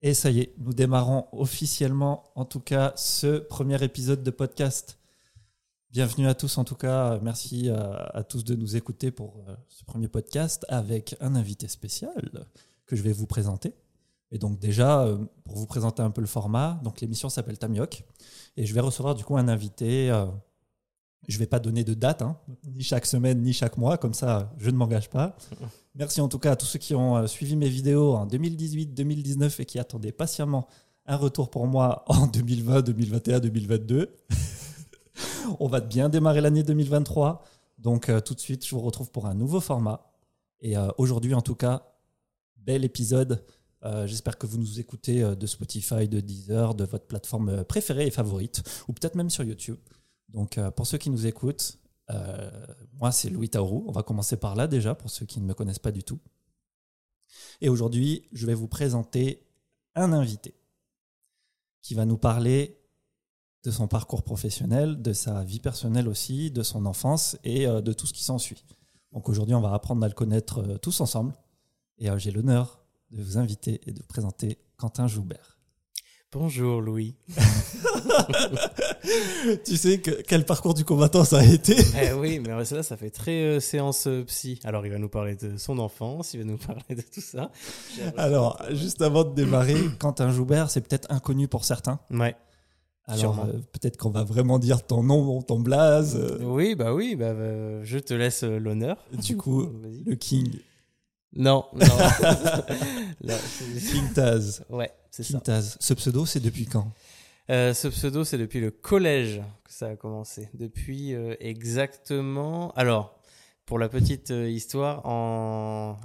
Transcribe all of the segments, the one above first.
Et ça y est, nous démarrons officiellement, en tout cas, ce premier épisode de podcast. Bienvenue à tous, en tout cas, merci à tous de nous écouter pour ce premier podcast avec un invité spécial que je vais vous présenter. Et donc déjà, pour vous présenter un peu le format, donc l'émission s'appelle Tamioc et je vais recevoir du coup un invité. Je ne vais pas donner de date, ni chaque semaine, ni chaque mois, comme ça je ne m'engage pas. Merci en tout cas à tous ceux qui ont suivi mes vidéos en 2018, 2019 et qui attendaient patiemment un retour pour moi en 2020, 2021, 2022. On va bien démarrer l'année 2023. Donc tout de suite, je vous retrouve pour un nouveau format. Et aujourd'hui en tout cas, bel épisode. J'espère que vous nous écoutez de Spotify, de Deezer, de votre plateforme préférée et favorite, ou peut-être même sur YouTube. Donc pour ceux qui nous écoutent, moi c'est Louis Taourou. On va commencer par là déjà, pour ceux qui ne me connaissent pas du tout. Et aujourd'hui, je vais vous présenter un invité qui va nous parler de son parcours professionnel, de sa vie personnelle aussi, de son enfance et de tout ce qui s'ensuit. Donc aujourd'hui, on va apprendre à le connaître tous ensemble. Et j'ai l'honneur de vous inviter et de vous présenter Quentin Joubert. Bonjour Louis. Tu sais quel parcours du combattant ça a été? Oui, mais ça fait très séance psy. Alors il va nous parler de son enfance, il va nous parler de tout ça. Alors, juste avant de démarrer, Quentin Joubert, c'est peut-être inconnu pour certains. Ouais. Alors peut-être qu'on va vraiment dire ton nom, ton blaze. Oui, je te laisse l'honneur. Du coup, Vas-y. le King. Non. Là, King Taz. Ouais, c'est King ça. Taz. Ce pseudo, c'est depuis quand? Ce pseudo, c'est depuis le collège que ça a commencé. Depuis exactement... Alors, pour la petite histoire, en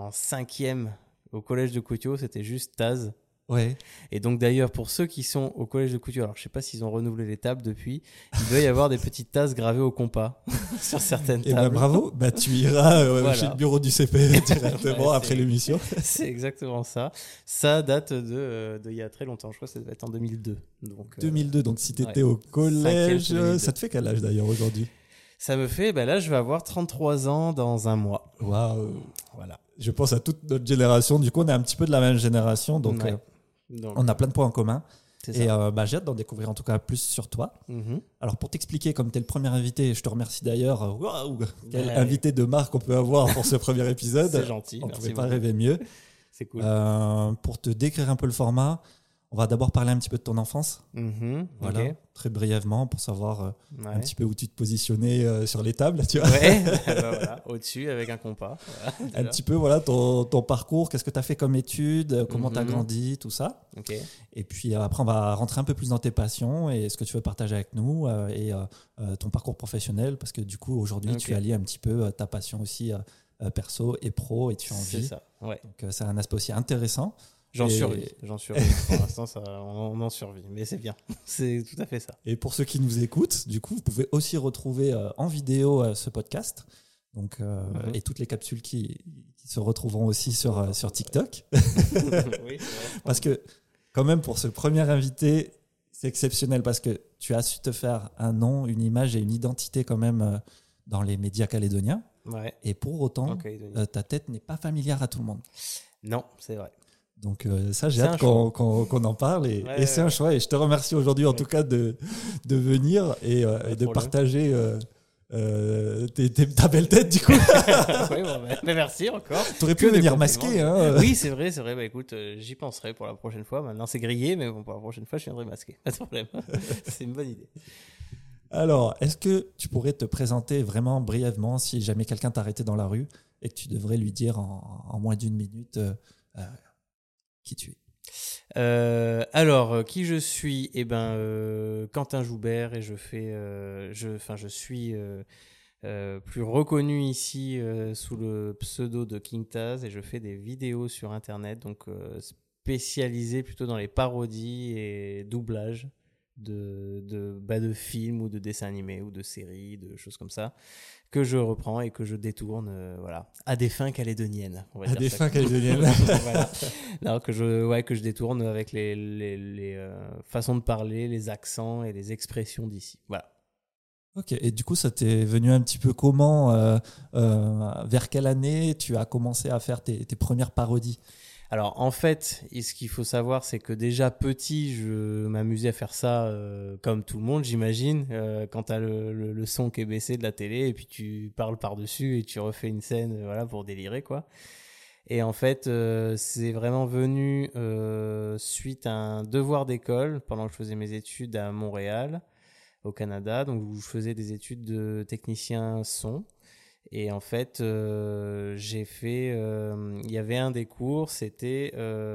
5e au collège de Coutio, c'était juste Taz. Ouais. Et donc d'ailleurs, pour ceux qui sont au collège de Coutio, alors je sais pas s'ils ont renouvelé les tables depuis, il doit y avoir des petites tasses gravées au compas sur certaines tables. Et ben bravo, tu iras Voilà. chez le bureau du CP directement après l'émission. C'est exactement ça. Ça date de il y a très longtemps, je crois que ça devait être en 2002. Donc, 2002, donc si tu étais au collège, 5e, ça te fait quel âge d'ailleurs aujourd'hui? Ça me fait, là je vais avoir 33 ans dans un mois. Waouh. Voilà. Je pense à toute notre génération, du coup on est un petit peu de la même génération, donc... Ouais. On a plein de points en commun. C'est et ça. j'ai hâte d'en découvrir en tout cas plus sur toi. Mm-hmm. Alors pour t'expliquer, comme tu es le premier invité, je te remercie d'ailleurs. Waouh, quel Ouais. invité de marque on peut avoir pour ce premier épisode. C'est gentil. On ne Merci pouvait pas beaucoup. rêver mieux. C'est cool. Pour te décrire un peu le format, on va d'abord parler un petit peu de ton enfance. Mm-hmm. Voilà, Ok. très brièvement pour savoir Ouais. un petit peu où tu te positionnais sur les tables, tu vois. Ouais, voilà, au-dessus avec un compas. Voilà, Un déjà. petit peu voilà ton parcours, qu'est-ce que tu as fait comme études, comment tu as Mhm. grandi, tout ça. Ok. Et puis après, on va rentrer un peu plus dans tes passions et ce que tu veux partager avec nous et ton parcours professionnel, parce que du coup, aujourd'hui, Ok. tu allies un petit peu ta passion aussi perso et pro et tu en C'est vis. ça. Ouais. Donc, c'est un aspect aussi intéressant. J'en Et- survis. Pour l'instant, on en survit. Mais c'est bien. C'est tout à fait ça. Et pour ceux qui nous écoutent, du coup, vous pouvez aussi retrouver en vidéo ce podcast. Donc, et toutes les capsules qui se retrouveront aussi sur TikTok. Oui, c'est vrai. Parce que, quand même, pour ce premier invité, c'est exceptionnel parce que tu as su te faire un nom, une image et une identité quand même dans les médias calédoniens. Ouais. Et pour autant, Ok, Denis. ta tête n'est pas familière à tout le monde. Non, c'est vrai. Donc ça, j'ai C'est hâte un qu'on en parle. Et, Ouais, et c'est un choix. Et je te remercie aujourd'hui, en tout cas, de venir et de problème. partager ta belle tête, du coup. Oui, mais merci encore. T'aurais pu Que des venir compliments. masqué. Hein. Oui, c'est vrai. Écoute, j'y penserai pour la prochaine fois. Maintenant, c'est grillé, mais bon, pour la prochaine fois, je viendrai masqué. Pas de problème. C'est une bonne idée. Alors, est-ce que tu pourrais te présenter vraiment brièvement si jamais quelqu'un t'arrêtait dans la rue et que tu devrais lui dire en moins d'une minute qui tu es? Alors, qui je suis? Quentin Joubert et je suis plus reconnu ici sous le pseudo de King Taz et je fais des vidéos sur Internet, donc spécialisées plutôt dans les parodies et doublages de films ou de dessins animés ou de séries, de choses comme ça, que je reprends et que je détourne à des fins calédoniennes. On va À dire des ça fins comme ça. calédoniennes. Voilà. Non, que je détourne avec les façons de parler, les accents et les expressions d'ici. Voilà. Ok, et du coup, ça t'est venu un petit peu comment vers quelle année tu as commencé à faire tes premières parodies? Alors en fait, ce qu'il faut savoir, c'est que déjà petit, je m'amusais à faire ça comme tout le monde, j'imagine. Quand t'as le son qui est baissé de la télé et puis tu parles par-dessus et tu refais une scène, voilà, pour délirer, quoi. Et en fait, c'est vraiment venu suite à un devoir d'école pendant que je faisais mes études à Montréal, au Canada, donc où je faisais des études de technicien son. Et en fait, j'ai fait. Il y avait un des cours, c'était.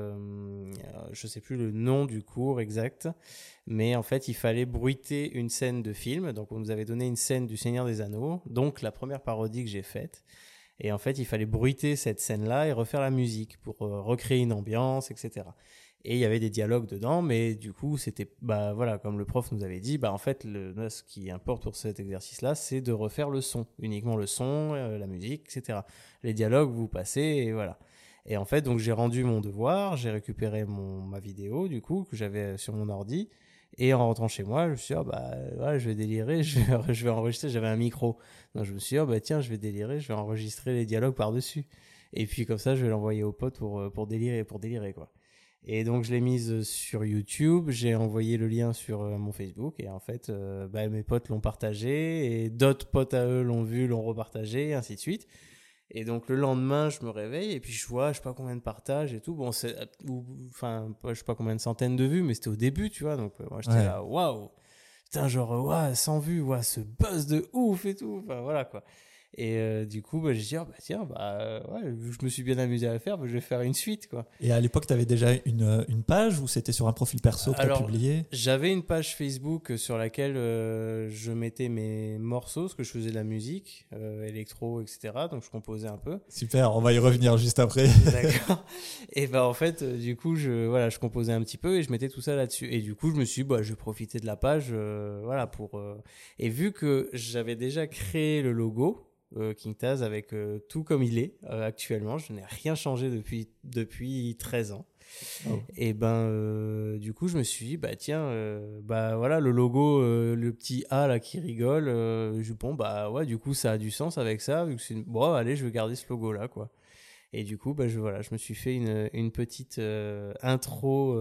Je sais plus le nom du cours exact, mais en fait, il fallait bruiter une scène de film. Donc, on nous avait donné une scène du Seigneur des Anneaux, donc la première parodie que j'ai faite. Et en fait, il fallait bruiter cette scène-là et refaire la musique pour recréer une ambiance, etc. Et il y avait des dialogues dedans, mais du coup, c'était, bah voilà, comme le prof nous avait dit, bah en fait, ce qui importe pour cet exercice-là, c'est de refaire le son, uniquement le son, la musique, etc. Les dialogues, vous passez, et voilà. Et en fait, donc j'ai rendu mon devoir, j'ai récupéré ma vidéo, du coup, que j'avais sur mon ordi, et en rentrant chez moi, je me suis dit, bah ouais, je vais délirer, je vais enregistrer, j'avais un micro. Donc je me suis dit, bah tiens, je vais délirer, je vais enregistrer les dialogues par-dessus. Et puis comme ça, je vais l'envoyer aux potes pour délirer, quoi. Et donc je l'ai mise sur YouTube, j'ai envoyé le lien sur mon Facebook et en fait mes potes l'ont partagé et d'autres potes à eux l'ont vu, l'ont repartagé et ainsi de suite. Et donc le lendemain je me réveille et puis je vois je sais pas combien de partages et tout. Bon je sais pas combien de centaines de vues mais c'était au début tu vois donc moi j'étais là waouh putain genre waouh 100 vues waouh ce buzz de ouf et tout enfin voilà quoi. Et du coup, j'ai dit, je me suis bien amusé à le faire, je vais faire une suite, quoi. Et à l'époque, tu avais déjà une page ou c'était sur un profil perso que tu as publié ? J'avais une page Facebook sur laquelle je mettais mes morceaux, ce que je faisais de la musique, électro, etc. Donc je composais un peu. Super, on va y revenir juste après. D'accord. Et en fait, du coup, je composais un petit peu et je mettais tout ça là-dessus. Et du coup, je me suis dit, je vais profiter de la page, pour. Et vu que j'avais déjà créé le logo. King Taz avec tout comme il est actuellement, je n'ai rien changé depuis 13 ans. Oh. Et du coup je me suis dit tiens voilà le logo le petit A là qui rigole du coup ça a du sens avec ça vu que c'est allez je vais garder ce logo là quoi. Et du coup je me suis fait une petite intro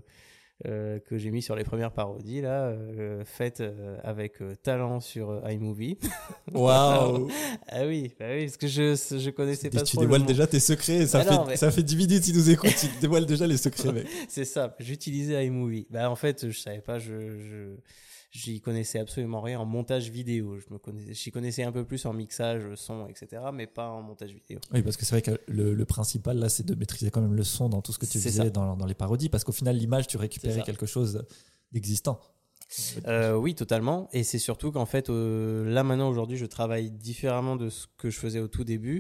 que j'ai mis sur les premières parodies là, faites avec talent sur iMovie. Waouh. Ah oui, parce que je connaissais pas trop. Tu dévoiles déjà tes secrets, ça fait 10 minutes qu'ils nous écoutent, tu dévoiles déjà les secrets mec. C'est ça, j'utilisais iMovie. En fait, je savais pas, j'y connaissais absolument rien en montage vidéo. J'y connaissais un peu plus en mixage, son, etc., mais pas en montage vidéo. Oui, parce que c'est vrai que le principal, là, c'est de maîtriser quand même le son dans tout ce que tu faisais dans les parodies, parce qu'au final, l'image, tu récupérais quelque chose d'existant. Oui, totalement. Et c'est surtout qu'en fait, là, maintenant, aujourd'hui, je travaille différemment de ce que je faisais au tout début.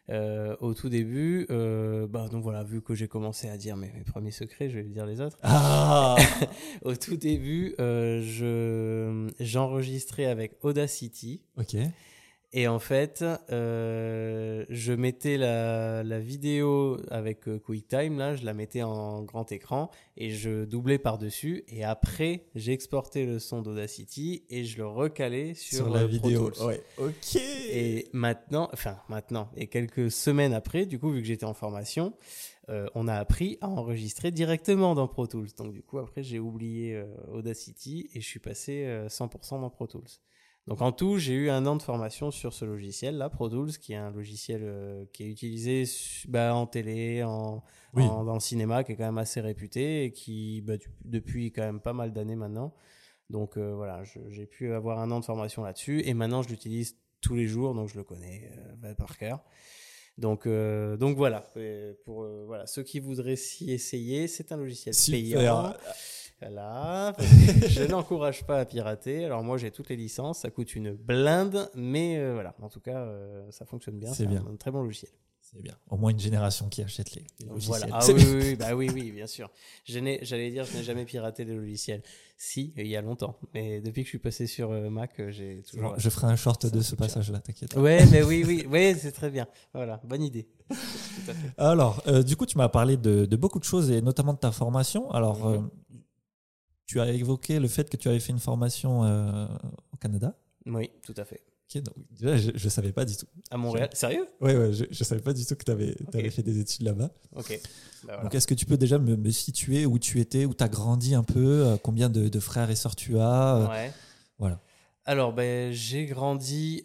Donc voilà, vu que j'ai commencé à dire mes premiers secrets, je vais dire les autres. Ah. Au tout début, j'enregistrais avec Audacity. Ok. Et en fait, je mettais la vidéo avec QuickTime, là, je la mettais en grand écran et je doublais par-dessus. Et après, j'exportais le son d'Audacity et je le recalais sur la vidéo. Pro Tools. Ouais. Ok. Et maintenant, et quelques semaines après, du coup, vu que j'étais en formation, on a appris à enregistrer directement dans Pro Tools. Donc du coup, après, j'ai oublié Audacity et je suis passé 100% dans Pro Tools. Donc en tout, j'ai eu 1 an de formation sur ce logiciel-là, Pro Tools, qui est un logiciel qui est utilisé en télé, dans le cinéma, qui est quand même assez réputé et qui, depuis quand même pas mal d'années maintenant. Donc j'ai pu avoir 1 an de formation là-dessus et maintenant je l'utilise tous les jours, donc je le connais par cœur. Donc voilà, pour ceux qui voudraient s'y essayer, c'est un logiciel payant. Voilà, je n'encourage pas à pirater. Alors moi j'ai toutes les licences, ça coûte une blinde, mais en tout cas ça fonctionne bien. C'est un très bon logiciel. C'est bien. Au moins une génération qui achète les logiciels. Voilà. Oui, bien sûr. J'allais dire, je n'ai jamais piraté les logiciels. Si, il y a longtemps. Mais depuis que je suis passé sur Mac, j'ai toujours. Je ferai un short de ce passage-là, t'inquiète. Ouais, mais oui, c'est très bien. Voilà, bonne idée. Tout à fait. Alors, du coup, tu m'as parlé de beaucoup de choses et notamment de ta formation. Alors, tu as évoqué le fait que tu avais fait une formation au Canada. Oui, tout à fait. Ok, donc déjà, je savais pas du tout. À Montréal. Sérieux? Ouais, je savais pas du tout que tu avais fait des études là-bas. Ok. Bah, voilà. Donc, est-ce que tu peux déjà me situer où tu étais, où tu as grandi un peu, combien de frères et sœurs tu as Ouais. Voilà. Alors, j'ai grandi.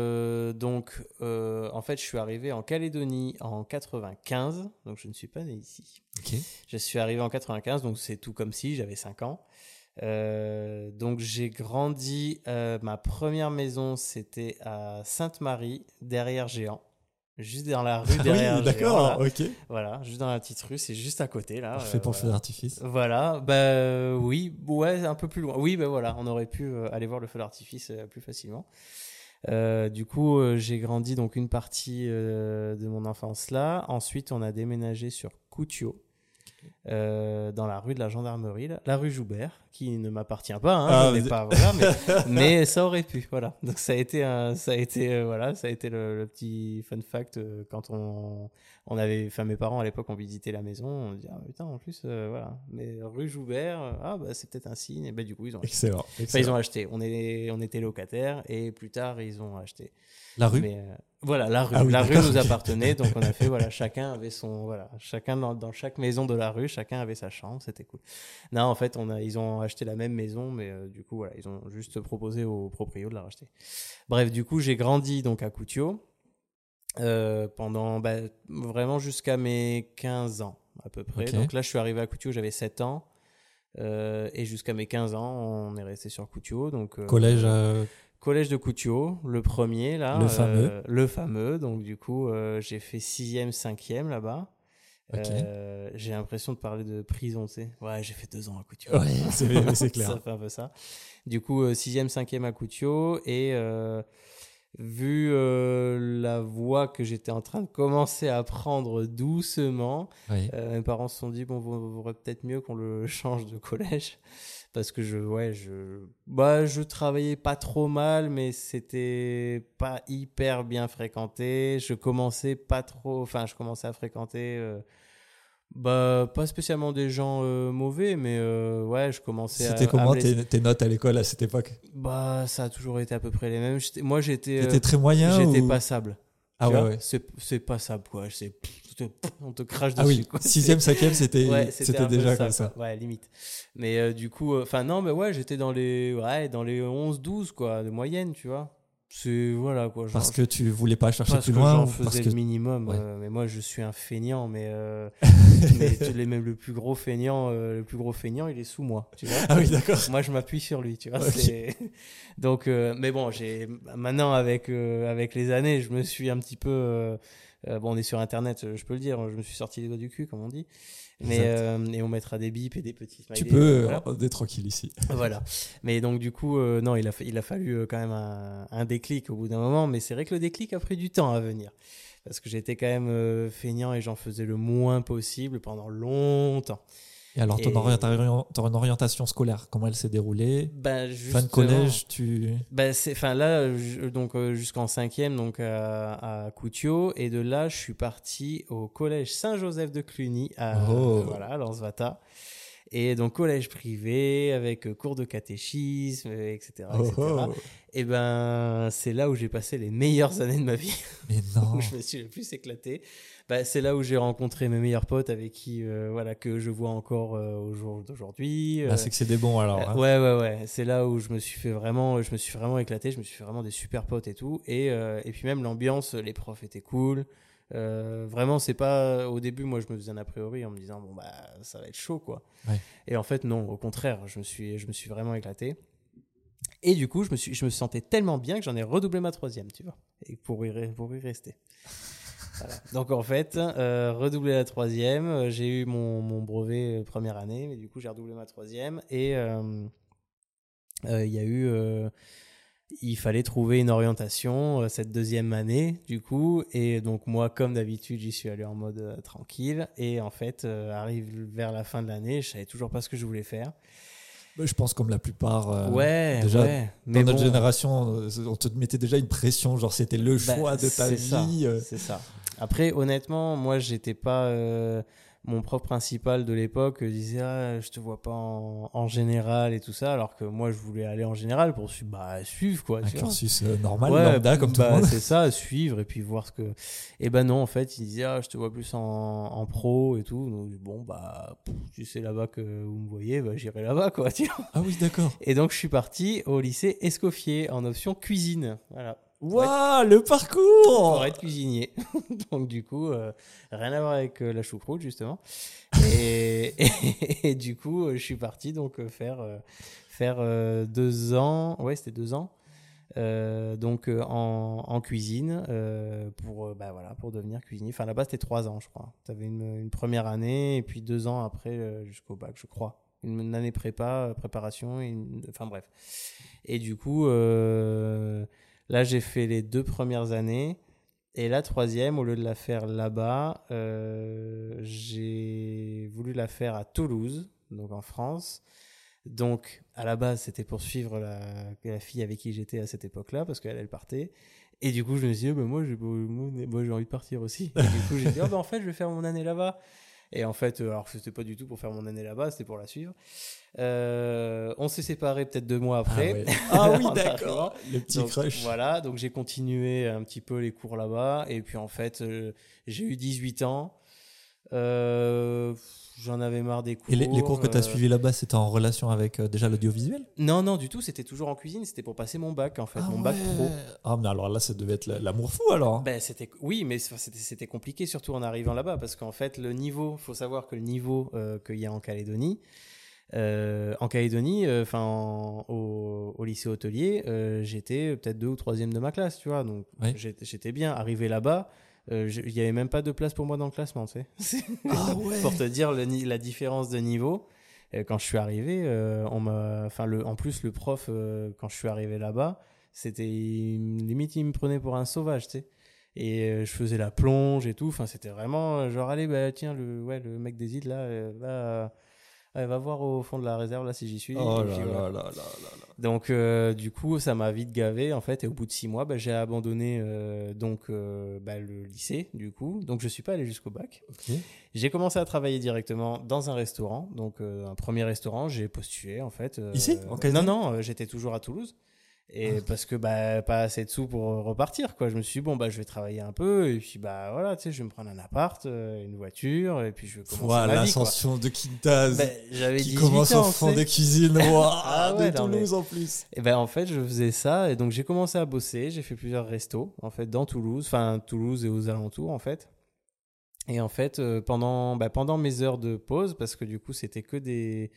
En fait, je suis arrivé en Calédonie en 95. Donc, je ne suis pas né ici. Ok. Je suis arrivé en 95, donc c'est tout comme si j'avais 5 ans. Donc j'ai grandi, ma première maison c'était à Sainte-Marie, derrière Géant, juste dans la rue derrière Oui, d'accord, Géant, là. ok. Voilà, juste dans la petite rue, c'est juste à côté là. Parfait pour le feu Voilà. d'artifice. Voilà, oui, ouais, un peu plus loin. Oui, voilà, on aurait pu aller voir le feu d'artifice plus facilement. Du coup, j'ai grandi donc une partie de mon enfance là. Ensuite, on a déménagé sur Coutio. Dans la rue de la Gendarmerie, là, la rue Joubert, qui ne m'appartient pas, hein, je n'ai pas, voilà, mais ça aurait pu, voilà. Donc ça a été le petit fun fact quand on avait, enfin mes parents à l'époque ont visité la maison, on dit ah putain en plus voilà, mais rue Joubert, c'est peut-être un signe, et du coup ils ont acheté. Excellent. Enfin, ils ont acheté. On était locataires et plus tard ils ont acheté. La rue. Mais voilà, la rue. Ah oui, la rue d'accord, nous ok. appartenait, donc on a fait voilà, chacun avait son chacun dans chaque maison de la rue, chacun avait sa chambre, c'était cool. Non, en fait, ils ont acheté la même maison, mais du coup voilà, ils ont juste proposé aux proprios de la racheter. Bref, du coup, j'ai grandi donc à Coutio pendant vraiment jusqu'à mes 15 ans à peu près. Ok. Donc là, je suis arrivé à Coutio, j'avais 7 ans. Et jusqu'à mes 15 ans, on est resté sur Coutio. Donc, collège de Coutio, le premier, là. Le fameux. Donc, du coup, j'ai fait 6e, 5e là-bas. Ok. J'ai l'impression de parler de prison, tu sais. Ouais, j'ai fait 2 ans à Coutio. Ouais, c'est clair. Ça fait un peu ça. Du coup, 6e, 5e à Coutio. Et vu la voie que j'étais en train de commencer à prendre doucement, Oui. mes parents se sont dit bon, vaudrait peut-être mieux qu'on le change de collège parce que je travaillais pas trop mal, mais c'était pas hyper bien fréquenté. Je commençais à fréquenter pas spécialement des gens mauvais, mais je commençais C'était comment tes notes à l'école à cette époque? ça a toujours été à peu près les mêmes. J'étais T'étais très moyen j'étais ou... passable. Ah Tu vois, ouais. c'est passable quoi. On te crache dessus. Ah oui, quoi. 6e, 5e, c'était un peu déjà comme ça. Ouais, limite. Mais du coup, j'étais dans les 11-12 quoi, de moyenne, tu vois. C'est voilà quoi. Parce que tu voulais pas chercher plus que loin j'en ou faisais parce que... le minimum. Ouais. Mais moi, je suis un feignant, mais même le plus gros feignant, il est sous moi, tu vois. Ah oui, d'accord. Moi, je m'appuie sur lui, tu vois. Okay. Donc, mais bon, maintenant avec les années, je me suis un petit peu. On est sur Internet, je peux le dire. Je me suis sorti les doigts du cul, comme on dit. Mais et on mettra des bips et des petits smileys. Tu peux, voilà. on est tranquille ici. Voilà. Mais donc du coup, non, il a fallu quand même un déclic au bout d'un moment. Mais c'est vrai que le déclic a pris du temps à venir. Parce que j'étais quand même feignant et j'en faisais le moins possible pendant longtemps. Et alors, ton orientation scolaire, comment elle s'est déroulée? Fin de collège, jusqu'en 5e, donc à Coutio. Et de là, je suis parti au collège Saint-Joseph de Cluny, à Lansvata. Et donc, collège privé, avec cours de catéchisme, etc. Et c'est là où j'ai passé les meilleures années de ma vie. Mais non. Où je me suis le plus éclaté. C'est là où j'ai rencontré mes meilleurs potes avec qui, que je vois encore au jour d'aujourd'hui. C'est que c'est des bons alors. Hein. Ouais. C'est là où je me suis vraiment éclaté. Je me suis fait vraiment des super potes et tout. Et puis même l'ambiance, les profs étaient cool. Vraiment, c'est pas au début, moi je me faisais un a priori en me disant ça va être chaud quoi. Ouais. Et en fait non, au contraire, je me suis vraiment éclaté. Et du coup, je me sentais tellement bien que j'en ai redoublé ma 3e, tu vois, et pour y rester. Voilà. Donc en fait, redoublé la 3e, j'ai eu mon brevet première année, mais du coup j'ai redoublé ma 3e et il fallait trouver une orientation cette 2e année du coup, et donc moi comme d'habitude j'y suis allé en mode tranquille, et en fait arrive vers la fin de l'année, je savais toujours pas ce que je voulais faire. Je pense comme la plupart. Mais dans notre génération, on te mettait déjà une pression, genre c'était le choix de ta vie. C'est ça. Après, honnêtement, moi, j'étais pas. mon prof principal de l'époque disait je te vois pas en général et tout ça, alors que moi je voulais aller en général pour suivre quoi. Un cursus normal, ouais, lambda, comme tout le monde. C'est ça, suivre et puis voir ce que. Et ben non, en fait, il disait je te vois plus en pro et tout. Donc bon tu sais là-bas que vous me voyez, j'irai là-bas quoi. Ah oui, d'accord. Et donc je suis parti au lycée Escoffier en option cuisine. Voilà. Waouh, le parcours pour être cuisinier. Donc du coup, rien à voir avec la choucroute justement. Et du coup, je suis parti donc faire 2 ans. Ouais, c'était 2 ans. Donc en cuisine pour devenir cuisinier. Enfin là-bas c'était 3 ans je crois. Tu avais une première année et puis 2 ans après jusqu'au bac je crois. Une année préparation, enfin bref. Et du coup là j'ai fait les 2 premières années et la troisième au lieu de la faire là-bas j'ai voulu la faire à Toulouse, donc en France. Donc, à la base, c'était pour suivre la fille avec qui j'étais à cette époque-là, parce qu'elle partait. Et du coup, je me suis dit, moi, j'ai envie de partir aussi. Et du coup, j'ai dit, en fait, je vais faire mon année là-bas. Et en fait, alors que c'était pas du tout pour faire mon année là-bas, c'était pour la suivre. On s'est séparés peut-être 2 mois après. Ah oui, d'accord. Le petit crush. Voilà, donc j'ai continué un petit peu les cours là-bas. Et puis, en fait, j'ai eu 18 ans. J'en avais marre des cours. Et les cours que tu as suivis là-bas, c'était en relation avec déjà l'audiovisuel ? Non, du tout. C'était toujours en cuisine. C'était pour passer mon bac, en fait. Mon bac pro. Ah, mais alors là, ça devait être l'amour fou, alors. Oui, mais c'était compliqué, surtout en arrivant là-bas. Parce qu'en fait, le niveau, il faut savoir que le niveau qu'il y a en Calédonie, au lycée hôtelier, j'étais peut-être 2 ou 3e de ma classe, tu vois. Donc, j'étais bien. Arrivé là-bas, il n'y avait même pas de place pour moi dans le classement, tu sais. Ah ouais. Pour te dire la différence de niveau. Quand je suis arrivé, en plus le prof, quand je suis arrivé là-bas, c'était limite il me prenait pour un sauvage, tu sais. Et je faisais la plonge et tout. Enfin, c'était vraiment genre allez tiens le mec des îles là va voir au fond de la réserve là si j'y suis. Oh puis, là là. Donc du coup ça m'a vite gavé en fait, et au bout de 6 mois j'ai abandonné le lycée du coup, donc je suis pas allé jusqu'au bac. Okay. J'ai commencé à travailler directement dans un restaurant, donc un premier restaurant, j'ai postulé en fait. Ici Non, j'étais toujours à Toulouse. Et parce que pas assez de sous pour repartir quoi. Je me suis dit je vais travailler un peu et puis voilà, tu sais, je vais me prendre un appart, une voiture et puis je vais commencer ma vie, l'ascension de Quintaz j'avais qui commence au fond des cuisines de Toulouse en plus. Et en fait, je faisais ça et donc j'ai commencé à bosser, j'ai fait plusieurs restos en fait dans Toulouse, et aux alentours en fait. Et en fait, pendant mes heures de pause, parce que du coup, c'était que des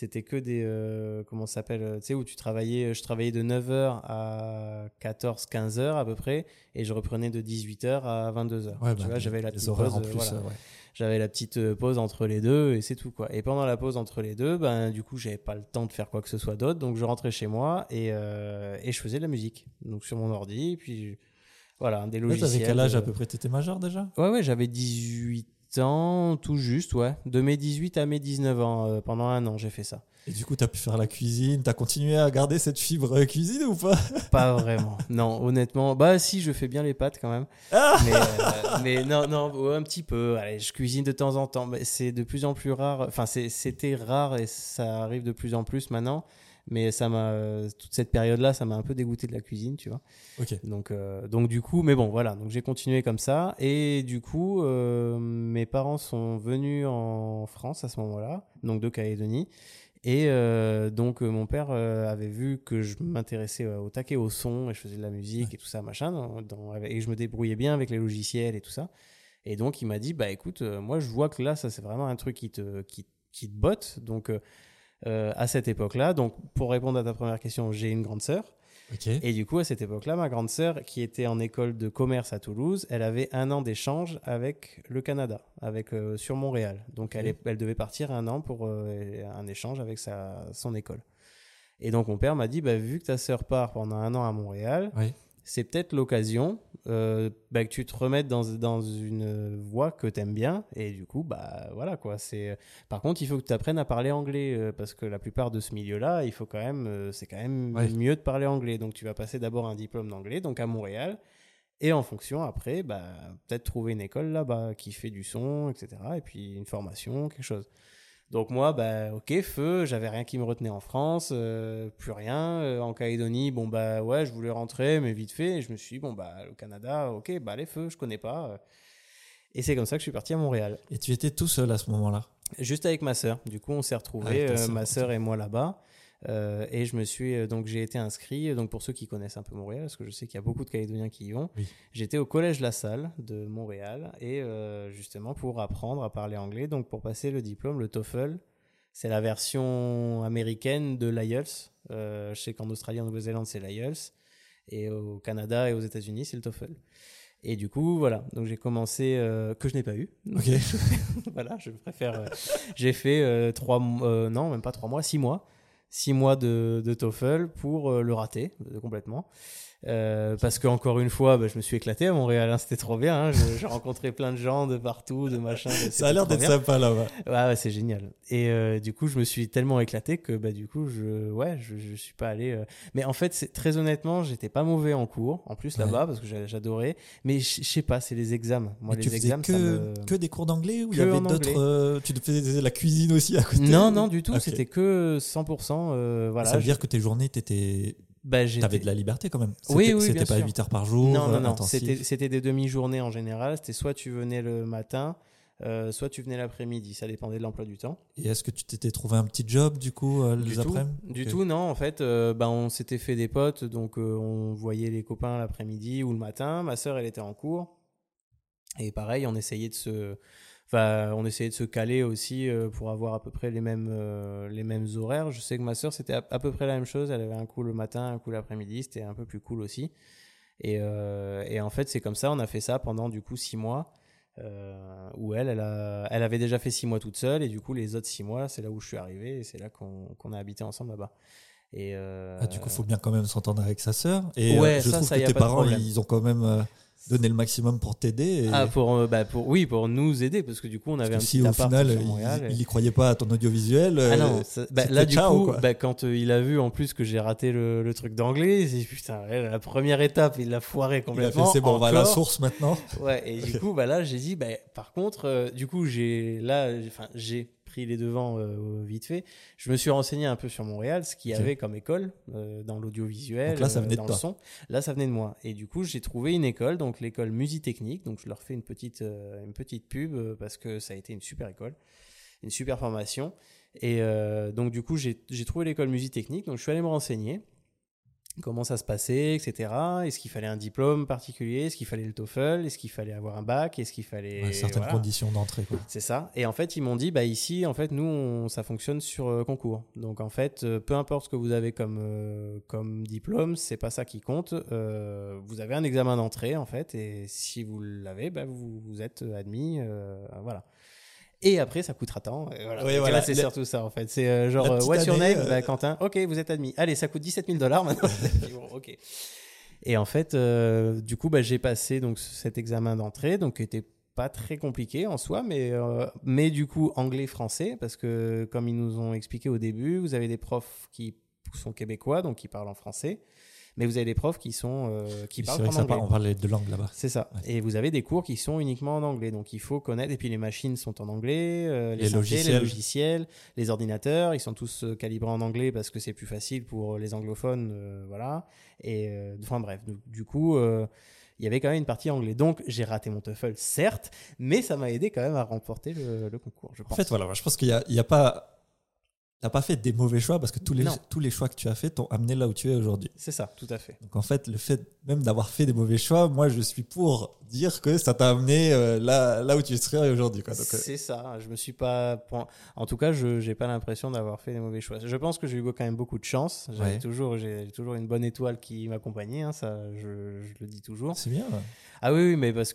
comment ça s'appelle, tu sais, où je travaillais de 9h à 15h à peu près, et je reprenais de 18h à 22h. Tu vois, j'avais la petite pause en plus, j'avais la petite pause entre les deux et c'est tout quoi. Et pendant la pause entre les deux, du coup, j'avais pas le temps de faire quoi que ce soit d'autre, donc je rentrais chez moi et je faisais de la musique. Donc sur mon ordi, et puis voilà, des logiciels. T'avais quel âge à peu près? T'étais majeur déjà? Ouais, j'avais 18 ans, tout juste, ouais. De mes 18 à mes 19 ans, pendant 1 an, j'ai fait ça. Et du coup, t'as pu faire la cuisine, t'as continué à garder cette fibre cuisine ou pas? Pas vraiment, non, honnêtement. Si, je fais bien les pâtes quand même. Mais non, un petit peu. Allez, je cuisine de temps en temps, mais c'est de plus en plus rare. Enfin, c'était rare et ça arrive de plus en plus maintenant. Mais toute cette période-là, ça m'a un peu dégoûté de la cuisine, tu vois. Ok. Donc du coup, mais bon, voilà. Donc j'ai continué comme ça. Et du coup, mes parents sont venus en France à ce moment-là, donc de Calédonie. Et donc mon père avait vu que je m'intéressais au taquet au son et je faisais de la musique et tout ça, machin. Et je me débrouillais bien avec les logiciels et tout ça. Et donc il m'a dit, écoute, moi je vois que là, ça c'est vraiment un truc qui te botte. Donc à cette époque-là, donc pour répondre à ta première question, j'ai une grande sœur. Okay. Et du coup, à cette époque-là, ma grande sœur, qui était en école de commerce à Toulouse, elle avait 1 an d'échange avec le Canada, sur Montréal. Donc elle devait partir 1 an pour un échange avec son école. Et donc mon père m'a dit, vu que ta sœur part pendant 1 an à Montréal, c'est peut-être l'occasion que tu te remettes dans une voie que tu aimes bien. Et du coup, voilà quoi. Par contre, il faut que tu apprennes à parler anglais parce que la plupart de ce milieu-là, il faut quand même, c'est quand même mieux de parler anglais. Donc tu vas passer d'abord un diplôme d'anglais, donc à Montréal. Et en fonction, après, peut-être trouver une école là-bas qui fait du son, etc. Et puis une formation, quelque chose. Donc moi, ok, feu, j'avais rien qui me retenait en France, plus rien. En Calédonie, ouais, je voulais rentrer, mais vite fait. Et je me suis dit, le Canada, ok, les feux, je connais pas. Et c'est comme ça que je suis parti à Montréal. Et tu étais tout seul à ce moment-là? Juste avec ma sœur. Du coup, on s'est retrouvés, ma sœur et moi là-bas. Et je me suis donc j'ai été inscrit. Donc pour ceux qui connaissent un peu Montréal, parce que je sais qu'il y a beaucoup de Calédoniens qui y vont. Oui. J'étais au collège La Salle de Montréal et justement pour apprendre à parler anglais. Donc pour passer le diplôme, le TOEFL, c'est la version américaine de l'IELTS. Je sais qu'en Australie, en Nouvelle-Zélande, c'est l'IELTS, et au Canada et aux États-Unis, c'est le TOEFL. Et du coup, voilà. Donc j'ai commencé que je n'ai pas eu. Ok. Voilà, je préfère. J'ai fait 3 mois, non, même pas 3 mois, 6 mois. 6 mois de TOEFL pour le rater complètement. Parce qu'encore une fois, je me suis éclaté à Montréal, hein, c'était trop bien. Hein, j'ai rencontré plein de gens de partout, de machin. Ça a l'air d'être sympa là-bas. Ouais, c'est génial. Et du coup, je me suis tellement éclaté que du coup, je suis pas allé. Mais en fait, très honnêtement, j'étais pas mauvais en cours. En plus là-bas, parce que j'adorais. Mais je sais pas, c'est les examens. Moi, mais les examens, que des cours d'anglais ou il y que avait en d'autres. Tu faisais la cuisine aussi à côté? Non, du tout. Okay. C'était que 100%. Voilà. Ça veut dire que tes journées, t'avais de la liberté quand même. Oui, c'était pas sûr. 8 heures par jour. Non. C'était des demi-journées en général. C'était soit tu venais le matin, soit tu venais l'après-midi. Ça dépendait de l'emploi du temps. Et est-ce que tu t'étais trouvé un petit job du coup les après-midi? Du tout, non. En fait, on s'était fait des potes, donc on voyait les copains l'après-midi ou le matin. Ma sœur, elle était en cours. Et pareil, on essayait de se caler aussi pour avoir à peu près les mêmes horaires. Je sais que ma sœur, c'était à peu près la même chose. Elle avait un coup le matin, un coup l'après-midi. C'était un peu plus cool aussi. Et en fait, c'est comme ça. On a fait ça pendant du coup 6 mois. Où elle avait déjà fait 6 mois toute seule. Et du coup, les autres 6 mois, c'est là où je suis arrivé. Et c'est là qu'on a habité ensemble là-bas. Et du coup, il faut bien quand même s'entendre avec sa sœur. Et ouais, je trouve que tes parents, ils ont quand même... donner le maximum pour t'aider. Pour nous aider, parce que du coup, on avait un petit appart sur Montréal. Il y croyait pas à ton audiovisuel. Non, là, du coup, quand il a vu en plus que j'ai raté le truc d'anglais, il s'est dit, putain, la première étape, il l'a foiré complètement. Il a fait, c'est bon, on va à la source maintenant. Ouais, et du coup, là, j'ai dit, par contre, du coup, j'ai pris les devants vite fait. Je me suis renseigné un peu sur Montréal, ce qu'il y avait comme école dans l'audiovisuel, donc là, ça venait dans de le toi. son. Là, ça venait de moi. Et du coup, j'ai trouvé une école, donc l'école Musitechnique. Donc, je leur fais une petite pub parce que ça a été une super école, une super formation. Et donc, du coup, j'ai trouvé l'école Musitechnique. Donc, je suis allé me renseigner. Comment ça se passait, etc. Est-ce qu'il fallait un diplôme particulier? Est-ce qu'il fallait le TOEFL? Est-ce qu'il fallait avoir un bac? Est-ce qu'il fallait... certaines conditions d'entrée, quoi. C'est ça. Et en fait, ils m'ont dit, ici, en fait, nous, ça fonctionne sur concours. Donc, en fait, peu importe ce que vous avez comme diplôme, c'est pas ça qui compte. Vous avez un examen d'entrée, en fait, et si vous l'avez, vous êtes admis. Voilà. Et après, ça coûtera tant. Voilà. Oui, voilà. Là, c'est surtout ça, en fait. C'est what's your name? Quentin. Ok, vous êtes admis. Allez, ça coûte $17 000 maintenant. Bon, ok. Et en fait, du coup, j'ai passé donc, cet examen d'entrée, donc qui était pas très compliqué en soi, mais du coup, anglais-français, parce que comme ils nous ont expliqué au début, vous avez des profs qui sont québécois, donc qui parlent en français. Mais vous avez des profs qui parlent en anglais. On parle les deux langues là-bas. C'est ça. Ouais. Et vous avez des cours qui sont uniquement en anglais. Donc, il faut connaître. Et puis, les machines sont en anglais. Les logiciels, les ordinateurs, ils sont tous calibrés en anglais parce que c'est plus facile pour les anglophones. Voilà. Et enfin, bref. Du coup, il y avait quand même une partie anglais. Donc, j'ai raté mon TOEFL, certes, mais ça m'a aidé quand même à remporter le concours, je pense. En fait, voilà, je pense qu'il y a pas... T'as pas fait des mauvais choix parce que tous les choix que tu as fait t'ont amené là où tu es aujourd'hui. C'est ça, tout à fait. Donc en fait, le fait même d'avoir fait des mauvais choix, moi je suis pour dire que ça t'a amené là où tu serais aujourd'hui, quoi. Donc, c'est ça. Je me suis pas. En tout cas, je j'ai pas l'impression d'avoir fait des mauvais choix. Je pense que j'ai eu quand même beaucoup de chance. J'ai toujours une bonne étoile qui m'accompagnait. Hein, ça, je le dis toujours. C'est bien. Ouais. Ah oui, mais parce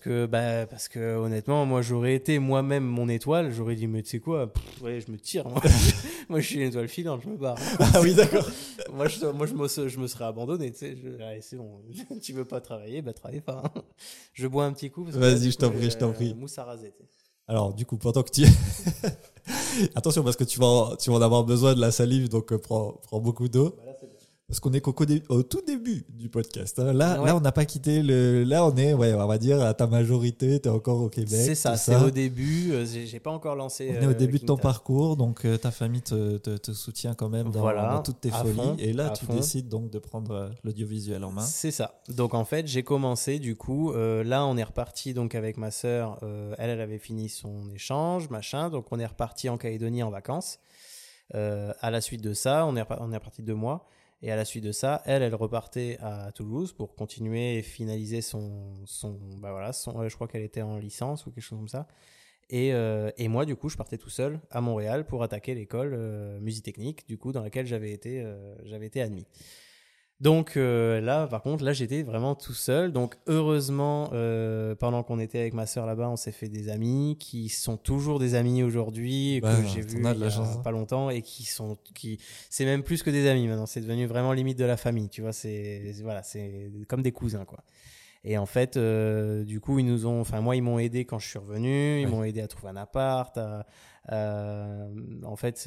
que honnêtement, moi j'aurais été moi-même mon étoile, j'aurais dit mais tu sais quoi, je me tire. Moi je suis une étoile filante, je me barre. Ah oui, d'accord. moi je me serais abandonné, tu sais. Allez, c'est bon, tu veux pas travailler, travaille pas. Hein. Je bois un petit coup. Vas-y, je t'en prie. Mousse à raser. Alors du coup, pendant que tu attention parce que tu vas en avoir besoin de la salive, donc prends beaucoup d'eau. Là, c'est bon. Parce qu'on est au tout début du podcast. Hein. Là, Ouais. là, on n'a pas quitté le. Là, on est, on va dire, à ta majorité, tu es encore au Québec. C'est ça, tout c'est au début. J'ai pas encore lancé. On est au début de ton King Taz. parcours, donc ta famille te soutient quand même Voilà, dans toutes tes à folies. fond, Et là, à tu fond. décides donc de prendre l'audiovisuel en main. C'est ça. Donc en fait, j'ai commencé du coup. Là, on est reparti donc avec ma sœur. Elle avait fini son échange, machin. Donc on est reparti en Calédonie en vacances. À la suite de ça, on est reparti 2 mois. Et à la suite de ça, elle repartait à Toulouse pour continuer et finaliser je crois qu'elle était en licence ou quelque chose comme ça. Et moi, du coup, je partais tout seul à Montréal pour attaquer l'école musique technique, du coup, dans laquelle j'avais été admis. Donc là, par contre, là, j'étais vraiment tout seul. Donc heureusement, pendant qu'on était avec ma sœur là-bas, on s'est fait des amis qui sont toujours des amis aujourd'hui, que j'ai vus il y a pas longtemps et c'est même plus que des amis maintenant. C'est devenu vraiment limite de la famille, tu vois. C'est comme des cousins, quoi. Et en fait, du coup, moi, ils m'ont aidé quand je suis revenu. Ils m'ont aidé à trouver un appart. En fait,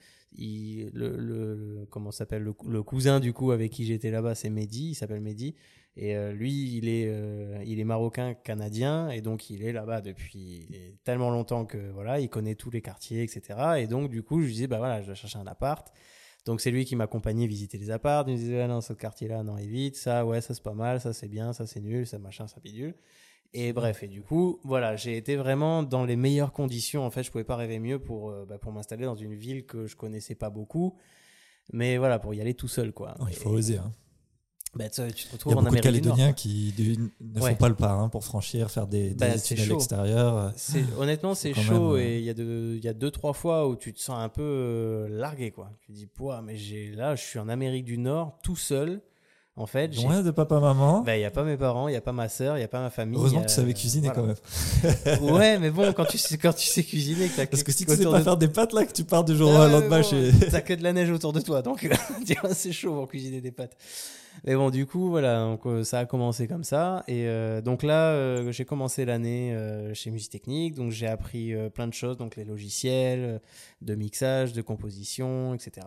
comment s'appelle le cousin du coup avec qui j'étais là-bas, c'est Mehdi. Il s'appelle Mehdi. Et lui, il est marocain canadien et donc il est là-bas depuis tellement longtemps que voilà, il connaît tous les quartiers, etc. Et donc du coup, je lui disais bah voilà, je dois chercher un appart. Donc c'est lui qui m'accompagnait visiter les apparts. Il me disait ah non, ce quartier-là, non, évite ça, ouais, ça c'est pas mal, ça c'est bien, ça c'est nul, ça machin, ça bidule. Et bref, et du coup, voilà, j'ai été vraiment dans les meilleures conditions. En fait, je pouvais pas rêver mieux pour m'installer dans une ville que je connaissais pas beaucoup. Mais voilà, pour y aller tout seul, quoi. Il faut oser, hein. Tu te Il y retrouves a en beaucoup de Amérique du Nord. Calédoniens qui ne font pas le pas pour franchir, faire des tunnels extérieurs. Honnêtement, c'est chaud et il y a 2-3 fois où tu te sens un peu largué, quoi. Tu te dis, mais je suis en Amérique du Nord tout seul. En fait, loin de papa, maman. Il y a pas mes parents, il y a pas ma sœur, il y a pas ma famille. Heureusement que tu savais cuisiner quand même. Ouais, mais bon, quand tu sais cuisiner, que t'as parce que si tu sais pas faire des pâtes là, que tu pars du jour au lendemain, t'as que de la neige autour de toi, donc c'est chaud pour cuisiner des pâtes. Mais bon, du coup, voilà, donc ça a commencé comme ça. Et donc là, j'ai commencé l'année chez Musique Technique, donc j'ai appris plein de choses, donc les logiciels de mixage, de composition, etc.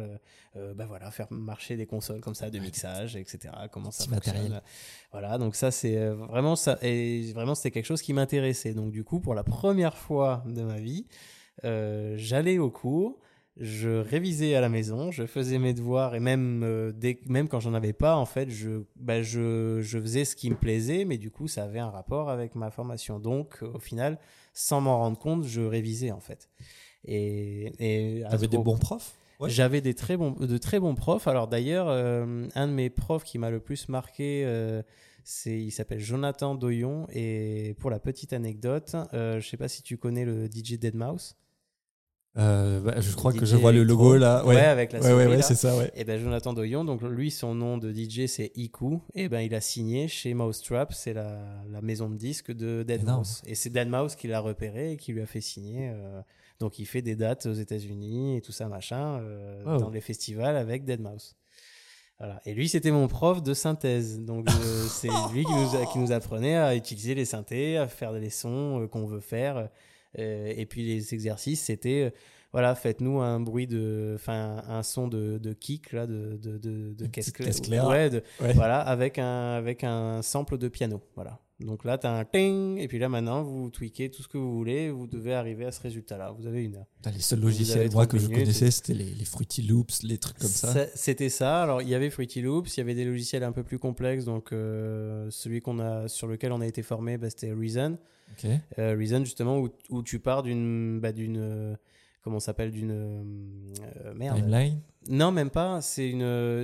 Faire marcher des consoles comme ça de mixage, etc. Comment ça fonctionne. Voilà, donc ça c'est vraiment ça, et vraiment c'était quelque chose qui m'intéressait. Donc du coup, pour la première fois de ma vie, j'allais au cours. Je révisais à la maison, je faisais mes devoirs et même quand j'en avais pas, en fait, je faisais ce qui me plaisait, mais du coup, ça avait un rapport avec ma formation. Donc, au final, sans m'en rendre compte, je révisais en fait. Et t'avais des bons profs? Ouais. J'avais de très bons profs. Alors d'ailleurs, un de mes profs qui m'a le plus marqué, il s'appelle Jonathan Doyon. Et pour la petite anecdote, je sais pas si tu connais le DJ Deadmau5. Je crois que je vois le logo là. Ouais, avec la souris là. C'est ça, ouais. Et Jonathan Doyon, donc lui, son nom de DJ c'est Iku. Et il a signé chez Mousetrap, c'est la maison de disques de Deadmau5. Et c'est Deadmau5 qui l'a repéré et qui lui a fait signer. Donc il fait des dates aux États-Unis et tout ça machin dans les festivals avec Deadmau5. Voilà. Et lui, c'était mon prof de synthèse. Donc c'est lui qui nous apprenait à utiliser les synthés, à faire les sons qu'on veut faire. Et puis les exercices, c'était faites-nous un bruit un son de kick là, de caisse claire. Voilà, avec un sample de piano. Voilà. Donc là, tu as un ting, et puis là maintenant, vous tweakez tout ce que vous voulez, vous devez arriver à ce résultat-là. Vous avez 1 heure. Les seuls logiciels moi que je connaissais, c'était les Fruity Loops, les trucs comme ça. C'était ça. Alors il y avait Fruity Loops, il y avait des logiciels un peu plus complexes. Donc celui sur lequel on a été formé, c'était Reason. Okay. Reason justement où tu pars d'une comment ça s'appelle, merde. Timeline? Non, même pas. C'est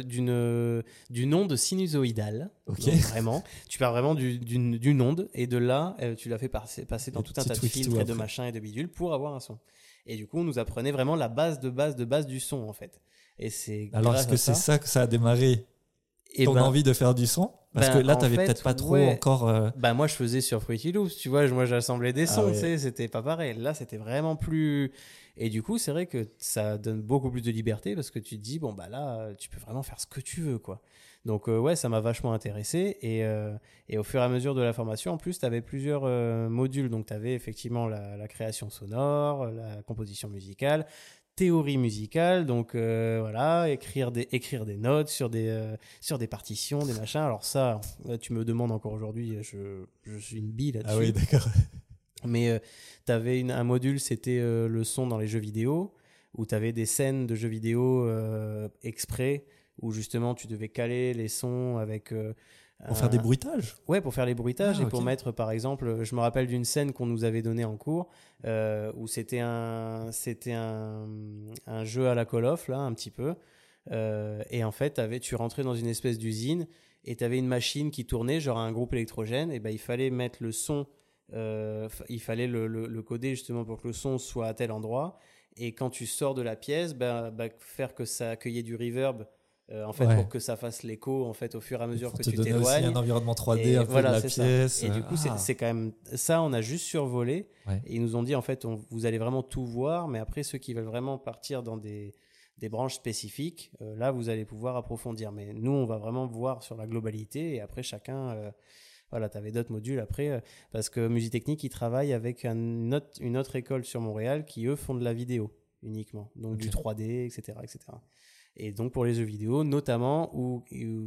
d'une onde sinusoïdale. Okay. Donc, vraiment, tu pars vraiment d'une onde et de là, tu l'as fait passer dans tout un tas de filtres et de machins et de bidules pour avoir un son. Et du coup, on nous apprenait vraiment la base de base du son en fait. Et c'est alors est-ce que c'est ça que ça a démarré ton envie de faire du son? Parce que là, tu n'avais peut-être pas trop encore... moi, je faisais sur Fruity Loops, tu vois. Moi, j'assemblais des sons, tu sais, c'était pas pareil. Là, c'était vraiment plus... Et du coup, c'est vrai que ça donne beaucoup plus de liberté parce que tu te dis, là, tu peux vraiment faire ce que tu veux, quoi. Donc, ça m'a vachement intéressé. Et au fur et à mesure de la formation, en plus, tu avais plusieurs modules. Donc, tu avais effectivement la création sonore, la composition musicale. théorie musicale, donc voilà, écrire des notes sur des partitions, des machins. Alors ça, là, tu me demandes encore aujourd'hui, je suis une bille là-dessus. Ah oui, d'accord. Mais tu avais un module, c'était le son dans les jeux vidéo, où tu avais des scènes de jeux vidéo exprès, où justement tu devais caler les sons avec... Pour faire des bruitages. Ouais, pour faire les bruitages et ok. pour mettre, par exemple, je me rappelle d'une scène qu'on nous avait donnée en cours où c'était un jeu à la Call of, là, un petit peu. Et en fait, tu rentrais dans une espèce d'usine et tu avais une machine qui tournait, genre un groupe électrogène. Et ben, il fallait mettre le son, il fallait le coder justement pour que le son soit à tel endroit. Et quand tu sors de la pièce, faire qu'il y ait du reverb. En fait, pour que ça fasse l'écho en fait au fur et à mesure que tu t'éloignes. Aussi un environnement 3D un peu de la pièce. Ça. Et du coup, c'est quand même ça. On a juste survolé et ils nous ont dit en fait, vous allez vraiment tout voir, mais après ceux qui veulent vraiment partir dans des branches spécifiques, là vous allez pouvoir approfondir. Mais nous, on va vraiment voir sur la globalité et après chacun. Voilà, tu avais d'autres modules après parce que Musitechnique, ils travaillent avec une autre école sur Montréal qui eux font de la vidéo uniquement, donc du 3D, etc., etc. Et donc pour les jeux vidéo, notamment où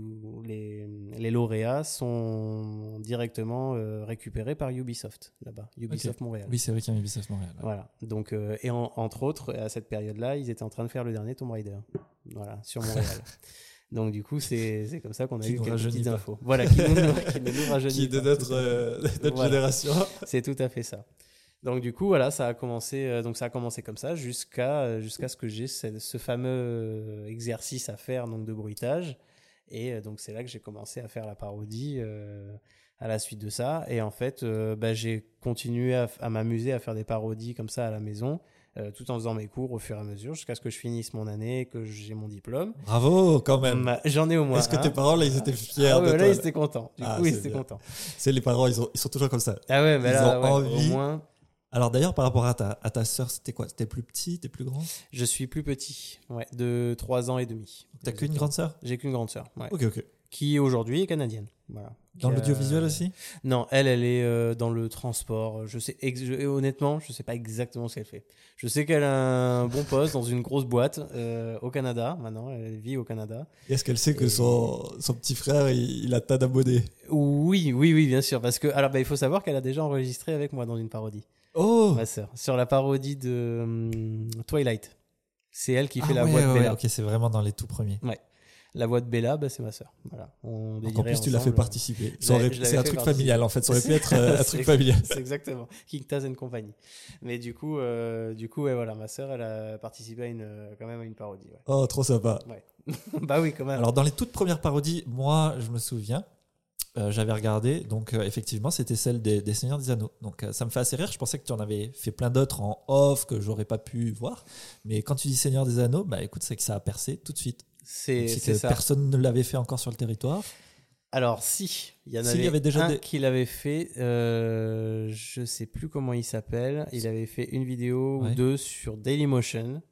les lauréats sont directement récupérés par Ubisoft, là-bas, Ubisoft Montréal. Oui, c'est vrai qu'il y a Ubisoft Montréal. Ouais. Voilà, donc, et entre autres, à cette période-là, ils étaient en train de faire le dernier Tomb Raider, voilà, sur Montréal. Donc du coup, c'est comme ça qu'on a eu quelques petites infos. Voilà, qui ne nous rajeunit qui est de notre génération. C'est tout à fait ça. Donc du coup voilà, ça a commencé comme ça jusqu'à ce que j'ai ce fameux exercice à faire donc de bruitage et donc c'est là que j'ai commencé à faire la parodie à la suite de ça et en fait j'ai continué à m'amuser à faire des parodies comme ça à la maison tout en faisant mes cours au fur et à mesure jusqu'à ce que je finisse mon année et que j'ai mon diplôme. Bravo quand même. J'en ai au moins. Est-ce que tes parents là ils étaient fiers de toi? Là ils étaient contents. Du coup ils étaient contents. C'est les parents ils sont toujours comme ça. Ah ouais, mais ils là ont envie. au moins. Alors d'ailleurs, par rapport à ta sœur, c'était quoi? C'était plus petit, t'es plus grand? Je suis plus petit, de 3 ans et demi. T'as qu'une grande sœur? J'ai qu'une grande sœur, ouais. Ok. Qui aujourd'hui est canadienne. Voilà. Dans l'audiovisuel aussi? Non, elle est dans le transport. Honnêtement, je sais pas exactement ce qu'elle fait. Je sais qu'elle a un bon poste dans une grosse boîte au Canada. Maintenant, elle vit au Canada. Est-ce qu'elle sait que son petit frère, il a tas d'abonnés? Oui, bien sûr. Parce que, alors, il faut savoir qu'elle a déjà enregistré avec moi dans une parodie. Oh! Ma sœur. Sur la parodie de Twilight. C'est elle qui fait la voix de Bella. Ok, c'est vraiment dans les tout premiers. Ouais. La voix de Bella, c'est ma sœur. Voilà. Donc en plus, tu l'as fait participer. C'est un truc familial, en fait. Ça aurait pu être un truc familial. C'est exactement. King Taz and compagnie. Mais du coup, ouais, voilà, ma sœur, elle a participé quand même à une parodie. Ouais. Oh, trop sympa. Ouais. Bah oui, quand même. Alors, dans les toutes premières parodies, moi, je me souviens, j'avais regardé, donc effectivement, c'était celle des Seigneurs des Anneaux. Donc, ça me fait assez rire. Je pensais que tu en avais fait plein d'autres en off que j'aurais pas pu voir. Mais quand tu dis Seigneur des Anneaux, écoute, c'est que ça a percé tout de suite. C'est ça. Personne ne l'avait fait encore sur le territoire. Alors si, il y en avait déjà un qui l'avait fait, je sais plus comment il s'appelle, il avait fait une vidéo ou deux sur Dailymotion,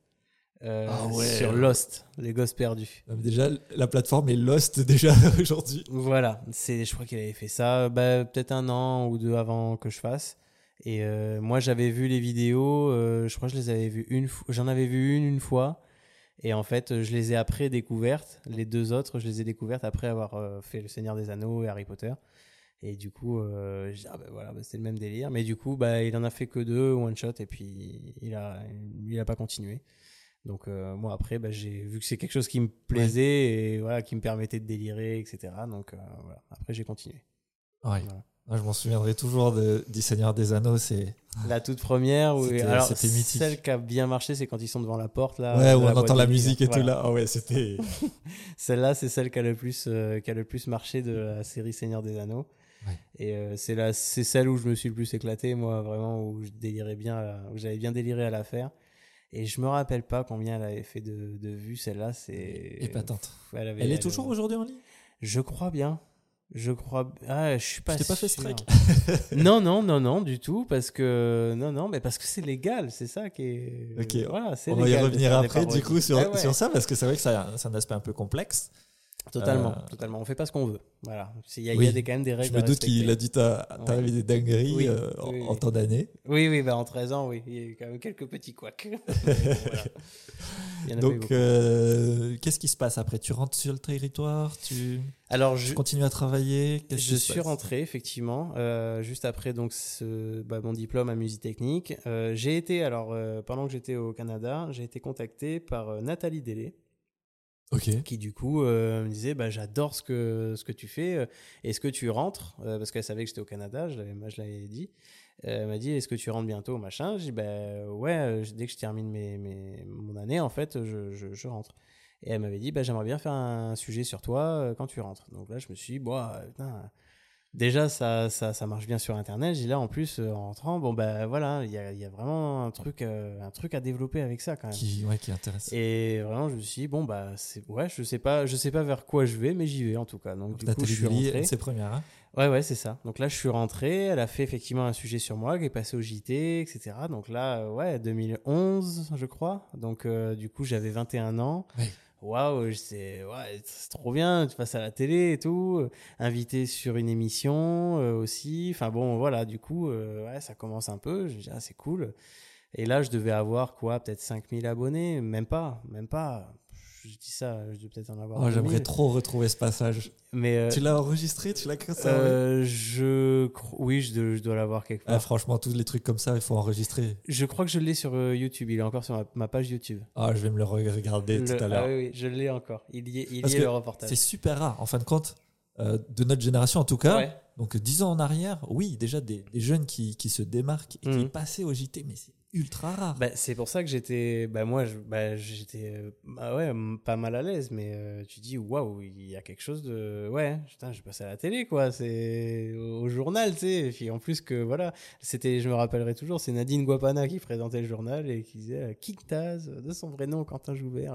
sur Lost, les gosses perdus. Déjà, la plateforme est Lost déjà aujourd'hui. Voilà, je crois qu'il avait fait ça peut-être 1 an ou 2 avant que je fasse. Et moi j'avais vu les vidéos, je crois que je les avais vues j'en avais vu une fois. Et en fait, je les ai après découvertes. Les 2 autres, je les ai découvertes après avoir fait Le Seigneur des Anneaux et Harry Potter. Et du coup, je dis, voilà, c'était le même délire. Mais du coup, il en a fait que 2 one shot et puis il a pas continué. Donc moi après, j'ai vu que c'est quelque chose qui me plaisait et voilà, qui me permettait de délirer, etc. Donc voilà. Après, j'ai continué. Ouais. Voilà. Je m'en souviendrai toujours du Seigneur des Anneaux. C'est la toute première. C'était mythique. Celle qui a bien marché, c'est quand ils sont devant la porte là. Ouais, où on entend la musique et tout là. Ah ouais, c'était. Celle-là, c'est celle qui a le plus marché de la série Seigneur des Anneaux. Ouais. Et c'est celle où je me suis le plus éclaté, moi, vraiment, où je délirais bien, où j'avais bien déliré à la faire. Et je me rappelle pas combien elle avait fait de vues. Celle-là, c'est épatante. Elle est toujours aujourd'hui en ligne? Je crois bien. Je suis pas sûr. Tu t'es pas fait strike? Non, du tout, parce que mais parce que c'est légal, c'est ça qui est. Ok. Voilà, c'est on légal. Va y revenir après, du coup, sur ça, parce que c'est vrai que c'est un aspect un peu complexe. Totalement. On fait pas ce qu'on veut. Voilà. Il y a quand même des règles. Je me doute qu'il a dû t'arriver des dingueries oui, en temps d'année. Oui, en 13 ans, oui. Il y a eu quand même quelques petits couacs. Voilà. Donc, qu'est-ce qui se passe après? Tu rentres sur le territoire? Tu continues à travailler? Je suis rentré, effectivement, juste après donc, mon diplôme à musique technique. J'ai été, pendant que j'étais au Canada, j'ai été contacté par Nathalie Delay. Okay. Qui du coup me disait j'adore ce que tu fais, est-ce que tu rentres, parce qu'elle savait que j'étais au Canada, je l'avais dit. Elle m'a dit est-ce que tu rentres bientôt, machin. J'ai dit ouais, dès que je termine mon année en fait je rentre. Et elle m'avait dit j'aimerais bien faire un sujet sur toi quand tu rentres. Donc là je me suis dit putain, déjà ça marche bien sur internet. J'ai là en plus en rentrant voilà, il y a vraiment un truc à développer avec ça quand même qui est intéressant. et vraiment je me suis dit je sais pas vers quoi je vais, mais j'y vais en tout cas. Donc du coup je suis rentré. C'est première, hein. Ouais, c'est ça. Donc là je suis rentré, elle a fait effectivement un sujet sur moi qui est passé au JT, etc. Donc là 2011 je crois. Donc du coup j'avais 21 ans. Ouais. Waouh, c'est trop bien, tu passes à la télé et tout, invité sur une émission aussi. Enfin bon, voilà, du coup, ça commence un peu. Je me dis, c'est cool. Et là, je devais avoir peut-être 5000 abonnés, même pas. Je dis ça, je devais peut-être en avoir 2000. J'aimerais trop retrouver ce passage. Mais tu l'as enregistré, tu l'as créé ça? Oui, je dois l'avoir quelque part. Franchement, tous les trucs comme ça, il faut enregistrer. Je crois que je l'ai sur YouTube. Il est encore sur ma page YouTube. Je vais me le regarder tout à l'heure. Oui, je l'ai encore. Il y est le reportage. C'est super rare, en fin de compte, de notre génération en tout cas. Ouais. Donc 10 ans en arrière, oui, déjà des jeunes qui se démarquent et qui passaient au JT, mais c'est ultra rare. C'est pour ça que j'étais j'étais pas mal à l'aise, mais tu dis waouh, il y a quelque chose de putain, je passe à la télé quoi, c'est au journal, tu sais. Et puis en plus que voilà, je me rappellerai toujours, c'est Nadine Guapana qui présentait le journal et qui disait King Taz, de son vrai nom Quentin Joubert.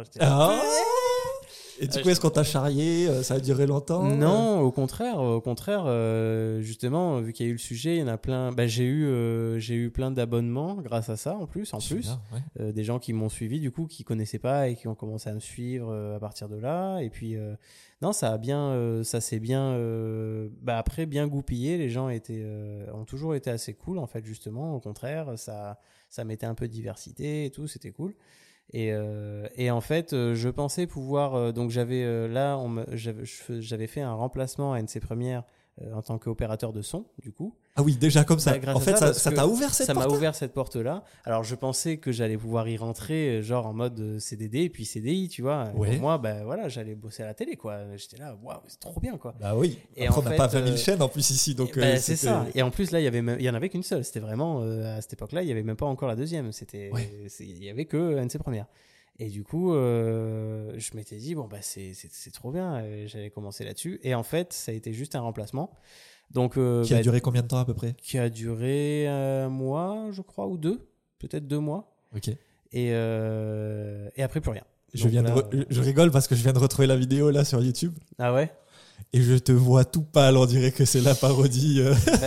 Et du coup, est-ce qu'on t'a charrié? Ça a duré longtemps? Non, au contraire, justement, vu qu'il y a eu le sujet, il y en a plein. J'ai eu plein d'abonnements grâce à ça, en plus. Bien, ouais. Des gens qui m'ont suivi, du coup, qui connaissaient pas et qui ont commencé à me suivre à partir de là. Et puis, non, ça s'est bien, après bien goupillé. Les gens ont toujours été assez cool, en fait, justement. Au contraire, ça mettait un peu de diversité et tout, c'était cool. Et en fait, je pensais pouvoir. Donc j'avais j'avais fait un remplacement à NC Première en tant qu'opérateur de son, du coup. Ah oui, déjà comme ça. En fait, ça t'a ouvert cette porte. Ça m'a ouvert cette porte-là. Alors je pensais que j'allais pouvoir y rentrer, genre en mode CDD et puis CDI, tu vois. Ouais. Et moi, voilà, j'allais bosser à la télé, quoi. J'étais là, waouh, c'est trop bien, quoi. Bah oui. Et après, en on n'a fait, pas 20 000 chaînes en plus ici, donc. C'est ça. Et en plus là, il y en avait qu'une seule. C'était vraiment à cette époque-là, il y avait même pas encore la deuxième. Il y avait que NC Première. Et du coup, je m'étais dit, c'est trop bien, j'allais commencer là-dessus. Et en fait, ça a été juste un remplacement. Donc, qui a duré combien de temps à peu près? Qui a duré un mois, je crois, ou peut-être 2 mois. Ok. Et après, plus rien. Je rigole parce que je viens de retrouver la vidéo là sur YouTube. Ah ouais? Et je te vois tout pâle, on dirait que c'est la parodie.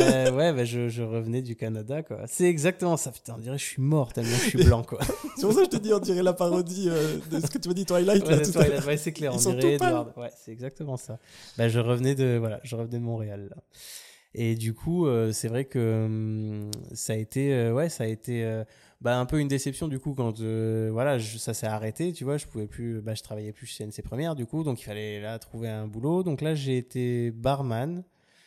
Je revenais du Canada, quoi. C'est exactement ça. Putain, on dirait que je suis mort tellement je suis blanc, quoi. C'est pour ça que je te dis, on dirait la parodie de ce que tu m'as dit, Twilight. C'est clair, on dirait Edward. Ouais, c'est exactement ça. Je revenais de Montréal, là. Et du coup, c'est vrai que ça a été un peu une déception du coup quand ça s'est arrêté, tu vois, je pouvais plus, je travaillais plus chez NC Première du coup, donc il fallait là trouver un boulot. Donc là, j'ai été barman,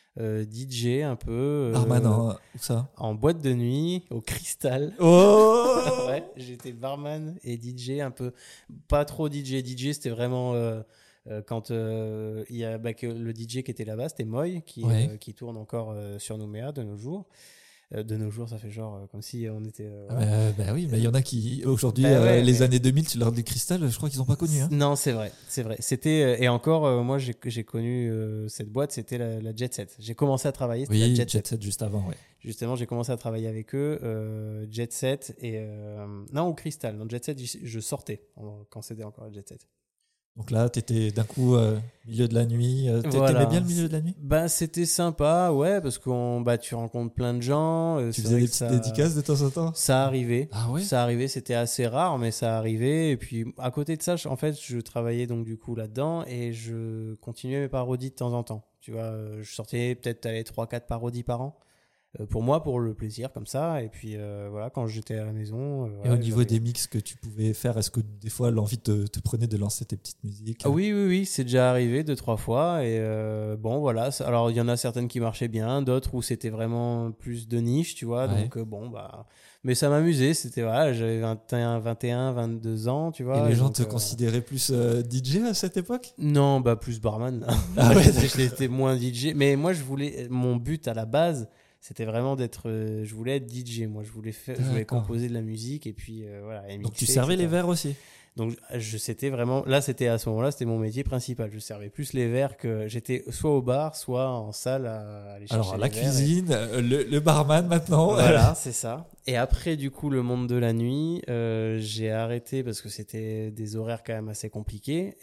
DJ un peu. Barman où ça? En boîte de nuit, au Cristal. Oh. Ouais, j'étais barman et DJ un peu, pas trop DJ. DJ, c'était vraiment quand il y a le DJ qui était là-bas, c'était Moy qui tourne encore sur Nouméa de nos jours. De nos jours, ça fait genre comme si on était. Oui, mais il y en a qui aujourd'hui, les années 2000, tu leur dis Cristal, je crois qu'ils n'ont pas connu. Hein. Non, c'est vrai. C'était et encore, moi j'ai connu cette boîte, c'était la Jet Set. J'ai commencé à travailler. Oui, la Jet Set juste avant, ouais. Justement, j'ai commencé à travailler avec eux, Jet Set et non au Cristal. Dans Jet Set, je sortais quand c'était encore la Jet Set. Donc là, t'étais d'un coup milieu de la nuit. Voilà. T'aimais bien le milieu de la nuit? Bah, c'était sympa, ouais, parce que tu rencontres plein de gens. Tu c'est faisais vrai des que petites dédicaces de temps en temps? Ça arrivait. Ah ouais? Ça arrivait, c'était assez rare, mais ça arrivait. Et puis, à côté de ça, en fait, je travaillais donc du coup là-dedans et je continuais mes parodies de temps en temps. Tu vois, je sortais peut-être 3-4 parodies par an. Pour moi, pour le plaisir, comme ça. Et puis, voilà, quand j'étais à la maison. Et au niveau des mix que tu pouvais faire, est-ce que des fois l'envie te prenait de lancer tes petites musiques? Ah oui, c'est déjà arrivé 2-3 fois. Et bon, voilà. Alors, il y en a certaines qui marchaient bien, d'autres où c'était vraiment plus de niche, tu vois. Ouais. Donc, bon, bah. Mais ça m'amusait. C'était, voilà, j'avais 21, 22 ans, tu vois. Et les gens donc, te considéraient plus DJ à cette époque? Non, bah, plus barman. Ah ouais, J'étais moins DJ. Mais moi, mon but à la base, c'était vraiment je voulais être DJ. Moi, je voulais composer de la musique et puis, voilà. Et donc tu mixer, servais etc. les verres aussi? Donc c'était vraiment là, c'était à ce moment-là, c'était mon métier principal. Je servais plus les verres que j'étais soit au bar, soit en salle à aller chercher Alors la les verres cuisine, le barman maintenant. Voilà, c'est ça. Et après du coup le monde de la nuit, j'ai arrêté parce que c'était des horaires quand même assez compliqués.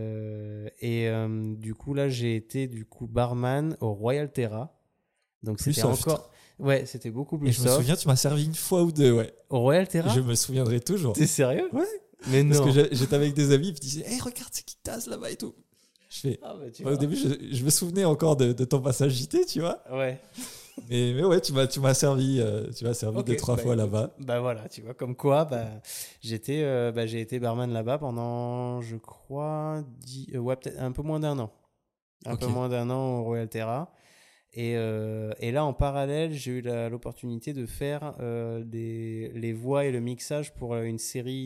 Du coup là, j'ai été du coup barman au Royal Terra. Donc Plus c'était soft. encore, ouais, c'était beaucoup plus Et je me soft. souviens, tu m'as servi une fois ou deux, ouais. Au Royal Terra. Je me souviendrai toujours. T'es sérieux? Ouais. Mais non. Parce que j'étais avec des amis, et puis ils disaient, hey, regarde, c'est qui tasse là-bas et tout. Je fais. Ah, bah, Au début, je me souvenais encore de ton passage JT, tu vois. Ouais. Mais ouais, tu m'as servi, Ok, 2-3 fois écoute, là-bas. Bah voilà, tu vois, comme quoi, j'ai été barman là-bas pendant, je crois, ouais, peut-être un peu moins d'un an. Un peu moins d'un an au Royal Terra. Et là, en parallèle, j'ai eu l'opportunité de faire les voix et le mixage pour une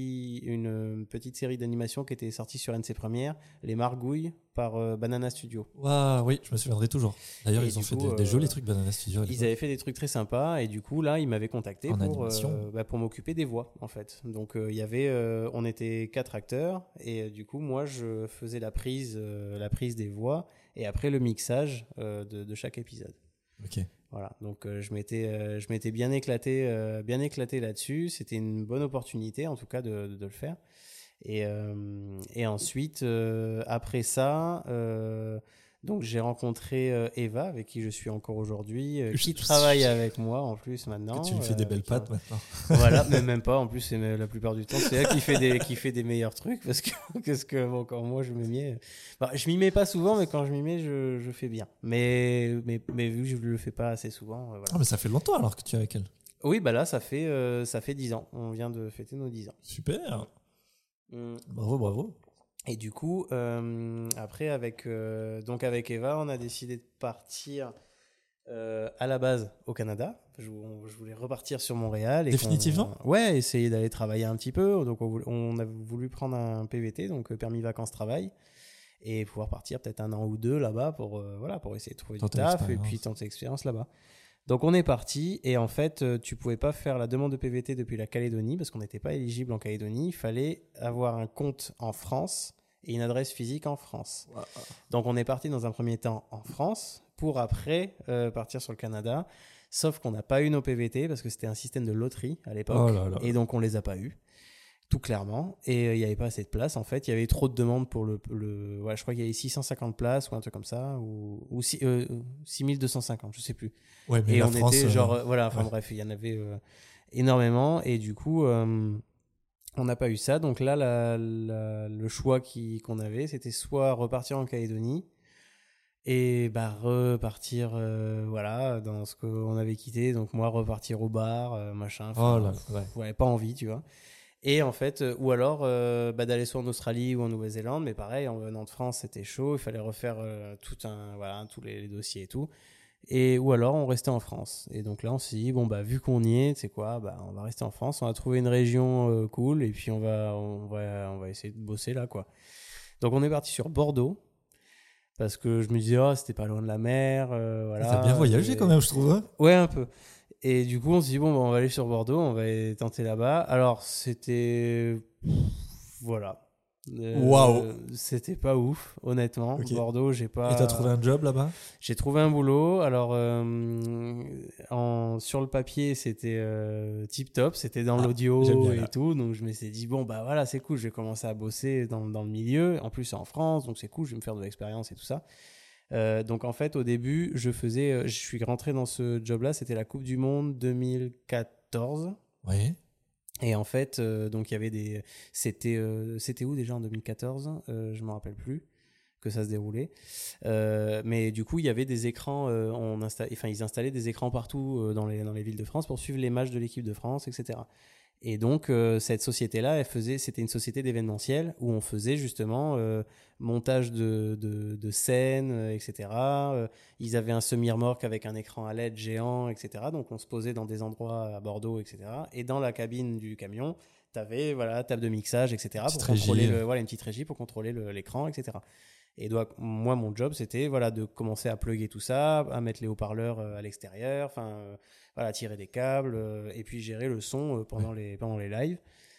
petite série d'animation qui était sortie sur NC Première, Les Margouilles, par Banana Studio. Waouh, oui, je me souviendrai toujours. D'ailleurs, Et ils ont du fait coup, des jolis trucs Banana Studio. Ils avaient fait des trucs très sympas et du coup là ils m'avaient contacté En animation. pour m'occuper des voix en fait. Donc on était 4 acteurs et du coup moi je faisais la prise des voix et après le mixage de chaque épisode. Ok. Voilà, donc je m'étais bien éclaté là-dessus. C'était une bonne opportunité en tout cas de le faire. Et ensuite, après ça, donc j'ai rencontré Eva, avec qui je suis encore aujourd'hui, qui travaille avec moi en plus maintenant. Que tu lui fais des belles pattes maintenant. Voilà, mais même pas. En plus, c'est la plupart du temps, c'est elle qui fait des meilleurs trucs parce que bon, quand moi je m'y mets, je m'y mets pas souvent, mais quand je m'y mets, je fais bien. Mais vu que je le fais pas assez souvent, voilà. Ah, mais ça fait longtemps alors que tu es avec elle. Oui, bah là, ça fait 10 ans. On vient de fêter nos 10 ans. Super. Bravo. Et du coup, après, avec Eva, on a décidé de partir à la base au Canada. Je voulais repartir sur Montréal. Définitivement ? Ouais, essayer d'aller travailler un petit peu. Donc, on a voulu prendre un PVT, donc permis vacances-travail, et pouvoir partir peut-être 1 an ou 2 là-bas pour essayer de trouver du taf et puis tenter l'expérience là-bas. Donc on est parti et en fait tu pouvais pas faire la demande de PVT depuis la Calédonie parce qu'on n'était pas éligible en Calédonie. Il fallait avoir un compte en France et une adresse physique en France. Wow. Donc on est parti dans un premier temps en France pour après partir sur le Canada. Sauf qu'on n'a pas eu nos PVT parce que c'était un système de loterie à l'époque et donc on les a pas eu. Tout clairement. Et il n'y avait pas assez de place, en fait. Il y avait trop de demandes pour je crois qu'il y avait 650 places ou un truc comme ça, ou 6250, je sais plus. Ouais, mais et la on France, était bref, il y en avait énormément. Et du coup, on n'a pas eu ça. Donc là, le choix qu'on avait, c'était soit repartir en Calédonie et repartir dans ce qu'on avait quitté. Donc moi, repartir au bar, machin. Pas envie, tu vois. Et en fait, ou alors d'aller soit en Australie ou en Nouvelle-Zélande, mais pareil, en venant de France, c'était chaud, il fallait refaire tous les dossiers et tout. Ou alors on restait en France. Et donc là, on s'est dit, vu qu'on y est, tu sais quoi, on va rester en France, on va trouver une région cool, et puis on va essayer de bosser là, quoi. Donc on est parti sur Bordeaux, parce que je me disais, c'était pas loin de la mer, voilà. T'as bien voyagé quand même, je trouve. Hein, ouais, un peu. Et du coup, on s'est dit, on va aller sur Bordeaux, on va tenter là-bas. Alors, c'était... Voilà. Waouh. C'était pas ouf, honnêtement. Ok. Bordeaux, j'ai pas. Et t'as trouvé un job là-bas? J'ai trouvé un boulot. Alors, sur le papier, c'était tip top. C'était dans j'aime l'audio bien, et là. tout. Donc, je me suis dit, bon, bah voilà, c'est cool. Je vais commencer à bosser dans le milieu. En plus, c'est en France. Donc, c'est cool. Je vais me faire de l'expérience et tout ça. Donc, en fait, au début, je suis rentré dans ce job-là. C'était la Coupe du Monde 2014. Oui. Et en fait, donc il y avait c'était où déjà en 2014 je me rappelle plus que ça se déroulait. Mais du coup, il y avait des écrans. Ils installaient des écrans partout dans les villes de France pour suivre les matchs de l'équipe de France, etc. Et donc cette société-là, c'était une société d'événementiel où on faisait justement montage de scènes, etc. Ils avaient un semi-remorque avec un écran à LED géant, etc. Donc on se posait dans des endroits à Bordeaux, etc. Et dans la cabine du camion, t'avais table de mixage, etc. Petite pour contrôler régie. une petite régie pour contrôler l'écran, etc. Et donc, moi, mon job, c'était de commencer à plugger tout ça, à mettre les haut-parleurs à l'extérieur, tirer des câbles, et puis gérer le son pendant les lives.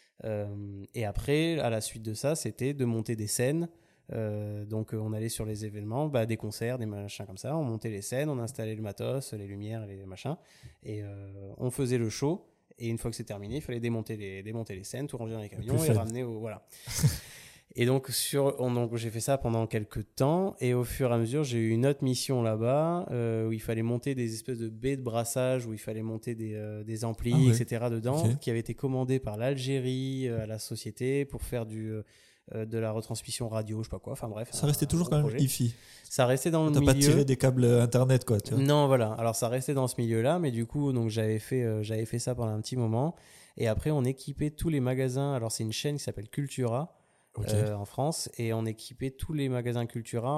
Et après, à la suite de ça, c'était de monter des scènes. Donc, on allait sur les événements, des concerts, des machins comme ça. On montait les scènes, on installait le matos, les lumières, les machins. Et on faisait le show. Et une fois que c'est terminé, il fallait démonter les scènes, tout ranger dans les camions et ramener au... Voilà. Et donc, donc, j'ai fait ça pendant quelques temps. Et au fur et à mesure, j'ai eu une autre mission là-bas où il fallait monter des espèces de baies de brassage, où il fallait monter des amplis, etc. dedans, qui avaient été commandés par l'Algérie à la société pour faire de la retransmission radio, je sais pas quoi. Enfin bref. Ça restait toujours quand même hi-fi. Ça restait dans le milieu. T'as pas tiré des câbles internet, quoi, tu vois. Non, voilà. Alors, ça restait dans ce milieu-là. Mais du coup, donc, j'avais fait ça pendant un petit moment. Et après, on équipait tous les magasins. Alors, c'est une chaîne qui s'appelle Cultura. En France, et on équipait tous les magasins Cultura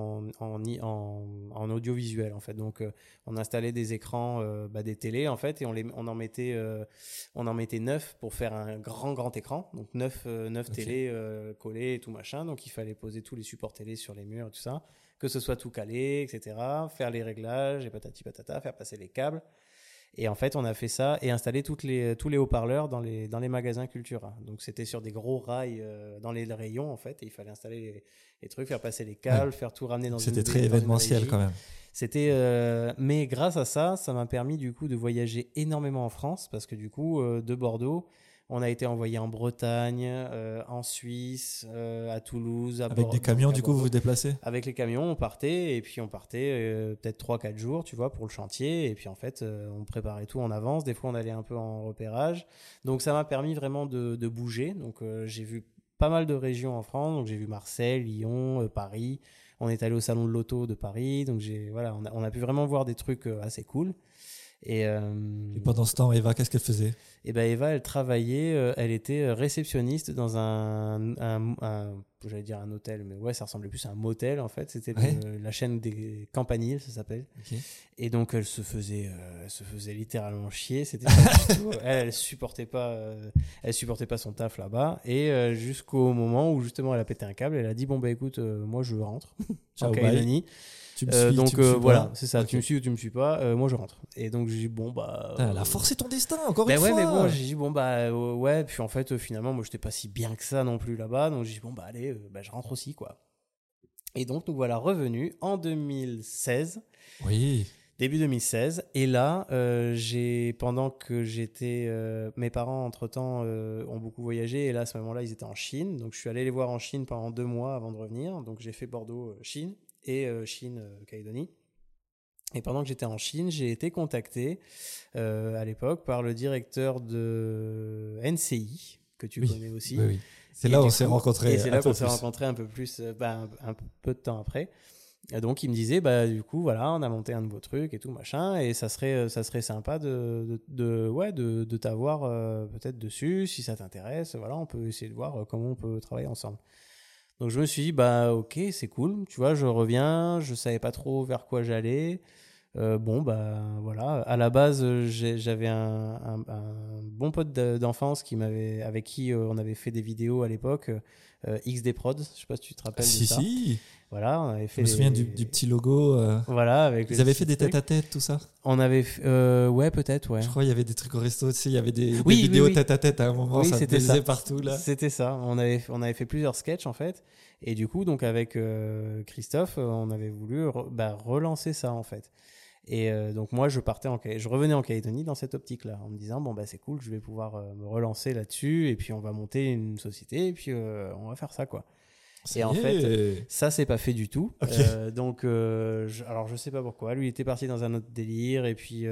en audiovisuel en fait. Donc on installait des écrans, des télés en fait, et on en mettait 9 pour faire un grand écran, donc 9 télés collées et tout machin. Donc il fallait poser tous les supports télé sur les murs et tout ça, que ce soit tout calé, etc., faire les réglages et patati patata, faire passer les câbles. Et en fait, on a fait ça et installé tous les haut-parleurs dans les magasins Cultura. Donc, c'était sur des gros rails dans les rayons, en fait. Et il fallait installer les trucs, faire passer les câbles, faire tout ramener dans une C'était très événementiel quand même. C'était, mais grâce à ça, ça m'a permis du coup de voyager énormément en France parce que du coup, de Bordeaux, on a été envoyé en Bretagne, en Suisse, à Toulouse, Avec des camions, du coup, vous vous déplacez? Avec les camions, on partait, et puis on partait peut-être 3-4 jours, tu vois, pour le chantier. Et puis en fait, on préparait tout en avance. Des fois, on allait un peu en repérage. Donc ça m'a permis vraiment de bouger. Donc j'ai vu pas mal de régions en France. Donc j'ai vu Marseille, Lyon, Paris. On est allé au salon de l'auto de Paris. Donc on a pu vraiment voir des trucs assez cool. Et pendant ce temps, Eva, qu'est-ce qu'elle faisait? Et ben Eva, elle travaillait, elle était réceptionniste dans j'allais dire un hôtel, mais ouais, ça ressemblait plus à un motel en fait. C'était la chaîne des Campaniles, ça s'appelle. Okay. Et donc elle se faisait littéralement chier. C'était pas du tout. Elle supportait pas son taf là-bas. Et jusqu'au moment où justement elle a pété un câble, elle a dit bon bah écoute, moi je rentre. Ciao, bye. Tu me suis, donc voilà, c'est ça. Okay. Tu me suis ou tu me suis pas, moi je rentre. Et donc j'ai dit bon bah. Elle a forcé ton destin encore une fois. Mais bon, j'ai dit bon bah ouais. Puis en fait finalement moi j'étais pas si bien que ça non plus là-bas, donc j'ai dit bon bah allez, je rentre aussi quoi. Et donc nous voilà revenus en 2016. Oui. Début 2016. Et là pendant que j'étais, mes parents entre temps ont beaucoup voyagé, et là à ce moment-là ils étaient en Chine, donc je suis allé les voir en Chine pendant 2 mois avant de revenir. Donc j'ai fait Bordeaux, Chine. Et Chine-Calédonie. Et pendant que j'étais en Chine, j'ai été contacté à l'époque par le directeur de NCI, que tu connais aussi. Oui. C'est là où on s'est rencontrés. Et c'est là qu'on s'est rencontrés un peu plus, un peu de temps après. Et donc il me disait, du coup, voilà, on a monté un de vos trucs et tout, machin, et ça serait sympa de t'avoir peut-être dessus, si ça t'intéresse. Voilà, on peut essayer de voir comment on peut travailler ensemble. Donc je me suis dit ok, c'est cool, tu vois, je reviens, je savais pas trop vers quoi j'allais, Bon, bah voilà. À la base, j'avais un bon pote d'enfance avec qui on avait fait des vidéos à l'époque, XD Prod. Je sais pas si tu te rappelles de Si, ça. si. Voilà, on avait Je fait me souviens du petit logo. Voilà, avec Ils le avaient petit fait des truc. tête-à-tête, tout ça. On avait ouais, peut-être, ouais. Je crois qu'il y avait des trucs au resto aussi. Il y avait des Oui, vidéos oui. tête-à-tête à un moment. Oui, Ça c'était baisait ça. partout, là. C'était ça. On avait fait plusieurs sketchs en fait. Et du coup, donc avec Christophe, on avait voulu relancer ça en fait. Et donc moi, je revenais en Calédonie dans cette optique-là, en me disant bon bah c'est cool, je vais pouvoir me relancer là-dessus, et puis on va monter une société, et puis on va faire ça quoi. Ça Et en y fait, est. ça c'est pas fait du tout. Ok. Donc alors je sais pas pourquoi. Lui il était parti dans un autre délire,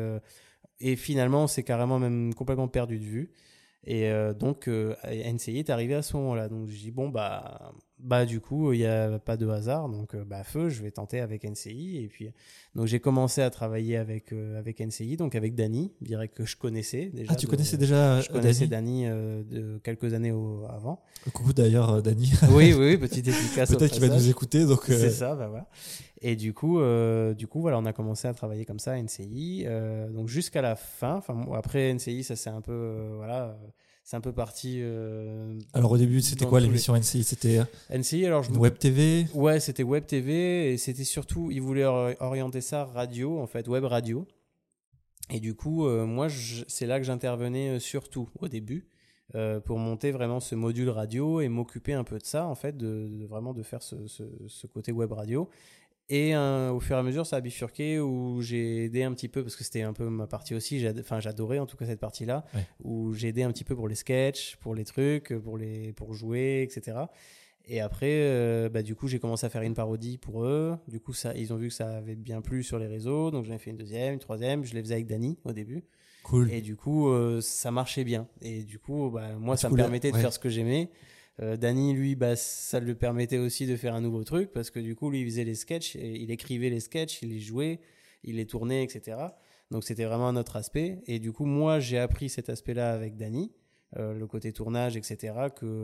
et finalement on s'est carrément même complètement perdu de vue. Et donc NCI est arrivé à ce moment-là. Donc je dis bon bah du coup il y a pas de hasard, donc feu, je vais tenter avec NCI. Et puis donc j'ai commencé à travailler avec NCI, donc avec Dany, direct, que je connaissais déjà. Ah, tu connaissais déjà Je connaissais Dany. Dany de quelques années avant. Coucou d'ailleurs, Dany. Oui, petite efficace. Peut-être qu'il va nous écouter, donc. C'est ça, bah voilà. Et du coup, voilà, on a commencé à travailler comme ça à NCI, donc jusqu'à la fin. Enfin, après NCI, ça c'est un peu, c'est un peu parti. Alors au début, c'était quoi l'émission NCI? C'était NCI, alors Web TV. Ouais, c'était Web TV, et c'était surtout, ils voulaient orienter ça radio, en fait, web radio. Et du coup, moi, c'est là que j'intervenais surtout au début. Pour monter vraiment ce module radio et m'occuper un peu de ça, en fait, vraiment de faire ce côté web radio. Et au fur et à mesure, ça a bifurqué, où j'ai aidé un petit peu, parce que c'était un peu ma partie aussi, j'adorais en tout cas cette partie-là, Ouais. où j'ai aidé un petit peu pour les sketchs, pour les trucs, pour jouer, etc. Et après, du coup, j'ai commencé à faire une parodie pour eux. Du coup, ils ont vu que ça avait bien plu sur les réseaux, donc j'en ai fait une deuxième, une troisième. Je les faisais avec Dany au début. Cool. Et du coup, ça marchait bien. Et du coup, moi, ça me voulais- permettait de ouais. faire ce que j'aimais. Dany, lui, ça lui permettait aussi de faire un nouveau truc, parce que du coup, lui, il faisait les sketchs, et il écrivait les sketchs, il les jouait, il les tournait, etc. Donc, c'était vraiment un autre aspect. Et du coup, moi, j'ai appris cet aspect-là avec Dany, le côté tournage, etc.,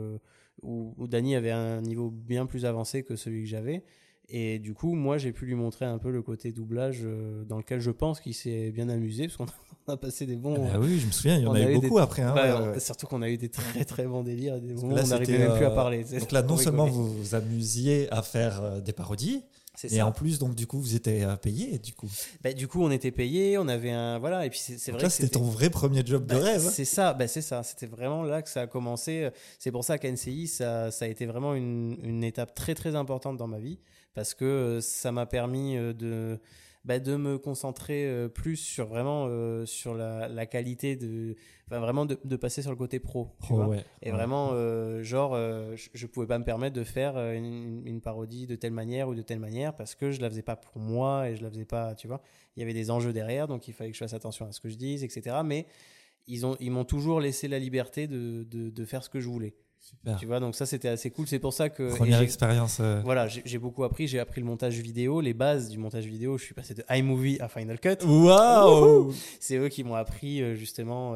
où Dany avait un niveau bien plus avancé que celui que j'avais. Et du coup, moi, j'ai pu lui montrer un peu le côté doublage, dans lequel je pense qu'il s'est bien amusé, parce qu'on a passé des bons. Ah bah oui, je me souviens, il y en a eu beaucoup après. Hein, ouais. Surtout qu'on a eu des très très bons délires, et des moments où Là, on n'arrivait même plus à parler. Donc là, non seulement vous vous amusiez à faire des parodies, c'est et ça. en plus, donc du coup, vous étiez payé, du coup. Du coup, on était payé, on avait un voilà, et puis c'est Donc vrai là, que c'était ton vrai premier job de rêve. C'est ça, c'est ça. C'était vraiment là que ça a commencé. C'est pour ça qu'à NCI, ça a été vraiment une étape très très importante dans ma vie, parce que ça m'a permis de me concentrer plus sur vraiment sur la qualité vraiment de passer sur le côté pro, tu vois. Ouais, Et ouais. vraiment je pouvais pas me permettre de faire une parodie de telle manière ou de telle manière, parce que je la faisais pas pour moi, et je la faisais pas, tu vois. Il y avait des enjeux derrière, donc il fallait que je fasse attention à ce que je dise, etc. Mais ils m'ont toujours laissé la liberté de faire ce que je voulais. Super. Tu vois, donc ça c'était assez cool. C'est pour ça que Première expérience. Voilà, j'ai beaucoup appris. J'ai appris le montage vidéo, les bases du montage vidéo. Je suis passé de iMovie à Final Cut. Waouh! C'est eux qui m'ont appris justement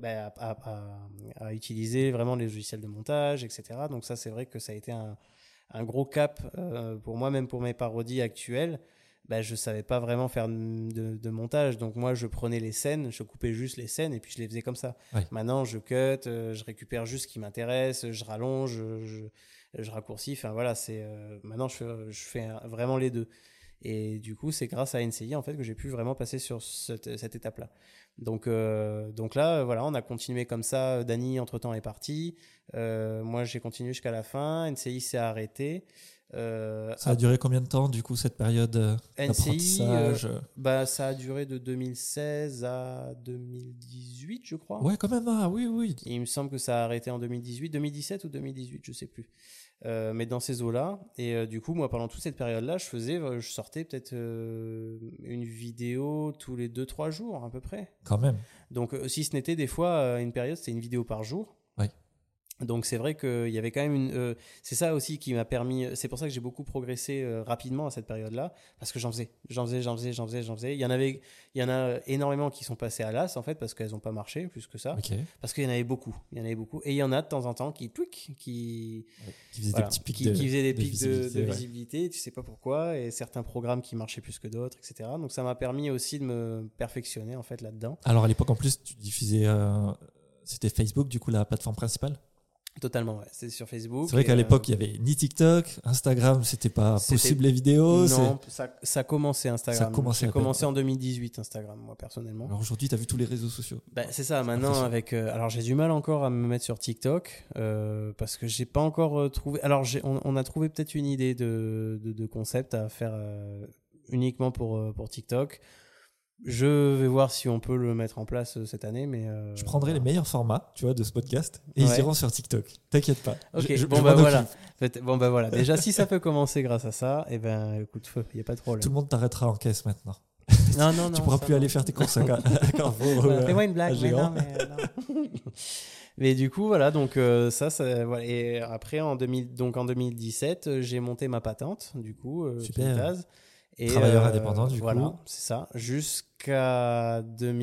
à utiliser vraiment les logiciels de montage, etc. Donc ça, c'est vrai que ça a été un gros cap pour moi, même pour mes parodies actuelles. Je savais pas vraiment faire de montage, donc moi je prenais les scènes, je coupais juste les scènes, et puis je les faisais comme ça. Ouais. Maintenant je cut, je récupère juste ce qui m'intéresse, je rallonge, je raccourcis, enfin voilà, maintenant je fais vraiment les deux. Et du coup, c'est grâce à NCI en fait que j'ai pu vraiment passer sur cette étape-là. Donc là, voilà, on a continué comme ça. Dany entre-temps est parti. Moi, j'ai continué jusqu'à la fin. NCI s'est arrêté. Ça a duré combien de temps, du coup, cette période d'apprentissage? Ça a duré de 2016 à 2018, je crois. Ouais, quand même. Ah, oui, oui. Il me semble que ça a arrêté en 2018, 2017 ou 2018, je sais plus. Mais dans ces eaux-là. Et du coup, moi, pendant toute cette période-là, je sortais peut-être une vidéo tous les 2-3 jours, à peu près. Quand même. Donc, si ce n'était des fois, une période, c'était une vidéo par jour. Ouais. Donc c'est vrai qu'il y avait quand même c'est ça aussi qui m'a permis. C'est pour ça que j'ai beaucoup progressé rapidement à cette période-là, parce que j'en faisais. Il y en a énormément qui sont passés à l'as en fait parce qu'elles n'ont pas marché plus que ça, Ok. parce qu'il y en avait beaucoup. Et il y en a de temps en temps qui Qui faisait voilà, des petits pics qui faisaient des de pics de visibilité, ouais. visibilité, tu sais pas pourquoi, et certains programmes qui marchaient plus que d'autres, etc. Donc ça m'a permis aussi de me perfectionner en fait là-dedans. Alors à l'époque en plus tu diffusais, c'était Facebook du coup la plateforme principale. Totalement, ouais. C'est sur Facebook. C'est vrai qu'à l'époque il y avait ni TikTok, Instagram c'était pas possible les vidéos. Non, ça commençait Instagram. Ça J'ai commencé en 2018 Instagram, moi personnellement. Alors aujourd'hui tu as vu tous les réseaux sociaux. C'est ça, maintenant avec... alors j'ai du mal encore à me mettre sur TikTok parce que j'ai pas encore trouvé... Alors on a trouvé peut-être une idée de concept à faire uniquement pour TikTok. Je vais voir si on peut le mettre en place cette année, mais... Je prendrai les meilleurs formats, tu vois, de ce podcast et ils iront sur TikTok. T'inquiète pas. Ok, bon bah voilà. Déjà, si ça peut commencer grâce à ça, eh ben, écoute, il n'y a pas de problème. Tout le monde t'arrêtera en caisse maintenant. Non. Tu pourras plus aller faire tes courses à Carrefour. Fais-moi une blague, mais non. Mais du coup, voilà, donc ça voilà. Et après, en 2017, j'ai monté ma patente, du coup, Super. Kintaz. Et Travailleur indépendant, du voilà, coup. c'est ça. Jusqu'à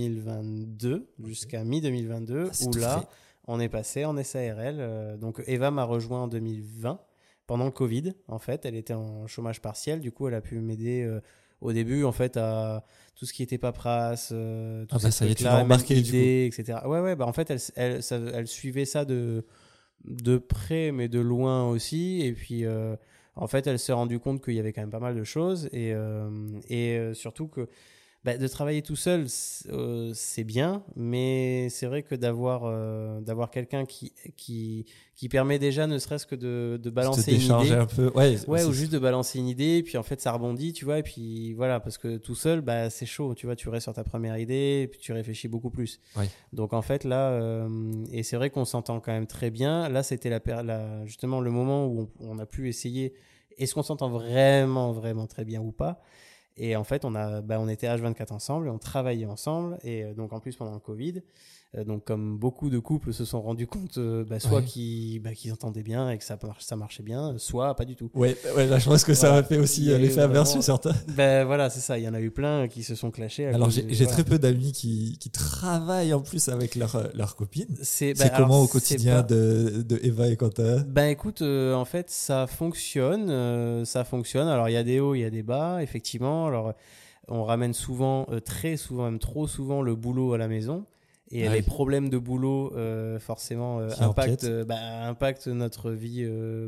mi-2022, où là, on est passé en SARL. Donc Eva m'a rejoint en 2020, pendant le Covid, en fait. Elle était en chômage partiel, du coup, elle a pu m'aider au début, en fait, à tout ce qui était paperasse, tout ça y est, tu l'as embarqué, du coup. etc. Ouais, bah en fait, elle suivait ça de près, mais de loin aussi. Et puis... en fait, elle s'est rendue compte qu'il y avait quand même pas mal de choses et surtout que de travailler tout seul, c'est bien, mais c'est vrai que d'avoir quelqu'un qui permet déjà ne serait-ce que de balancer une idée. Un peu. Ou juste de balancer une idée, et puis en fait ça rebondit, tu vois, et puis voilà, parce que tout seul, c'est chaud, tu vois, tu restes sur ta première idée, et puis tu réfléchis beaucoup plus. Ouais. Donc en fait là, et c'est vrai qu'on s'entend quand même très bien. Là, c'était justement le moment où on a pu essayer, est-ce qu'on s'entend vraiment, vraiment très bien ou pas? Et en fait, on était H24 ensemble, et on travaillait ensemble, et donc en plus pendant le Covid, donc comme beaucoup de couples se sont rendus compte, soit qu'ils entendaient bien et que ça marchait bien, soit pas du tout. Ouais, là je pense que ça a fait aussi l'effet inverse, certains. Voilà, c'est ça. Il y en a eu plein qui se sont clashés. Alors j'ai très peu d'amis qui travaillent en plus avec leurs copines. C'est comment au quotidien de Eva et Quentin? Écoute, en fait, ça fonctionne. Alors il y a des hauts, il y a des bas, effectivement. Alors on ramène souvent, très souvent, même trop souvent, le boulot à la maison. Et les problèmes de boulot, forcément, impactent notre vie,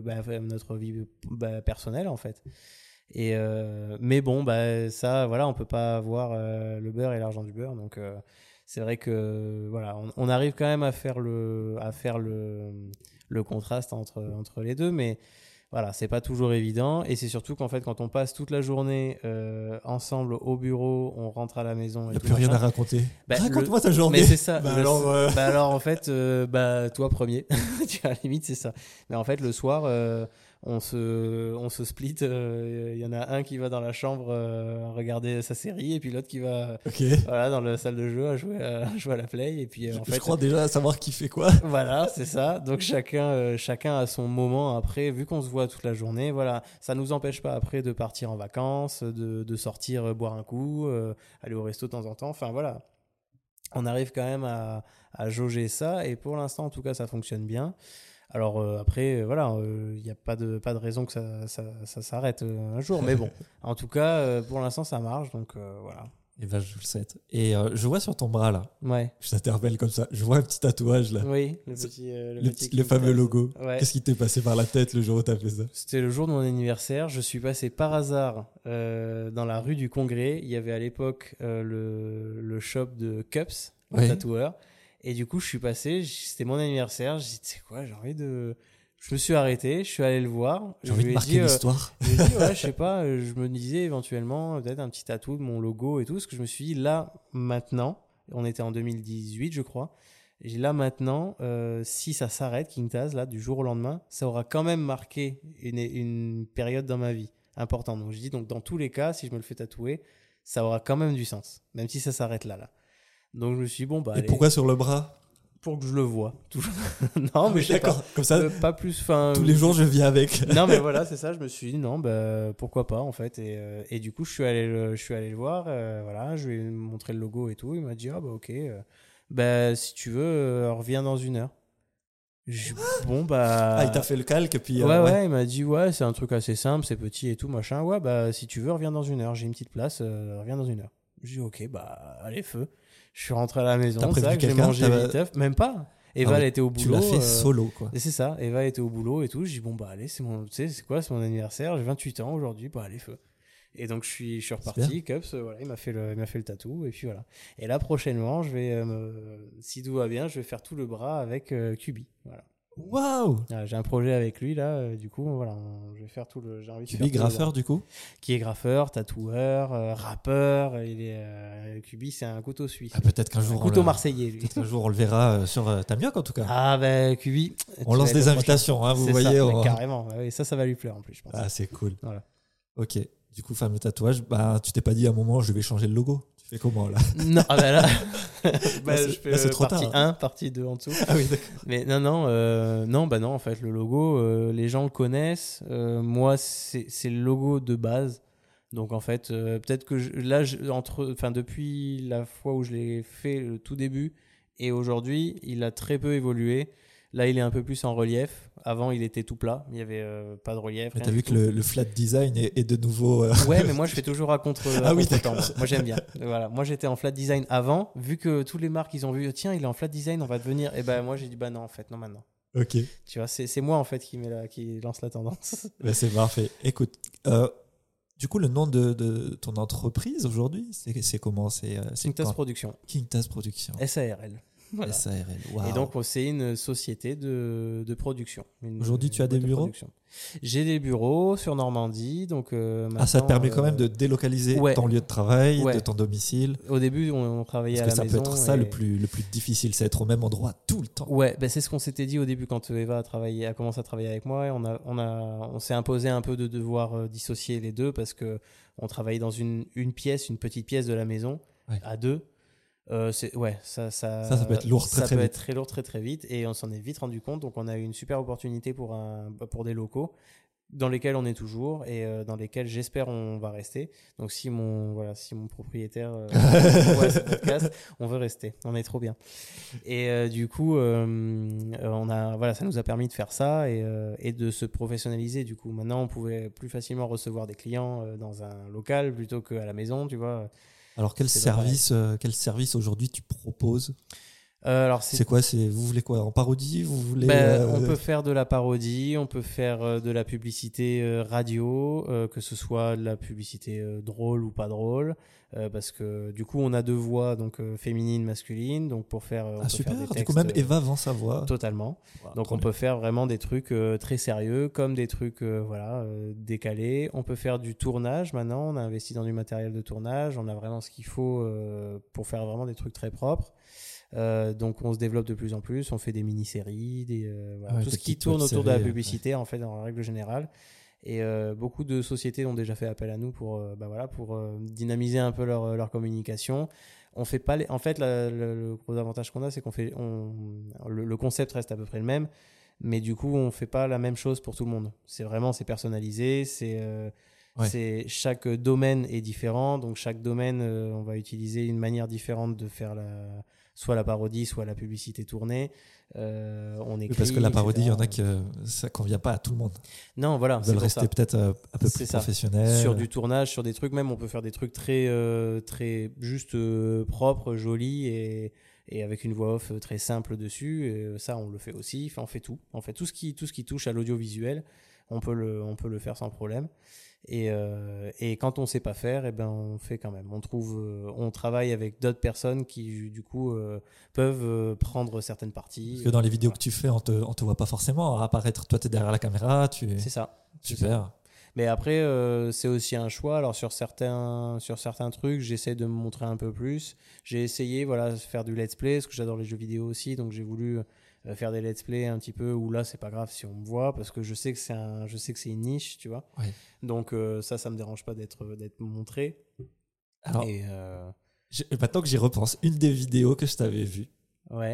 personnelle, en fait. Mais bon, ça, voilà, on peut pas avoir le beurre et l'argent du beurre. Donc, c'est vrai que, voilà, on arrive quand même à faire le contraste entre les deux, mais voilà, c'est pas toujours évident, et c'est surtout qu'en fait, quand on passe toute la journée ensemble au bureau, on rentre à la maison. Il n'y a plus rien à raconter. Raconte-moi ta journée. Mais c'est ça. Alors en fait, toi premier. À la limite, c'est ça. Mais en fait, le soir, on se split. Il y en a un qui va dans la chambre regarder sa série, et puis l'autre qui va dans la salle de jeu à jouer à la play. Et puis je crois déjà savoir qui fait quoi. Voilà, c'est ça. Donc chacun a son moment après, vu qu'on se voit toute la journée. Voilà, ça nous empêche pas après de partir en vacances, de sortir boire un coup, aller au resto de temps en temps. Enfin voilà, on arrive quand même à jauger ça, et pour l'instant en tout cas ça fonctionne bien. Alors après, voilà, il n'y a pas de raison que ça s'arrête un jour, mais bon, en tout cas, pour l'instant, ça marche, donc voilà. Et je le souhaite. Et je vois sur ton bras, là, je t'interpelle comme ça, je vois un petit tatouage, là. Oui, le fameux logo. Ouais. Qu'est-ce qui t'est passé par la tête le jour où t'as fait ça? C'était le jour de mon anniversaire, je suis passé par hasard dans la rue du Congrès. Il y avait à l'époque le shop de Cups, le tatoueur. Et du coup, je suis passé, c'était mon anniversaire, j'ai dit, tu sais quoi, j'ai envie de... Je me suis arrêté, je suis allé le voir. J'ai envie de marquer l'histoire. Je lui ai dit, je sais pas, je me disais éventuellement peut-être un petit tatou de mon logo et tout, parce que je me suis dit, là, maintenant, on était en 2018, je crois, et j'ai dit, là, maintenant, si ça s'arrête, Kintaz, là, du jour au lendemain, ça aura quand même marqué une période dans ma vie importante. Donc, je dis, donc, dans tous les cas, si je me le fais tatouer, ça aura quand même du sens, même si ça s'arrête là. Donc je me suis dit, Et pourquoi sur le bras? pour que je le vois. Non, mais je sais d'accord. pas. Comme ça, Pas plus. Fin, tous les jours, je viens avec. Non, mais voilà, c'est ça. Je me suis dit non, bah, pourquoi pas en fait. Et du coup, je suis allé le voir. Voilà, je lui ai montré le logo et tout. Il m'a dit ah bah ok. Bah si tu veux, reviens dans 1 heure. Bon bah. Ah, il t'a fait le calque, puis. Ouais, il m'a dit ouais, c'est un truc assez simple, c'est petit et tout machin. Ouais, bah si tu veux, reviens dans 1 heure. J'ai une petite place, reviens dans 1 heure. J'ai dit ok, bah allez feu. Je suis rentré à la maison, T'as prévenu ça, j'ai quelqu'un, mangé vite, même pas. Eva, Ah elle ouais, était au tu boulot. l'as fait solo, quoi. Et c'est ça, Eva était au boulot et tout. J'ai dit bon bah allez, c'est mon anniversaire, j'ai 28 ans aujourd'hui, bah allez feu. Et donc je suis reparti, Cups, voilà, il m'a fait le tatou et puis voilà. Et là prochainement, je vais si tout va bien, je vais faire tout le bras avec Kubi, voilà. Waouh! J'ai un projet avec lui là, du coup voilà, je vais faire tout le. J'ai envie de Kubi, faire tout le graffeur, bras. du coup? Qui est graffeur, tatoueur, rappeur. Il est Kubi, c'est un couteau suisse. Ah, peut-être qu'un jour. Un couteau marseillais lui. Peut-être qu'un jour, on le verra sur Tamioc, en tout cas. Ah bah Kubi. On lance des invitations, hein, vous C'est voyez. ça, carrément. Ouais, ça va lui plaire en plus, je pense. Ah, c'est cool. Voilà. Ok. Du coup, fameux tatouage, bah, tu t'es pas dit à un moment, je vais changer le logo. Tu fais comment, là? Non, ah bah là, Là, je fais c'est trop partie tard, hein. 1, partie 2 en dessous. Ah oui, d'accord. Mais non, en fait, le logo, les gens le connaissent. Moi, c'est le logo de base. Donc, en fait, peut-être que depuis la fois où je l'ai fait, le tout début, et aujourd'hui, il a très peu évolué. Là, il est un peu plus en relief. Avant, il était tout plat. Il n'y avait pas de relief. Mais t'as vu que le flat design est de nouveau. Ouais, mais moi, je fais toujours à contre. Ah oui, contre-temps. d'accord. Moi, j'aime bien. Voilà. Moi, j'étais en flat design avant. Vu que tous les marques, ils ont vu, tiens, il est en flat design, on va devenir. Et ben, moi, j'ai dit, bah non, en fait, non, maintenant. Ok. Tu vois, c'est moi, en fait, qui lance la tendance. Bah, c'est parfait. Écoute, du coup, le nom de ton entreprise aujourd'hui, c'est comment? C'est Kingtas Production. Kingtas Production. SARL. Voilà. SARL. Wow. Et donc, c'est une société de production. Aujourd'hui, tu as des bureaux? J'ai des bureaux sur Normandie. Donc, ça te permet quand même de délocaliser ton lieu de travail, de ton domicile. Au début, on travaillait à la maison. Parce que ça peut être ça le plus difficile, c'est être au même endroit tout le temps. Ouais, c'est ce qu'on s'était dit au début quand Eva a commencé à travailler avec moi. Et on s'est imposé un peu de devoir dissocier les deux parce que on travaillait dans une petite pièce de la maison à deux. Ça peut être lourd très vite. Très lourd très vite et on s'en est vite rendu compte. Donc on a eu une super opportunité pour des locaux dans lesquels on est toujours et dans lesquels j'espère on va rester. Donc si mon propriétaire voit ce podcast, on veut rester. On est trop bien. Et du coup, ça nous a permis de faire ça et de se professionnaliser. Du coup, maintenant on pouvait plus facilement recevoir des clients dans un local plutôt qu'à la maison, tu vois. Alors, quel service aujourd'hui tu proposes? C'est quoi? Vous voulez quoi? En parodie? Vous voulez on peut faire de la parodie, on peut faire de la publicité radio, que ce soit de la publicité drôle ou pas drôle, parce que du coup on a deux voix, donc féminine, masculine, donc pour faire. On peut super. faire des textes, du coup même Eva vend sa voix. Totalement. Donc on peut faire vraiment des trucs très sérieux, comme des trucs décalés. On peut faire du tournage. Maintenant, on a investi dans du matériel de tournage. On a vraiment ce qu'il faut pour faire vraiment des trucs très propres. Donc on se développe de plus en plus, on fait des mini-séries, tout ce qui tourne autour de la publicité en fait en règle générale. Et beaucoup de sociétés ont déjà fait appel à nous pour dynamiser un peu leur communication. On fait pas en fait le gros avantage qu'on a, c'est le concept reste à peu près le même, mais du coup on fait pas la même chose pour tout le monde. C'est personnalisé, c'est chaque domaine est différent, donc chaque domaine on va utiliser une manière différente de faire soit la parodie, soit la publicité tournée. On écrit, parce que la parodie, il y en a que ça convient pas à tout le monde. Non, voilà. Ils veulent rester peut-être un peu plus professionnels. Sur du tournage, sur des trucs, même on peut faire des trucs très juste propres, jolis et avec une voix off très simple dessus. Et ça, on le fait aussi. Enfin, on fait tout. On fait tout ce qui touche à l'audiovisuel. On peut le faire sans problème. Et quand on sait pas faire, on fait quand même. On travaille avec d'autres personnes qui du coup peuvent prendre certaines parties. Parce que dans les vidéos que tu fais, on te voit pas forcément apparaître. Toi, tu es derrière la caméra. C'est ça. Super. Mais après, c'est aussi un choix. Alors sur certains trucs, j'essaie de me montrer un peu plus. J'ai essayé, de faire du let's play, parce que j'adore les jeux vidéo aussi. Donc j'ai voulu faire des let's play un petit peu où là c'est pas grave si on me voit parce que je sais que c'est une niche, tu vois. Ouais. Donc ça me dérange pas d'être montré. Alors, maintenant que j'y repense, une des vidéos que je t'avais vue, Ouais.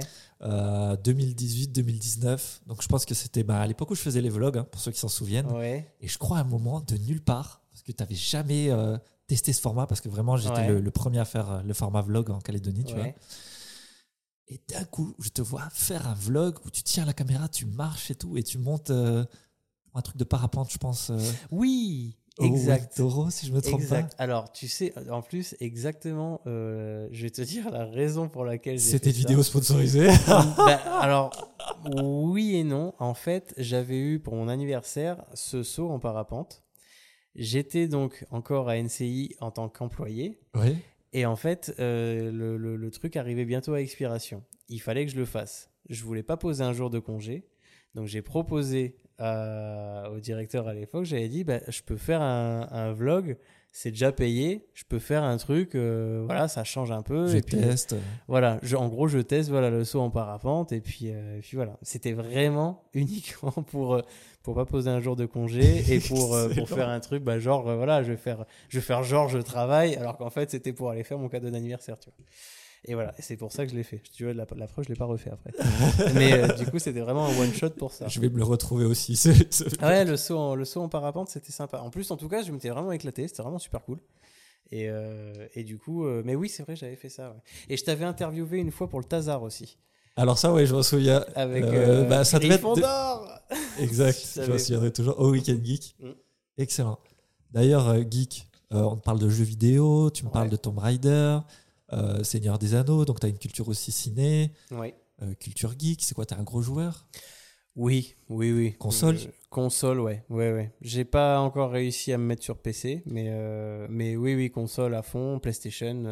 2018-2019. Donc je pense que c'était à l'époque où je faisais les vlogs, hein, pour ceux qui s'en souviennent. Ouais. Et je crois à un moment, de nulle part, parce que tu n'avais jamais testé ce format, parce que vraiment j'étais Ouais. le premier à faire le format vlog en Calédonie, tu vois. Ouais. Et d'un coup, je te vois faire un vlog où tu tiens la caméra, tu marches et tout, et tu montes un truc de parapente, je pense. Oui, Au exact. Taureau, si je me trompe Exact. Alors, tu sais, en plus, exactement, je vais te dire la raison pour laquelle pas. j'ai C'était fait une vidéo sponsorisée. alors, oui et non. En fait, j'avais eu pour mon anniversaire ce saut en parapente. J'étais donc encore à NCI en tant qu'employé. Oui. Et en fait, le truc arrivait bientôt à expiration. Il fallait que je le fasse. Je voulais pas poser un jour de congé. Donc j'ai proposé au directeur à l'époque, j'avais dit, je peux faire un vlog, c'est déjà payé, je peux faire un truc, voilà, ça change un peu. Je et puis, teste. voilà, en gros, je teste voilà, le saut en parapente. Et puis voilà, c'était vraiment uniquement pour pas poser un jour de congé et pour faire un truc, genre, voilà, je vais faire genre je travaille, alors qu'en fait, c'était pour aller faire mon cadeau d'anniversaire, tu vois. Et voilà, et c'est pour ça que je l'ai fait. Tu vois, la preuve, je l'ai pas refait après. Mais du coup, c'était vraiment un one shot pour ça. Je vais me le retrouver aussi. Ouais, le saut en parapente, c'était sympa. En plus, en tout cas, je m'étais vraiment éclaté. C'était vraiment super cool. Et du coup, mais oui, c'est vrai, j'avais fait ça. Ouais. Et je t'avais interviewé une fois pour le Tazar aussi. Alors ça, oui, je m'en souviens. Avec ça devait être Gryffondor. Exact, je m'en souviendrai toujours. Au Weekend Geek. Mm. Excellent. D'ailleurs, Geek, on te parle de jeux vidéo, tu me parles de Tomb Raider, Seigneur des Anneaux, donc tu as une culture aussi ciné, Oui. culture geek, c'est quoi, t'es un gros joueur? Oui. Console console, ouais. J'ai pas encore réussi à me mettre sur PC, mais oui, console à fond, PlayStation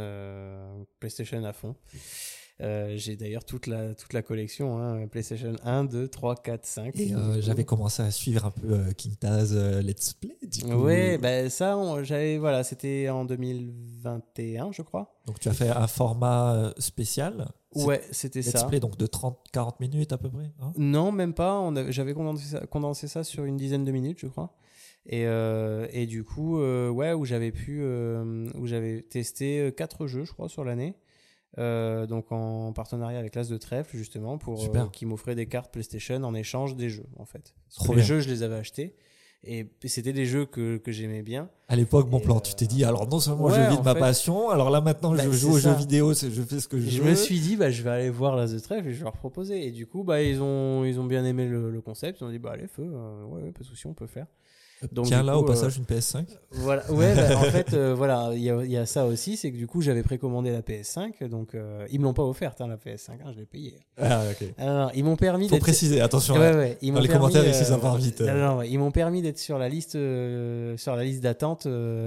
à fond. J'ai d'ailleurs toute la collection, hein, PlayStation 1, 2, 3, 4, 5. Et j'avais commencé à suivre un peu King Taz Let's Play, du coup. Ouais, voilà, c'était en 2021, je crois. Donc tu as fait un format spécial. Ouais, c'était Let's ça. Play, donc de 30-40 minutes à peu près, hein. Non, même pas. J'avais condensé ça sur une dizaine de minutes, je crois. Et du coup, où j'avais testé 4 jeux, je crois, sur l'année. Donc en partenariat avec l'As de Trèfle, justement, qui m'offrait des cartes PlayStation en échange des jeux, en fait. Les jeux, je les avais achetés. Et c'était des jeux que j'aimais bien. À l'époque, bon plan, tu t'es dit, alors non seulement je vis de ma passion, alors là maintenant je joue aux jeux vidéo, je fais ce que je veux. Je me suis dit, je vais aller voir l'As de Trèfle et je vais leur proposer. Et du coup, ils ont bien aimé le concept. Ils ont dit, allez, feu, ouais, pas de souci, on peut faire. Donc, tiens, là, au passage, une PS5. Voilà, ouais, en fait, voilà, il y a ça aussi, c'est que du coup, j'avais précommandé la PS5, donc ils me l'ont pas offerte, hein, la PS5, je l'ai payée. Ah, ok. Alors, ils m'ont permis Faut préciser, attention. Ils dans les commentaires, ici, ça part vite. Non, ils m'ont permis d'être sur la liste d'attente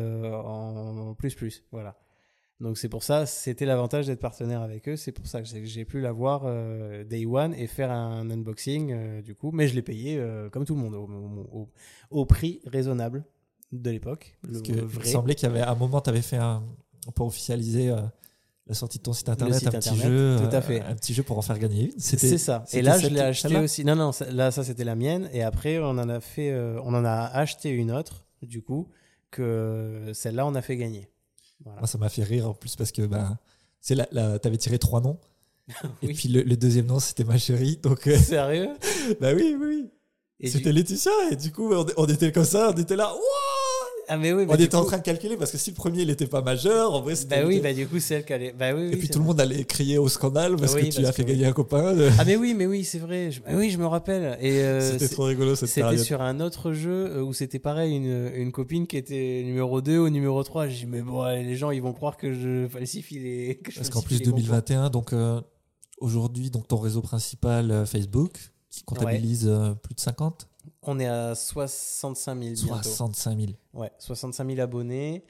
en plus, voilà. Donc c'est pour ça, c'était l'avantage d'être partenaire avec eux. C'est pour ça que j'ai pu l'avoir Day One et faire un unboxing du coup. Mais je l'ai payé comme tout le monde au prix raisonnable de l'époque. Il semblait qu'il y avait à un moment, tu avais fait pour officialiser la sortie de ton site internet, petit jeu, tout à fait. Un petit jeu pour en faire gagner une. C'est ça. Et là, je l'ai acheté aussi. Non, là, ça c'était la mienne. Et après, on en a acheté une autre du coup que celle-là, on a fait gagner. Voilà. Moi, ça m'a fait rire en plus parce que t'avais tiré 3 noms. Oui. Et puis le deuxième nom, c'était ma chérie. Donc, sérieux? Bah oui. Et c'était Laetitia. Et du coup, on était comme ça, on était là. Wouah! Ah mais oui, on était en train de calculer parce que si le premier il était pas majeur, en vrai c'était. Du coup c'est elle qui allait. Et puis tout le monde allait crier au scandale parce que tu as fait gagner un copain. Ah mais oui, c'est vrai. Je me rappelle. Et c'était trop rigolo cette période. C'était sur un autre jeu où c'était pareil, une copine qui était numéro 2 ou numéro 3. J'ai dit mais bon, les gens ils vont croire que je falsifie les. Parce qu'en plus 2021, donc aujourd'hui, donc ton réseau principal Facebook qui comptabilise plus de 50. On est à 65 000 bientôt. 65 000. Ouais, 65 000 abonnés.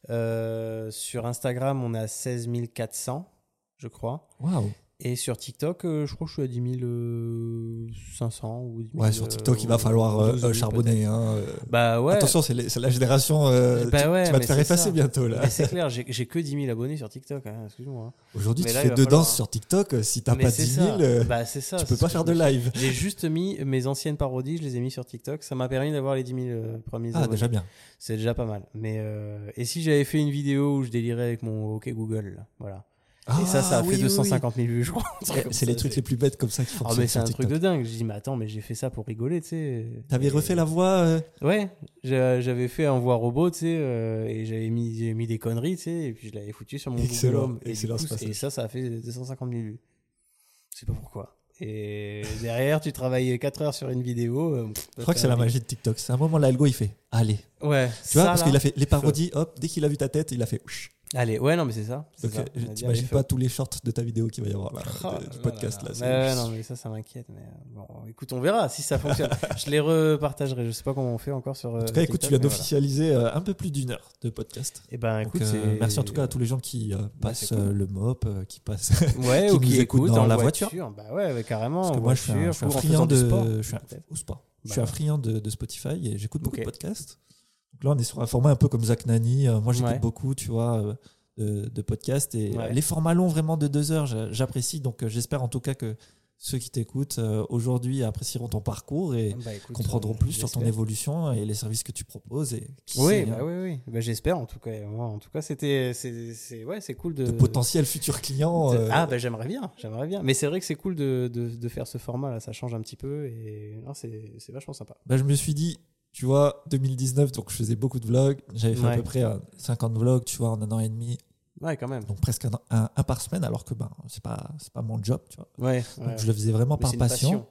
Sur Instagram, on est à 16 400, je crois. Waouh. Et sur TikTok, je crois que je suis à 10 500 ou 10 000. Ouais, sur TikTok, il va falloir charbonner. Hein. Bah ouais. Attention, c'est la génération. Tu vas te faire effacer bientôt. Là. Mais c'est clair, j'ai que 10 000 abonnés sur TikTok. Hein, excuse-moi. Aujourd'hui, tu fais 2 danses sur TikTok. Si t'as pas 10 000, c'est ça, tu peux pas faire de live. J'ai juste mis mes anciennes parodies, je les ai mis sur TikTok. Ça m'a permis d'avoir les 10 000 premiers abonnés. Ah, déjà bien. C'est déjà pas mal. Mais et si j'avais fait une vidéo où je délirais avec mon OK Google, là, voilà. Et ça a fait oui, 250 000 vues, je crois. C'est les trucs les plus bêtes comme ça qui font. Ah, mais c'est un truc de dingue. Je dis, mais attends, mais j'ai fait ça pour rigoler, tu sais. T'avais refait la voix Ouais, j'avais fait un voix robot, tu sais, et j'ai mis des conneries, tu sais, et puis je l'avais foutu sur mon Google Home. Et ça a fait 250 000 vues. Je sais pas pourquoi. Et derrière, tu travailles 4 heures sur une vidéo. Je crois que c'est la magie de TikTok. C'est un moment, l'algo, il fait allez. Ouais. Tu vois, parce qu'il a fait les parodies, hop, dès qu'il a vu ta tête, il a fait. Allez, ouais, non, mais c'est ça. Donc, t'imagines pas tous les shorts de ta vidéo qu'il va y avoir là, du podcast là. Ouais, non, mais ça m'inquiète. Mais bon, écoute, on verra si ça fonctionne. Je les repartagerai. Je sais pas comment on fait encore sur. En tout cas, écoute, tu viens d'officialiser un peu plus d'1 heure de podcast. Et ben, écoute, merci en tout cas à tous les gens qui passent le mop, qui passent, ouais, qui ou qui écoutent dans la voiture. Bah ouais, carrément. Parce que moi, je suis un friand de sport. Je suis un Bah. friand de Spotify et j'écoute beaucoup de podcasts. Donc là, on est sur un format un peu comme Zach Nani. Moi, j'écoute beaucoup, tu vois. De podcasts et les formats longs vraiment de 2 heures j'apprécie, donc j'espère en tout cas que ceux qui t'écoutent aujourd'hui apprécieront ton parcours et comprendront plus sur ton évolution et les services que tu proposes et oui, j'espère en tout cas. Moi, en tout cas c'est cool de potentiels futurs clients. J'aimerais bien, mais c'est vrai que c'est cool de faire ce format là, ça change un petit peu et non, c'est vachement sympa. Je me suis dit, tu vois, 2019, donc je faisais beaucoup de vlogs, j'avais fait à peu près 50 vlogs, tu vois, en 1 an et demi. Ouais, quand même. Donc presque un par semaine, alors que c'est pas mon job, tu vois. Donc je le faisais vraiment par passion.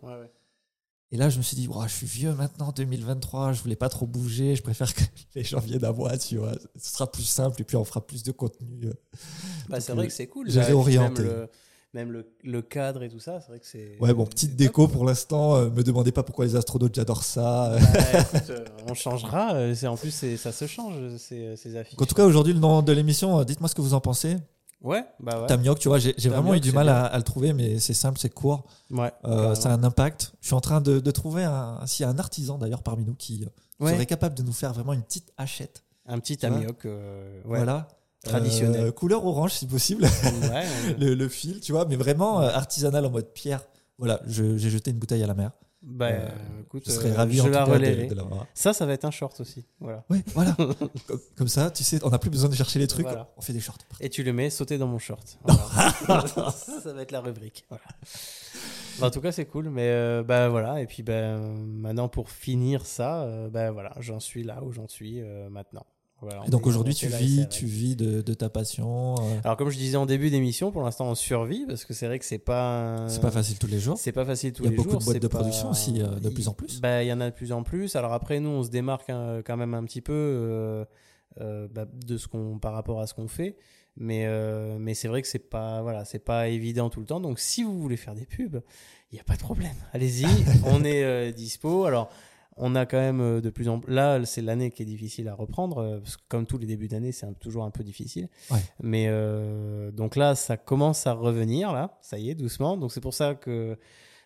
Et là, je me suis dit, je suis vieux maintenant, 2023, je voulais pas trop bouger, je préfère que les gens viennent à moi, tu vois. Ce sera plus simple et puis on fera plus de contenu. C'est vrai que c'est cool. J'ai réorienté. Même le cadre et tout ça, c'est vrai que c'est... Ouais, bon, petite déco pour l'instant. Me demandez pas pourquoi les astronautes, j'adore ça. Écoute, on changera. En plus, ça se change, ces affiches. En tout cas, aujourd'hui, le nom de l'émission, dites-moi ce que vous en pensez. Ouais. Tamioc, tu vois, j'ai vraiment eu du mal à le trouver, mais c'est simple, c'est court. Ouais. Ça a un impact. Je suis en train de trouver s'il y a un artisan d'ailleurs parmi nous qui serait capable de nous faire vraiment une petite hachette. Un petit Tamioc. Voilà. Traditionnel. Couleur orange si possible. Le fil, tu vois, mais vraiment artisanal en mode pierre. Voilà, j'ai jeté une bouteille à la mer. Écoute, je serais ravi en tout la cas relèverai. de l'avoir. Ça va être un short aussi. Voilà. Ouais, voilà. Comme ça, tu sais, on n'a plus besoin de chercher les trucs. Voilà. On fait des shorts. Et tu le mets sauter dans mon short. Voilà. ça va être la rubrique. Voilà. En tout cas, c'est cool. Mais voilà. Et puis maintenant, pour finir ça, voilà, j'en suis là où j'en suis maintenant. Voilà, et donc aujourd'hui, tu vis de ta passion. Alors comme je disais en début d'émission, pour l'instant on survit parce que c'est vrai que c'est pas facile tous les jours. C'est pas facile tous les jours. Il y a beaucoup de boîtes de production aussi, de plus en plus. Il y en a de plus en plus. Alors après, nous on se démarque quand même un petit peu par rapport à ce qu'on fait. Mais c'est vrai que c'est pas évident tout le temps. Donc si vous voulez faire des pubs, il n'y a pas de problème. Allez-y, on est dispo. Alors on a quand même de plus en plus... Là, c'est l'année qui est difficile à reprendre, parce que comme tous les débuts d'année, c'est toujours un peu difficile. Ouais. Mais donc là, ça commence à revenir, là, ça y est, doucement. Donc c'est pour ça que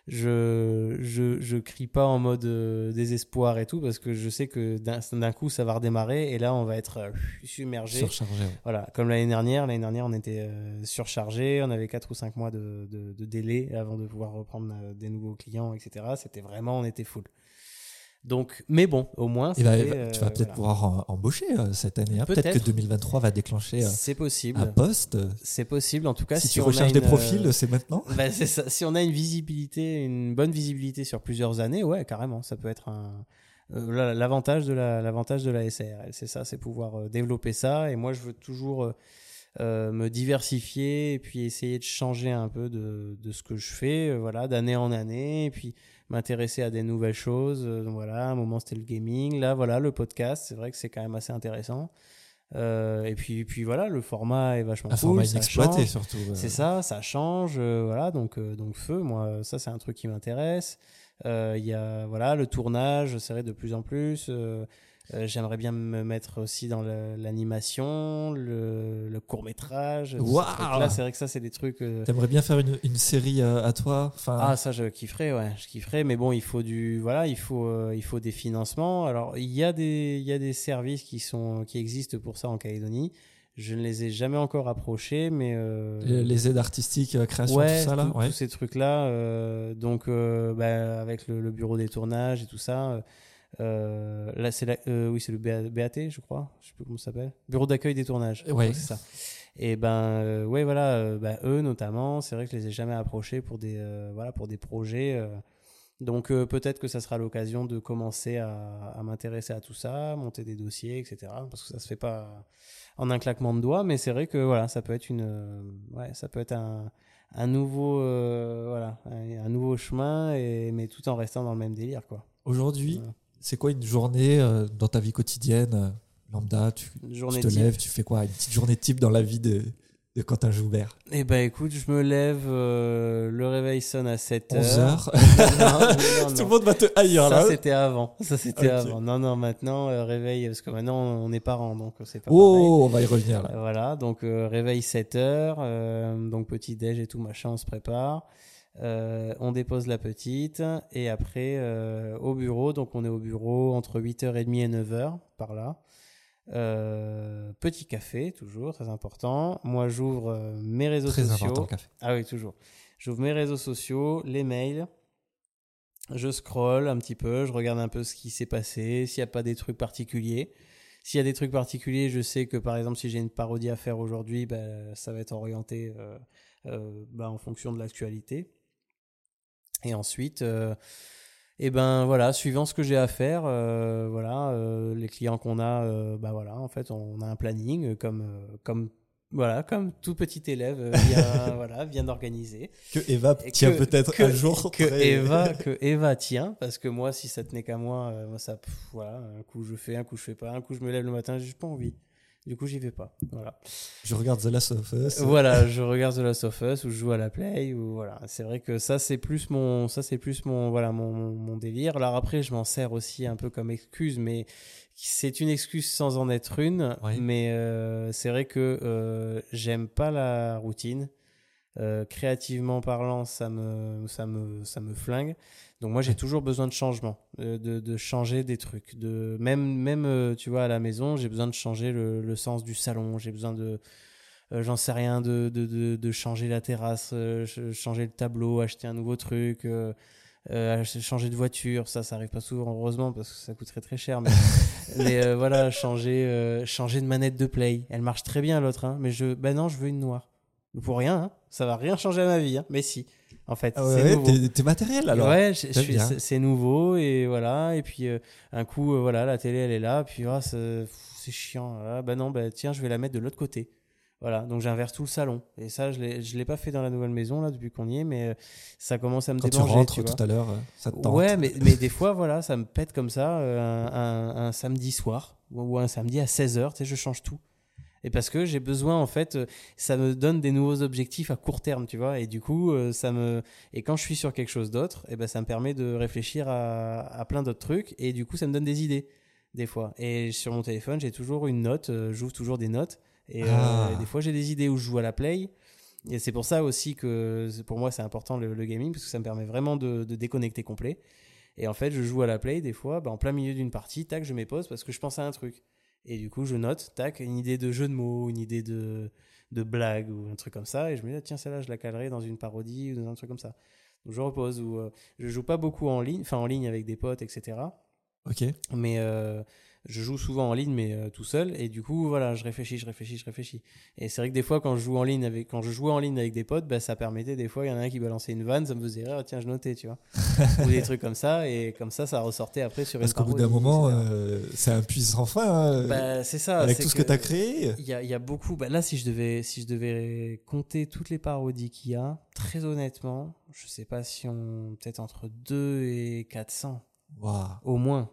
je crie pas en mode désespoir et tout, parce que je sais que d'un coup, ça va redémarrer, et là, on va être submergé. Surchargé. Ouais. Voilà, comme l'année dernière, on était surchargé, on avait 4 ou 5 mois de délai avant de pouvoir reprendre des nouveaux clients, etc. C'était vraiment, on était full. Donc, mais bon, au moins, tu vas peut-être pouvoir embaucher cette année. Hein. Peut-être que 2023 va déclencher c'est possible. un poste. C'est possible, en tout cas. Si tu recherches des profils, c'est maintenant. C'est ça. Si on a une bonne visibilité sur plusieurs années, ouais, carrément, ça peut être l'avantage de la SARL. C'est ça, c'est pouvoir développer ça. Et moi, je veux toujours me diversifier et puis essayer de changer un peu de ce que je fais, d'année en année, et puis m'intéresser à des nouvelles choses. Donc voilà, à un moment c'était le gaming, là voilà le podcast, c'est vrai que c'est quand même assez intéressant. Et puis voilà, le format est vachement cool. Un format inexploité surtout. C'est ça change. Donc feu, moi ça c'est un truc qui m'intéresse. Il y a le tournage, c'est vrai de plus en plus. J'aimerais bien me mettre aussi dans l'animation, le court-métrage. Waouh! Là, c'est vrai que ça, c'est des trucs... T'aimerais bien faire une série à toi? Ça, je kifferais, ouais. Je kifferais, mais bon, il faut il faut des financements. Alors, il y a des services qui existent pour ça en Calédonie. Je ne les ai jamais encore approchés, mais... Les aides artistiques, création, tout ça, là? Tous ces trucs-là. Donc, avec le bureau des tournages et tout ça... Là, oui, c'est le BAT, je crois. Je sais plus comment ça s'appelle. Bureau d'accueil des tournages. Ouais. C'est ça. Et ouais, voilà, eux notamment, c'est vrai que je les ai jamais approchés pour des projets. Donc peut-être que ça sera l'occasion de commencer à m'intéresser à tout ça, monter des dossiers, etc. Parce que ça se fait pas en un claquement de doigts, mais c'est vrai que voilà, ça peut être un nouveau, un nouveau chemin, mais tout en restant dans le même délire, quoi. Aujourd'hui, Voilà. c'est quoi une journée dans ta vie quotidienne lambda, tu Journée te type. lèves, tu fais quoi? Une petite journée type dans la vie de Quentin Joubert. Eh ben écoute, je me lève, le réveil sonne à 7h. 11h. Non. Tout le monde va te haïr là. Ça c'était avant. Ok. avant. Non, maintenant réveil, parce que maintenant on est parents, donc c'est pas Oh, on va y revenir là. pareil. Voilà, donc réveil 7h, donc petit déj et tout machin, on se prépare. On dépose la petite et après au bureau, donc on est au bureau entre 8h30 et 9h par là. Petit café, toujours très important. Moi, j'ouvre mes réseaux Très sociaux. important le café. Ah oui, toujours. J'ouvre mes réseaux sociaux, les mails. Je scrolle un petit peu, je regarde un peu ce qui s'est passé, s'il n'y a pas des trucs particuliers. S'il y a des trucs particuliers, je sais que par exemple, si j'ai une parodie à faire aujourd'hui, ça va être orienté en fonction de l'actualité. Et ensuite, voilà, suivant ce que j'ai à faire, les clients qu'on a, en fait, on a un planning comme tout petit élève vient d'organiser. Que Eva tient peut-être un jour. Que Eva tient, parce que moi, si ça tenait qu'à moi, un coup je fais pas, un coup je me lève le matin, j'ai pas envie. Du coup, j'y vais pas. Voilà. Je regarde The Last of Us. Voilà, je regarde The Last of Us ou je joue à la Play ou voilà. C'est vrai que ça c'est plus mon délire. Alors après, je m'en sers aussi un peu comme excuse, mais c'est une excuse sans en être une. Oui. Mais c'est vrai que j'aime pas la routine. Créativement parlant, ça me flingue. Donc moi j'ai toujours besoin de changement, de changer des trucs, même tu vois à la maison j'ai besoin de changer le sens du salon, j'ai besoin de j'en sais rien de changer la terrasse, changer le tableau, acheter un nouveau truc, changer de voiture, ça arrive pas souvent heureusement parce que ça coûterait très cher, mais voilà changer de manette de play, elle marche très bien l'autre, hein, mais non je veux une noire. Pour rien, hein. Ça va rien changer à ma vie, hein. Mais si, en fait, c'est nouveau. T'es matériel alors. Ouais, c'est nouveau et voilà. Et puis un coup, la télé elle est là, puis c'est chiant. Ah, non, tiens, je vais la mettre de l'autre côté. Voilà, donc j'inverse tout le salon. Et ça, je l'ai pas fait dans la nouvelle maison là depuis qu'on y est, mais ça commence à me démanger. Quand tu rentres tout à l'heure, ça te tente. Ouais, mais des fois, voilà, ça me pète comme ça un samedi soir ou un samedi à 16h, tu sais, je change tout. Et parce que j'ai besoin, en fait, ça me donne des nouveaux objectifs à court terme, tu vois. Et du coup, et quand je suis sur quelque chose d'autre, ça me permet de réfléchir à plein d'autres trucs. Et du coup, ça me donne des idées, des fois. Et sur mon téléphone, j'ai toujours une note, j'ouvre toujours des notes. Et des fois, j'ai des idées où je joue à la play. Et c'est pour ça aussi que, pour moi, c'est important le gaming, parce que ça me permet vraiment de déconnecter complet. Et en fait, je joue à la play, des fois, en plein milieu d'une partie, tac, je m'épose parce que je pense à un truc. Et du coup, je note, tac, une idée de jeu de mots, une idée de blague ou un truc comme ça. Et je me dis, tiens, celle-là, je la calerai dans une parodie ou dans un truc comme ça. Donc, je repose. Ou je joue pas beaucoup en ligne avec des potes, etc. Ok. Mais je joue souvent en ligne, mais tout seul. Et du coup, voilà, je réfléchis. Et c'est vrai que des fois, quand je jouais en ligne avec des potes, ça permettait, des fois, il y en a un qui balançait une vanne, ça me faisait rire, tiens, je notais, tu vois. Ou des trucs comme ça. Et comme ça ressortait après sur une parodie. Parce qu'au bout d'un moment, c'est un puits sans fin. C'est ça. Avec tout ce que tu as créé. Il y a beaucoup. Là, si je devais compter toutes les parodies qu'il y a, très honnêtement, je sais pas si peut-être entre 2 et 400. Wow. Au moins.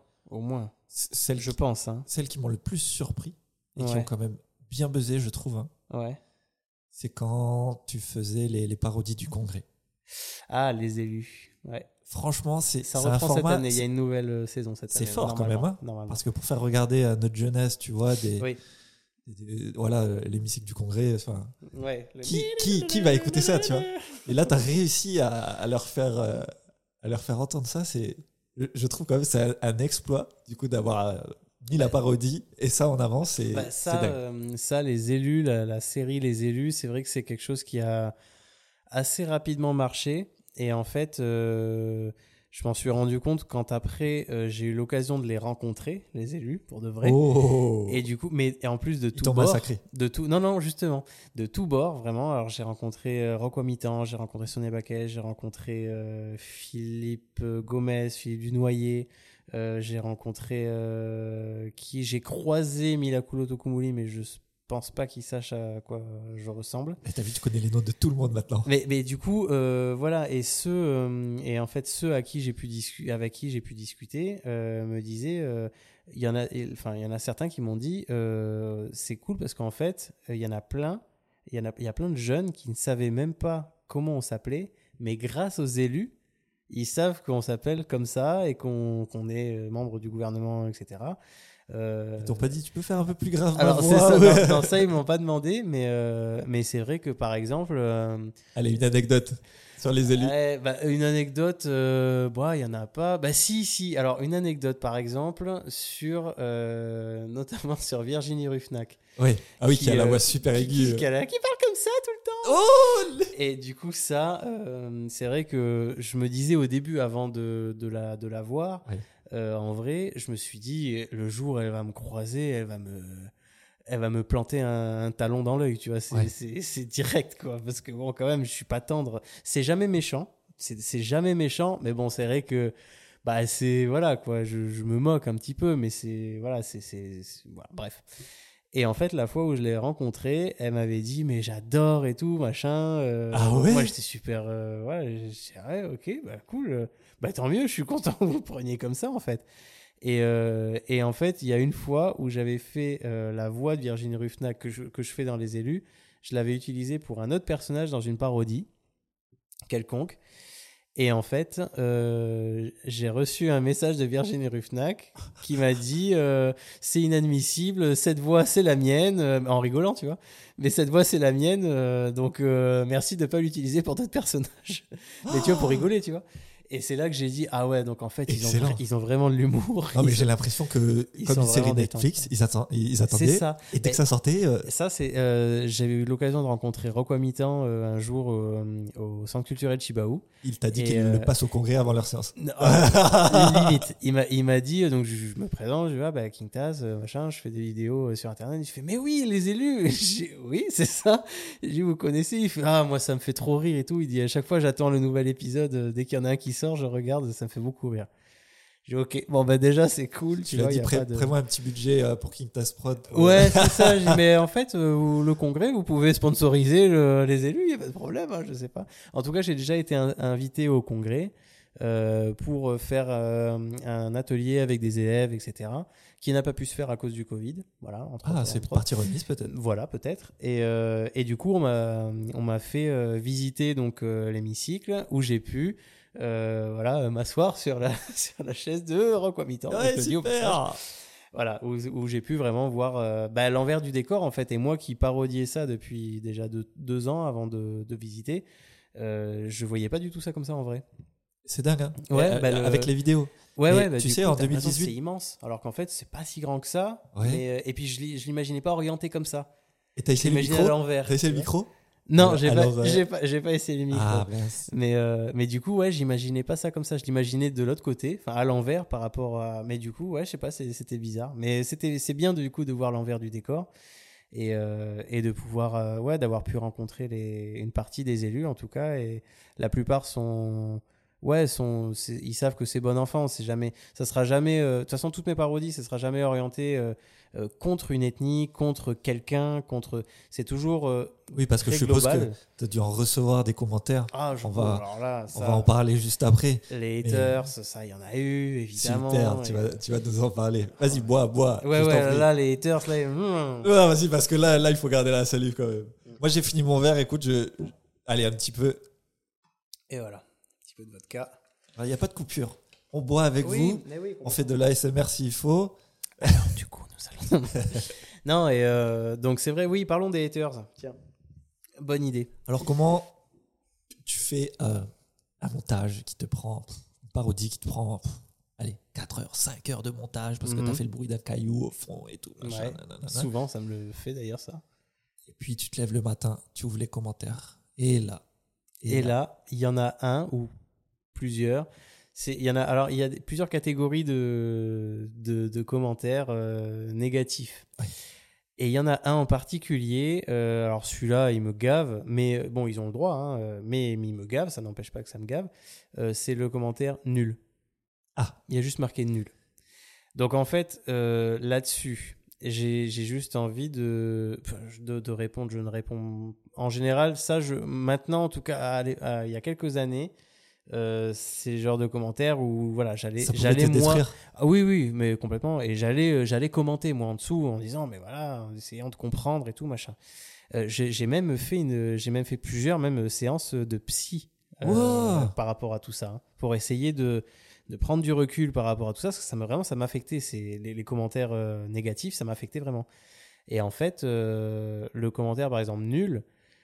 Je pense. Hein. Celles qui m'ont le plus surpris et qui Ouais. ont quand même bien buzzé, je trouve. Hein, ouais. c'est quand tu faisais les parodies du Congrès. Ah, les élus. Ouais. Franchement, Ça c'est reprend un format, cette année. Il y a une nouvelle saison cette année. C'est fort quand même. Hein, normalement. parce que pour faire regarder à notre jeunesse, tu vois, Oui. l'hémicycle du Congrès. Ouais. Qui va écouter ça, tu vois? Et là, tu as réussi à leur faire entendre ça. Je trouve quand même c'est un exploit du coup d'avoir mis la parodie et ça en avant, c'est dingue. Ça, les élus, la série Les Élus, c'est vrai que c'est quelque chose qui a assez rapidement marché. Et en fait, Je m'en suis rendu compte quand après j'ai eu l'occasion de les rencontrer, les élus, pour de vrai. Oh. Et du coup, et en plus de Ils tout t'ont bord, massacré. non, justement, de tout bord, vraiment. Alors j'ai rencontré Rocco Mitan, j'ai rencontré Sonia Baquet, j'ai rencontré Philippe Gomez, Philippe Dunoyer, j'ai rencontré j'ai croisé Mila Tokumuli, mais je pense pas qu'il sache à quoi je ressemble. Et t'as vu, tu connais les noms de tout le monde maintenant. Mais du coup, voilà, et en fait ceux avec qui j'ai pu discuter me disaient, il y en a certains qui m'ont dit, c'est cool parce qu'en fait, il y en a plein, il y a plein de jeunes qui ne savaient même pas comment on s'appelait, mais grâce aux élus, ils savent qu'on s'appelle comme ça et qu'on est membre du gouvernement, etc. Ils t'ont pas dit, tu peux faire un peu plus grave Alors ma c'est voix, ça, ouais. non, ça ils m'ont pas demandé, mais c'est vrai que par exemple, Allez, une anecdote sur les élus. une anecdote, il y en a pas. Bah si. Alors une anecdote par exemple sur notamment sur Virginie Ruffnac. Oui. Ah oui, qui a la voix super aiguë. Qui parle comme ça tout le temps. Oh. Et du coup ça, c'est vrai que je me disais au début avant de la voir. Ouais. En vrai, je me suis dit, le jour où elle va me croiser, elle va me planter un talon dans l'œil, tu vois. C'est direct, quoi. Parce que bon, quand même, je suis pas tendre. C'est jamais méchant. C'est jamais méchant. Mais bon, c'est vrai que, voilà, quoi. Je me moque un petit peu, mais voilà, voilà, bref. Et en fait, la fois où je l'ai rencontrée, elle m'avait dit, mais j'adore et tout, machin. Ah ouais? Moi, j'étais super. Ouais, ok, cool. Tant mieux, je suis content que vous le preniez comme ça, en fait. Et en fait, il y a une fois où j'avais fait la voix de Virginie Ruffnac que je fais dans Les Élus. Je l'avais utilisée pour un autre personnage dans une parodie quelconque. Et en fait, j'ai reçu un message de Virginie Ruffnac qui m'a dit c'est inadmissible, cette voix c'est la mienne, en rigolant, tu vois. Mais cette voix c'est la mienne, donc merci de ne pas l'utiliser pour d'autres personnages. Mais tu vois, pour rigoler, tu vois. Et c'est là que j'ai dit ah ouais, donc en fait ils ont vraiment de l'humour. Non mais j'ai l'impression que comme une série Netflix, ils attendaient. C'est ça. Et dès que ça sortait, ça c'est j'avais eu l'occasion de rencontrer Rocco Mitan un jour au Centre culturel Chibaou. Il t'a dit qu'il le passe au congrès avant leur séance. Limite, il m'a dit donc je me présente, je dis King Taz, machin, je fais des vidéos sur internet. Il fait mais oui les élus. Oui c'est ça. Je dis vous connaissez. Il fait moi ça me fait trop rire et tout. Il dit à chaque fois j'attends le nouvel épisode dès qu'il y en a un qui sort, je regarde, ça me fait beaucoup rire. J'ai dit ok, bon déjà c'est cool. Tu l'as dit, prévois un petit budget pour King Taz Prod. Ouais, c'est ça. J'ai dit, mais en fait, le congrès, vous pouvez sponsoriser les élus, il n'y a pas de problème, je sais pas. En tout cas, j'ai déjà été invité au congrès pour faire un atelier avec des élèves, etc., qui n'a pas pu se faire à cause du Covid. Voilà, c'est partie remise peut-être. Voilà, peut-être. Et du coup, on m'a fait visiter donc l'hémicycle où j'ai pu m'asseoir sur la chaise de Rocco Mitan. Ouais, super. Voilà, où j'ai pu vraiment voir l'envers du décor en fait. Et moi qui parodiais ça depuis déjà 2 ans avant de visiter, je voyais pas du tout ça comme ça en vrai. C'est dingue, hein. Ouais, avec les vidéos. Ouais, tu sais, en 2018, c'est immense. Alors qu'en fait, c'est pas si grand que ça. Ouais. Et puis je l'imaginais pas orienté comme ça. Et t'as essayé le micro ? À l'envers. T'as essayé le micro ? Non, j'ai pas essayé le micro. Ah, mince. Mais du coup, ouais, j'imaginais pas ça comme ça. Je l'imaginais de l'autre côté, enfin à l'envers par rapport à. Mais du coup, ouais, je sais pas, c'était bizarre. Mais c'est bien du coup de voir l'envers du décor et de pouvoir, d'avoir pu rencontrer une partie des élus en tout cas. Et la plupart ils savent que c'est bon enfant. Ça sera jamais. De toute façon, toutes mes parodies, ça sera jamais orienté contre une ethnie, contre quelqu'un, c'est toujours oui, parce que je suppose que tu as dû en recevoir des commentaires. On va en parler juste après. Les haters, ça, il y en a eu, évidemment. Super, tu vas nous en parler. Vas-y, bois. Ouais, là, les haters, là... vas-y, parce que là, il faut garder la salive quand même. Moi, j'ai fini mon verre, écoute, allez, un petit peu. Et voilà, un petit peu de vodka. Il n'y a pas de coupure. On boit avec vous, on fait de l'ASMR s'il faut. Alors, du coup, nous allons... Non, et donc c'est vrai, oui, parlons des haters. Tiens, bonne idée. Alors, comment tu fais un montage qui te prend, une parodie qui te prend, 4 heures, 5 heures de montage parce que tu as fait le bruit d'un caillou au fond et tout. Machin, souvent, ça me le fait d'ailleurs, ça. Et puis, tu te lèves le matin, tu ouvres les commentaires. Et là, il y en a un ou plusieurs. Alors, il y a plusieurs catégories de commentaires négatifs. Ouais. Et il y en a un en particulier. Alors, celui-là, il me gave. Mais bon, ils ont le droit. Hein, mais il me gave. Ça n'empêche pas que ça me gave. C'est le commentaire nul. Ah. Il y a juste marqué nul. Donc, en fait, là-dessus, j'ai juste envie de répondre. Je ne réponds. En général, maintenant, en tout cas, il y a quelques années, c'est le genre de commentaires où voilà, j'allais moi, oui, mais complètement, et j'allais commenter moi en dessous en disant mais voilà, en essayant de comprendre et tout machin. J'ai même fait plusieurs séances de psy par rapport à tout ça, hein, pour essayer de prendre du recul par rapport à tout ça, parce que ça m'affectait, les commentaires négatifs, ça m'affectait vraiment. Et en fait, le commentaire par exemple nul,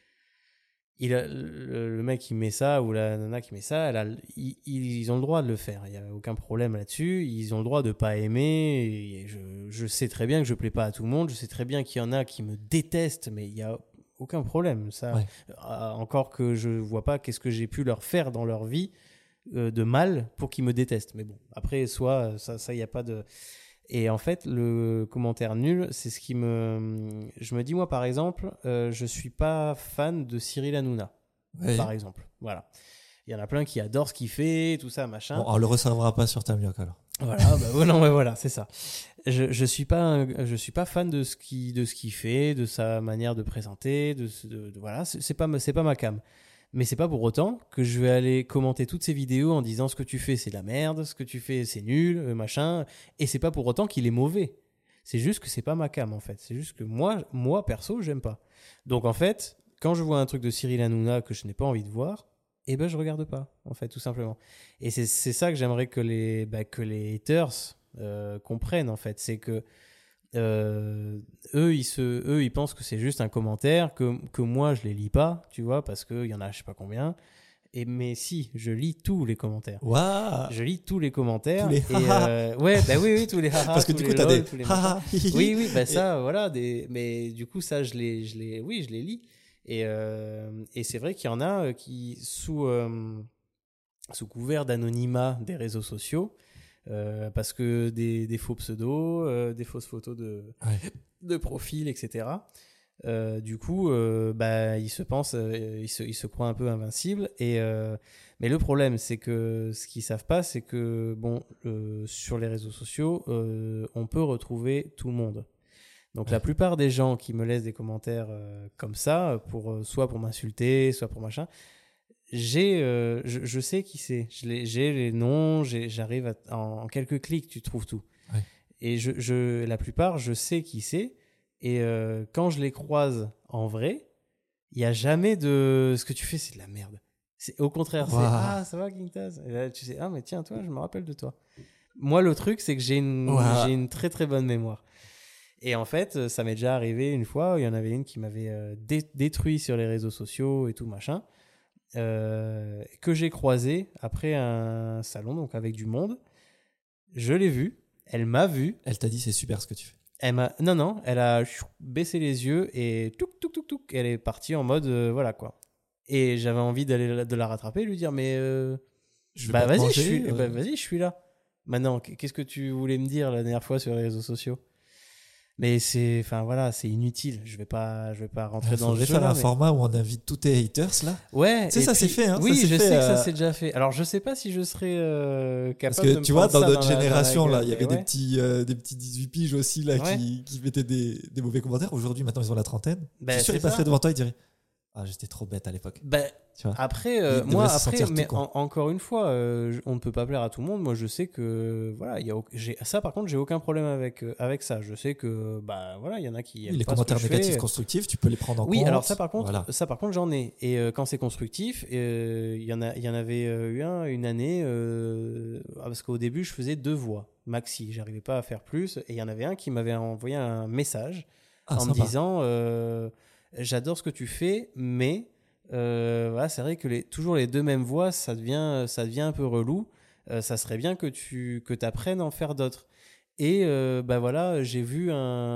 le mec qui met ça ou la nana qui met ça, ils ont le droit de le faire. Il n'y a aucun problème là-dessus. Ils ont le droit de ne pas aimer. Et je sais très bien que je ne plais pas à tout le monde. Je sais très bien qu'il y en a qui me détestent, mais il n'y a aucun problème. Ça, ouais. Encore que je ne vois pas qu'est-ce que j'ai pu leur faire dans leur vie de mal pour qu'ils me détestent. Mais bon, après, ça, il n'y a pas de... Et en fait, le commentaire nul, c'est ce qui me... Je me dis, moi, par exemple, je suis pas fan de Cyril Hanouna, par exemple. Voilà. Il y en a plein qui adorent ce qu'il fait, tout ça, machin. Bon, on le recevra pas sur Tamioc, alors. Voilà, non, mais voilà, c'est ça. Je suis pas fan de ce qu'il fait, de sa manière de présenter, voilà, c'est pas ma cam. Mais c'est pas pour autant que je vais aller commenter toutes ces vidéos en disant ce que tu fais c'est de la merde, ce que tu fais c'est nul, machin. Et c'est pas pour autant qu'il est mauvais. C'est juste que c'est pas ma cam en fait. C'est juste que moi perso j'aime pas. Donc en fait, quand je vois un truc de Cyril Hanouna que je n'ai pas envie de voir, eh ben je regarde pas en fait tout simplement. Et c'est ça que j'aimerais que les haters comprennent en fait, c'est que eux ils pensent que c'est juste un commentaire que moi je les lis pas, tu vois, parce qu'il y en a je sais pas combien. Mais si, je lis tous les commentaires. Waouh. Je lis tous les commentaires. Tous les oui, tous les haha. Parce que du coup t'as des haha. Oui, ça voilà mais du coup ça je les lis. Et c'est vrai qu'il y en a qui sous couvert d'anonymat des réseaux sociaux, parce que des faux pseudos, des fausses photos de profil, etc. Du coup, ils se pensent, ils se croient un peu invincibles. Mais le problème, c'est que ce qu'ils savent pas, c'est que sur les réseaux sociaux, on peut retrouver tout le monde. Donc la plupart des gens qui me laissent des commentaires comme ça, soit pour m'insulter, soit pour machin, je sais qui c'est. J'ai les noms, j'arrive en quelques clics, tu trouves tout. Ouais. Et la plupart, je sais qui c'est. Et quand je les croise en vrai, il n'y a jamais de ce que tu fais, c'est de la merde. Au contraire, c'est ah, ça va, King Taz. Et là, tu sais, ah, mais tiens, toi, je me rappelle de toi. Moi, le truc, c'est que j'ai une très très bonne mémoire. Et en fait, ça m'est déjà arrivé une fois, il y en avait une qui m'avait détruit sur les réseaux sociaux et tout machin, que j'ai croisé après un salon, donc avec du monde. Je l'ai vue, elle m'a vu. Elle t'a dit c'est super ce que tu fais. Non, elle a baissé les yeux et touc, elle est partie en mode voilà quoi. Et j'avais envie de la rattraper, lui dire mais vas-y, je suis là. Maintenant, qu'est-ce que tu voulais me dire la dernière fois sur les réseaux sociaux? Mais c'est inutile. Je vais pas rentrer dans le jeu. Je vais faire un format où on invite tous tes haters là. Ouais. Ça s'est fait. Hein, oui, je sais que ça s'est déjà fait. Alors je sais pas si je serais capable. Parce que de tu vois, dans notre génération la là, il y avait des petits 18 piges aussi là qui mettaient des mauvais commentaires. Aujourd'hui, maintenant ils ont la trentaine. Je suis sûr ils passeraient devant toi et diraient ah, j'étais trop bête à l'époque. Après, mais encore une fois, on ne peut pas plaire à tout le monde. Moi, je sais que voilà, ça. Par contre, j'ai aucun problème avec ça. Je sais que il y en a qui aiment les pas commentaires ce que négatifs, constructifs, tu peux les prendre en compte. Oui, alors ça, par contre, j'en ai. Et quand c'est constructif, il y en avait eu une année, parce qu'au début, je faisais 2 voix maxi. J'arrivais pas à faire plus. Et il y en avait un qui m'avait envoyé un message me disant. J'adore ce que tu fais, mais c'est vrai que toujours les 2 mêmes voix, ça devient un peu relou. Ça serait bien que tu apprennes à en faire d'autres. Et j'ai vu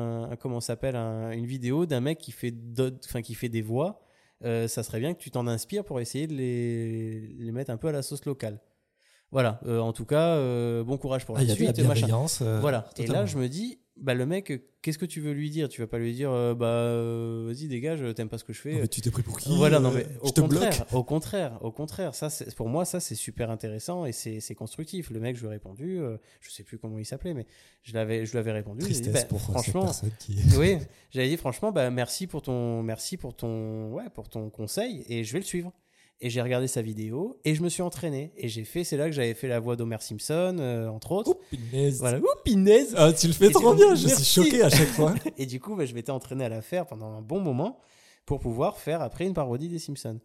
une vidéo d'un mec qui fait des voix. Ça serait bien que tu t'en inspires pour essayer de les mettre un peu à la sauce locale. Voilà, en tout cas, bon courage pour la Il y a de la suite, machin. bienveillance. Voilà. Totalement. Et là, je me dis, bah le mec, qu'est-ce que tu veux lui dire? Tu vas pas lui dire, vas-y dégage, t'aimes pas ce que je fais. Non, mais tu t'es pris pour qui? Voilà, non mais Je te bloque. au contraire, ça pour moi ça c'est super intéressant et c'est constructif. Le mec, je lui ai répondu, je sais plus comment il s'appelait, mais je lui avais répondu. J'ai dit, Tristesse bah, pour franchement, cette personne qui. oui, j'avais dit franchement, bah merci pour ton pour ton conseil et je vais le suivre. Et j'ai regardé sa vidéo et je me suis entraîné et c'est là que j'avais fait la voix d'Homer Simpson entre autres. Oh, punaise. Voilà, oh punaise. Ah, tu le fais trop bien, je Merci. suis choqué à chaque fois. Et du coup, bah, je m'étais entraîné à la faire pendant un bon moment pour pouvoir faire après une parodie des Simpsons.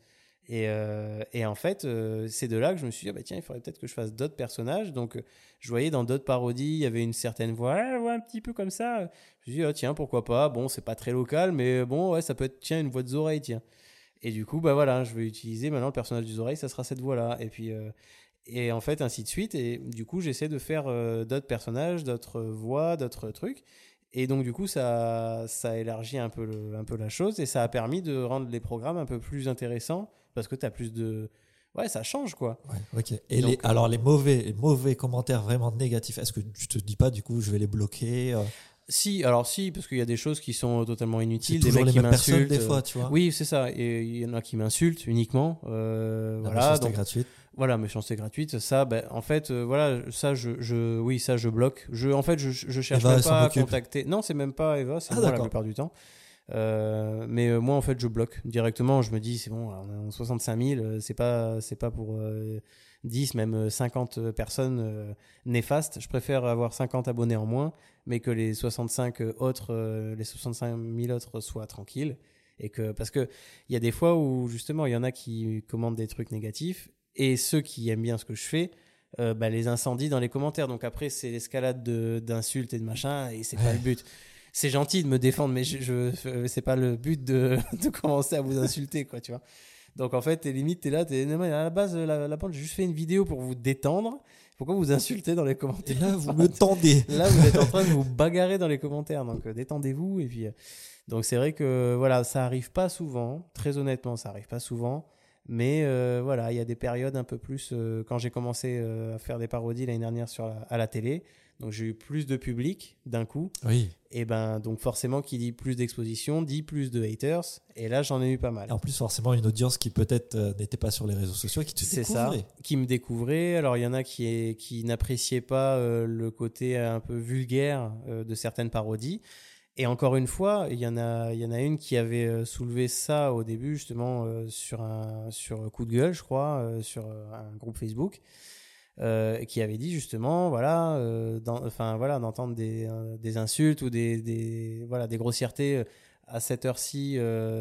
Et en fait, c'est de là que je me suis dit, ah bah tiens, il faudrait peut-être que je fasse d'autres personnages. Donc, je voyais dans d'autres parodies, il y avait une certaine voix, un petit peu comme ça. Je me suis dit, ah, tiens, pourquoi pas. Bon, c'est pas très local, mais bon, ouais, ça peut être, tiens, une voix de Zoreille, tiens. Et du coup, bah voilà, je vais utiliser maintenant le personnage du Zoreille, ça sera cette voix-là. Et puis, et en fait, ainsi de suite. Et du coup, j'essaie de faire d'autres personnages, d'autres voix, d'autres trucs. Et donc, du coup, ça élargit un peu la chose et ça a permis de rendre les programmes un peu plus intéressants parce que tu as plus de. Ouais, ça change quoi. Ouais, ok. Et Donc, alors, les mauvais commentaires vraiment négatifs, est-ce que tu te dis pas, du coup, je vais les bloquer Si, parce qu'il y a des choses qui sont totalement C'est inutiles. Des toujours mecs les qui mêmes personnes, m'insultent. des fois, tu vois. Oui, c'est ça. Et il y en a qui m'insultent uniquement. La Voilà. méchanceté Donc, gratuite. voilà, méchanceté gratuite, ça, ben, en fait, voilà, ça, oui, ça, je bloque. En fait, je cherche Eva, même elle s'en pas à occupe. contacter. Non, c'est même pas Eva, c'est Ah, moi la d'accord. plupart du temps. Mais moi, en fait, je bloque directement. Je me dis, c'est bon, on est en 65 000, c'est pas pour 10, même 50 personnes néfastes. Je préfère avoir 50 abonnés en moins, mais que les 65 les 65 000 autres soient tranquilles. Parce que il y a des fois où justement il y en a qui commentent des trucs négatifs et ceux qui aiment bien ce que je fais bah, les incendient dans les commentaires. Donc après c'est l'escalade d'insultes et de machin et c'est pas le but. C'est gentil de me défendre, mais c'est pas le but de commencer à vous insulter, quoi, tu vois. Donc en fait, t'es là, non, mais à la base, la bande, j'ai juste fait une vidéo pour vous détendre. Pourquoi vous insultez dans les Et commentaires? là, vous me tendez. Là, vous êtes en train de vous bagarrer dans les commentaires, donc détendez-vous. Et puis, donc c'est vrai que voilà, ça arrive pas souvent. Très honnêtement, ça arrive pas souvent. Mais voilà, il y a des périodes un peu plus. Quand j'ai commencé à faire des parodies l'année dernière à la télé, donc j'ai eu plus de public d'un coup. Oui. Et ben donc forcément, qui dit plus d'exposition, dit plus de haters. Et là, j'en ai eu pas mal. Et en plus, forcément, une audience qui peut-être n'était pas sur les réseaux sociaux et qui te C'est découvrait. ça, qui me découvrait. Alors, il y en a qui n'appréciaient pas le côté un peu vulgaire de certaines parodies. Et encore une fois, il y en a une qui avait soulevé ça au début, justement, sur Coup de gueule, je crois, sur un groupe Facebook, qui avait dit justement, voilà, d'entendre des insultes ou des grossièretés à cette heure-ci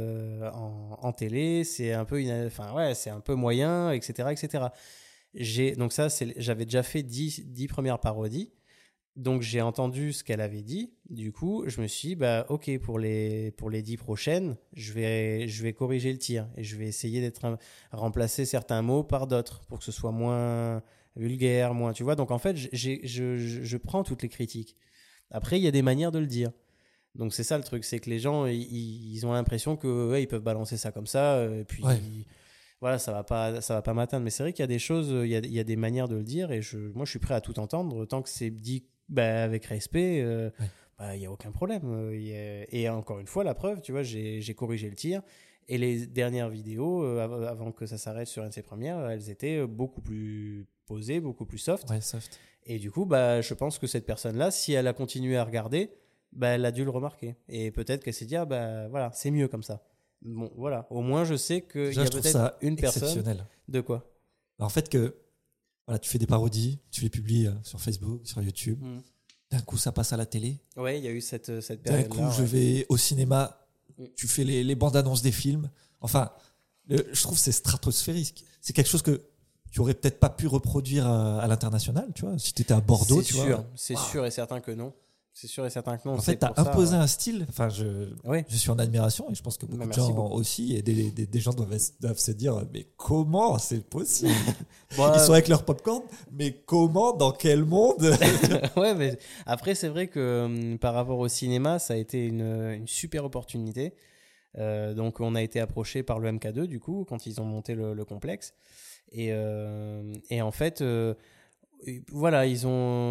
en télé, c'est un peu c'est un peu moyen, etc., etc. Donc ça, j'avais déjà fait 10 premières parodies. Donc j'ai entendu ce qu'elle avait dit. Du coup, je me suis dit, bah ok, pour les 10 prochaines, je vais corriger le tir et je vais essayer remplacer certains mots par d'autres pour que ce soit moins vulgaire, moins, tu vois. Donc en fait, je prends toutes les critiques. Après, il y a des manières de le dire. Donc c'est ça le truc, c'est que les gens ils ont l'impression que ouais, ils peuvent balancer ça comme ça et puis Ouais. voilà, ça va pas m'atteindre. Mais c'est vrai qu'il y a des choses, il y a des manières de le dire et moi je suis prêt à tout entendre tant que c'est dit bah, avec respect. Ouais. Bah, il y a aucun problème. Et encore une fois, la preuve, tu vois, j'ai corrigé le tir. Et les dernières vidéos, avant que ça s'arrête sur une de ses premières, elles étaient beaucoup plus posées, beaucoup plus soft. Ouais, soft. Et du coup, bah, je pense que cette personne-là, si elle a continué à regarder, bah, elle a dû le remarquer. Et peut-être qu'elle s'est dit, ah, bah, voilà, c'est mieux comme ça. Bon, voilà. Au moins, je sais qu'il y Déjà, a je trouve peut-être ça une personne. exceptionnel. De quoi? En fait, voilà, tu fais des parodies, tu les publies sur Facebook, sur YouTube. D'un coup, ça passe à la télé. Ouais, il y a eu cette D'un période-là. coup, je vais au cinéma, tu fais les bandes annonces des films. Enfin, je trouve que c'est stratosphérique. C'est quelque chose que tu aurais peut-être pas pu reproduire à l'international, tu vois. Si tu étais à Bordeaux, tu vois. C'est sûr et certain que non. C'est sûr et certain que non. En fait, tu as imposé un style. Enfin, je suis en admiration et je pense que beaucoup de gens aussi, et des gens doivent se dire, mais comment c'est possible? Ils sont avec leur popcorn, mais comment, dans quel monde? Ouais, mais après, c'est vrai que par rapport au cinéma, ça a été une super opportunité. Donc, on a été approché par le MK2, du coup, quand ils ont monté le complexe. Et en fait, Voilà, ils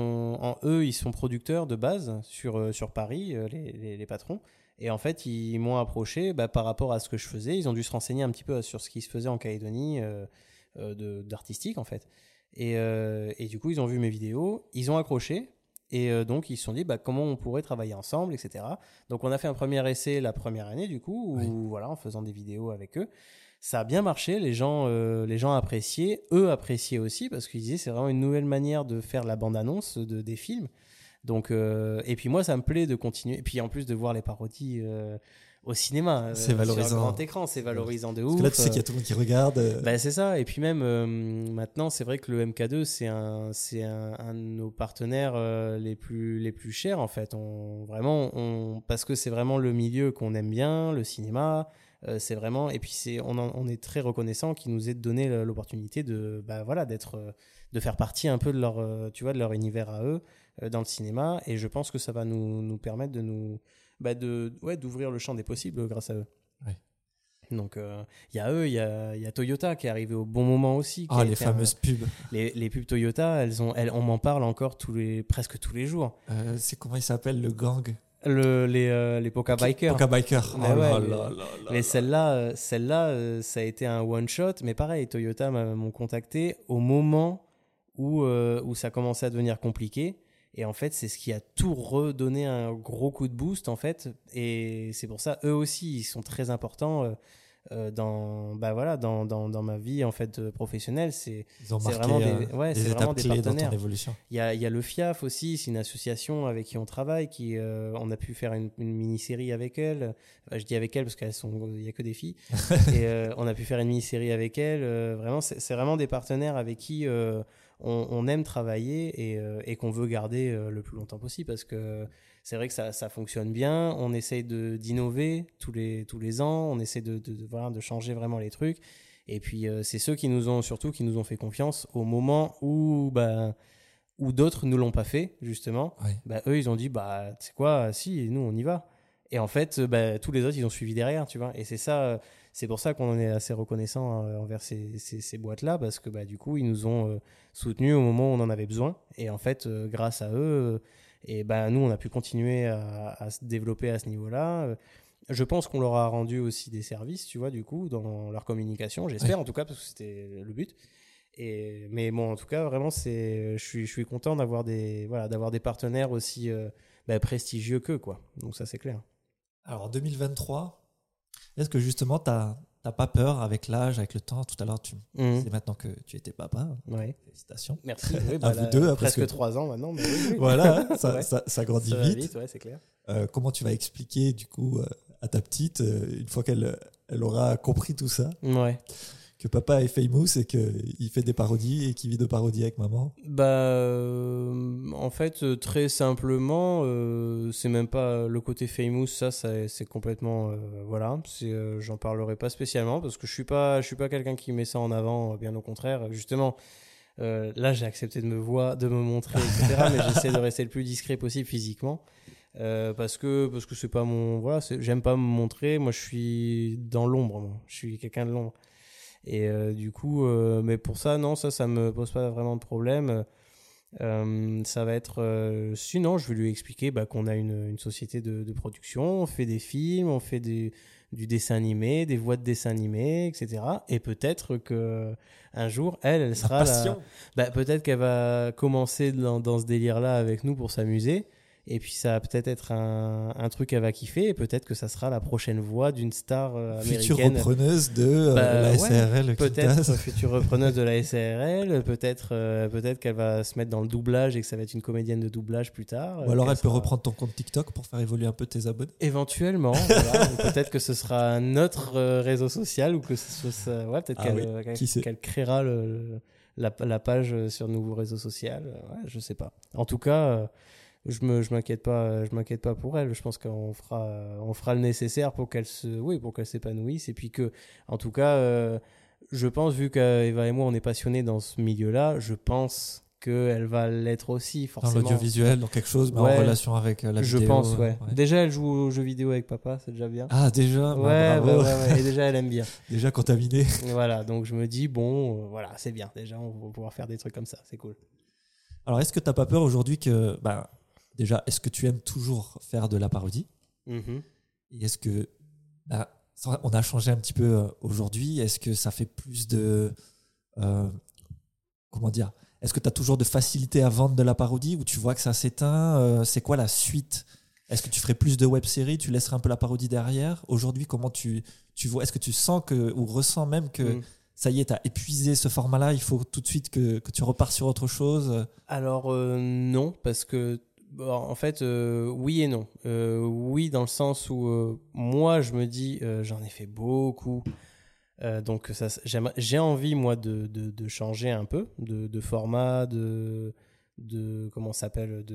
sont producteurs de base sur Paris, les patrons. Et en fait, ils m'ont approché par rapport à ce que je faisais. Ils ont dû se renseigner un petit peu sur ce qui se faisait en Calédonie d'artistique, en fait. Et du coup, ils ont vu mes vidéos, ils ont accroché. Et donc, ils se sont dit comment on pourrait travailler ensemble, etc. Donc, on a fait un premier essai la première année, du coup, voilà, en faisant des vidéos avec eux. Ça a bien marché, les gens appréciaient, eux appréciaient aussi, parce qu'ils disaient c'est vraiment une nouvelle manière de faire la bande-annonce des films. Donc, et puis moi, ça me plaît de continuer. Et puis en plus de voir les parodies au cinéma, c'est valorisant. sur grand écran, c'est valorisant de ouf. Parce que là, tu sais qu'il y a tout le monde qui regarde. C'est ça. Et puis même maintenant, c'est vrai que le MK2, c'est un de nos partenaires les plus chers en fait. Parce que c'est vraiment le milieu qu'on aime bien, le cinéma. C'est vraiment, et puis on est très reconnaissant qu'ils nous aient donné l'opportunité de faire partie un peu de leur univers à eux dans le cinéma, et je pense que ça va nous permettre d'ouvrir le champ des possibles grâce à eux. Ouais. Donc il y a eux, il y a Toyota qui est arrivé au bon moment aussi. Les fameuses pubs. Les pubs Toyota, on m'en parle encore presque tous les jours. C'est comment il s'appelle, le gang? Les Poca Bikers. Poca Bikers. Mais celle-là, ça a été un one shot. Mais pareil, Toyota m'ont contacté au moment où ça commençait à devenir compliqué. Et en fait, c'est ce qui a tout redonné un gros coup de boost en fait. Et c'est pour ça, eux aussi, ils sont très importants dans ma vie en fait professionnelle. Ils ont marqué des étapes clés dans ton évolution. Il y a le FIAF aussi, c'est une association avec qui on travaille, on a pu faire une mini-série avec elle. Je dis avec elle parce il y a que des filles. Et on a pu faire une mini-série avec elle. Vraiment, c'est vraiment des partenaires avec qui on aime travailler et qu'on veut garder le plus longtemps possible, parce que c'est vrai que ça fonctionne bien. On essaye d'innover tous les ans. On essaie de changer vraiment les trucs. Et puis, c'est ceux qui nous ont fait confiance au moment où d'autres ne l'ont pas fait, justement. Ouais. Eux, ils ont dit, tu sais quoi, si, nous, on y va. Et en fait, tous les autres, ils ont suivi derrière, tu vois. Et c'est pour ça qu'on en est assez reconnaissant envers ces boîtes-là, parce que du coup, ils nous ont soutenus au moment où on en avait besoin. Et en fait, grâce à eux, nous, on a pu continuer à se développer à ce niveau-là. Je pense qu'on leur a rendu aussi des services, tu vois, du coup, dans leur communication. J'espère, en tout cas, parce que c'était le but. Mais bon, en tout cas, vraiment, je suis content d'avoir des partenaires aussi prestigieux qu'eux, quoi. Donc ça, c'est clair. Alors, en 2023, est-ce que justement, t'as pas peur avec l'âge, avec le temps? Tout à l'heure, tu disais maintenant que tu étais papa. Ouais. Félicitations. Merci. Oui, vous deux, presque 3 ans maintenant. Mais oui. Voilà, ça grandit vite. Ouais, c'est clair. Comment tu vas expliquer, du coup, à ta petite, une fois qu'elle aura compris tout ça, que papa est famous et qu'il fait des parodies et qu'il vit de parodies avec maman? En fait, très simplement, c'est même pas le côté famous, ça c'est complètement voilà. J'en parlerai pas spécialement parce que je suis pas quelqu'un qui met ça en avant, bien au contraire. Justement, là j'ai accepté de me montrer, etc. Mais j'essaie de rester le plus discret possible physiquement. Parce que c'est pas j'aime pas me montrer. Moi je suis dans l'ombre, je suis quelqu'un de l'ombre. Et du coup, mais pour ça, non, ça me pose pas vraiment de problème. Ça va être sinon, je vais lui expliquer qu'on a une société de production, on fait des films, on fait du dessin animé, des voix de dessin animé, etc. Et peut-être que un jour, elle sera peut-être qu'elle va commencer dans ce délire-là avec nous pour s'amuser. Et puis ça va peut-être être un truc qu'elle va kiffer, et peut-être que ça sera la prochaine voix d'une star américaine. Future repreneuse de la SARL. Peut-être future repreneuse de la SARL, peut-être qu'elle va se mettre dans le doublage et que ça va être une comédienne de doublage plus tard. Ou alors elle peut reprendre ton compte TikTok pour faire évoluer un peu tes abonnés. Éventuellement, voilà. Peut-être que ce sera un autre réseau social, ou que ce soit peut-être qu'elle créera la page sur le nouveau réseau social. Je sais pas. En tout cas... Je m'inquiète pas pour elle. Je pense qu'on fera le nécessaire pour qu'elle s'épanouisse, et puis que, en tout cas, je pense, vu qu'Eva et moi on est passionnés dans ce milieu-là, je pense qu'elle va l'être aussi, forcément. Dans l'audiovisuel, dans quelque chose, mais en relation avec la vidéo. Je pense, ouais. Déjà, elle joue aux jeux vidéo avec papa, c'est déjà bien. Ah, déjà. Bravo. Et déjà, elle aime bien. Déjà contaminé. Voilà, donc je me dis, voilà, c'est bien. Déjà, on va pouvoir faire des trucs comme ça, c'est cool. Alors, est-ce que tu n'as pas peur aujourd'hui que, déjà, est-ce que tu aimes toujours faire de la parodie? Et est-ce que, on a changé un petit peu aujourd'hui, est-ce que ça fait plus de... comment dire? Est-ce que tu as toujours de facilité à vendre de la parodie ou tu vois que ça s'éteint? C'est quoi la suite? Est-ce que tu ferais plus de web-séries? Tu laisserais un peu la parodie derrière? Aujourd'hui, comment tu vois? Est-ce que tu sens ou ressens même que ça y est, tu as épuisé ce format-là, il faut tout de suite que tu repars sur autre chose? Alors non, parce que en fait, oui et non. Oui, dans le sens où moi, je me dis, j'en ai fait beaucoup. Donc j'ai envie, moi, de changer un peu de format, de comment ça s'appelle,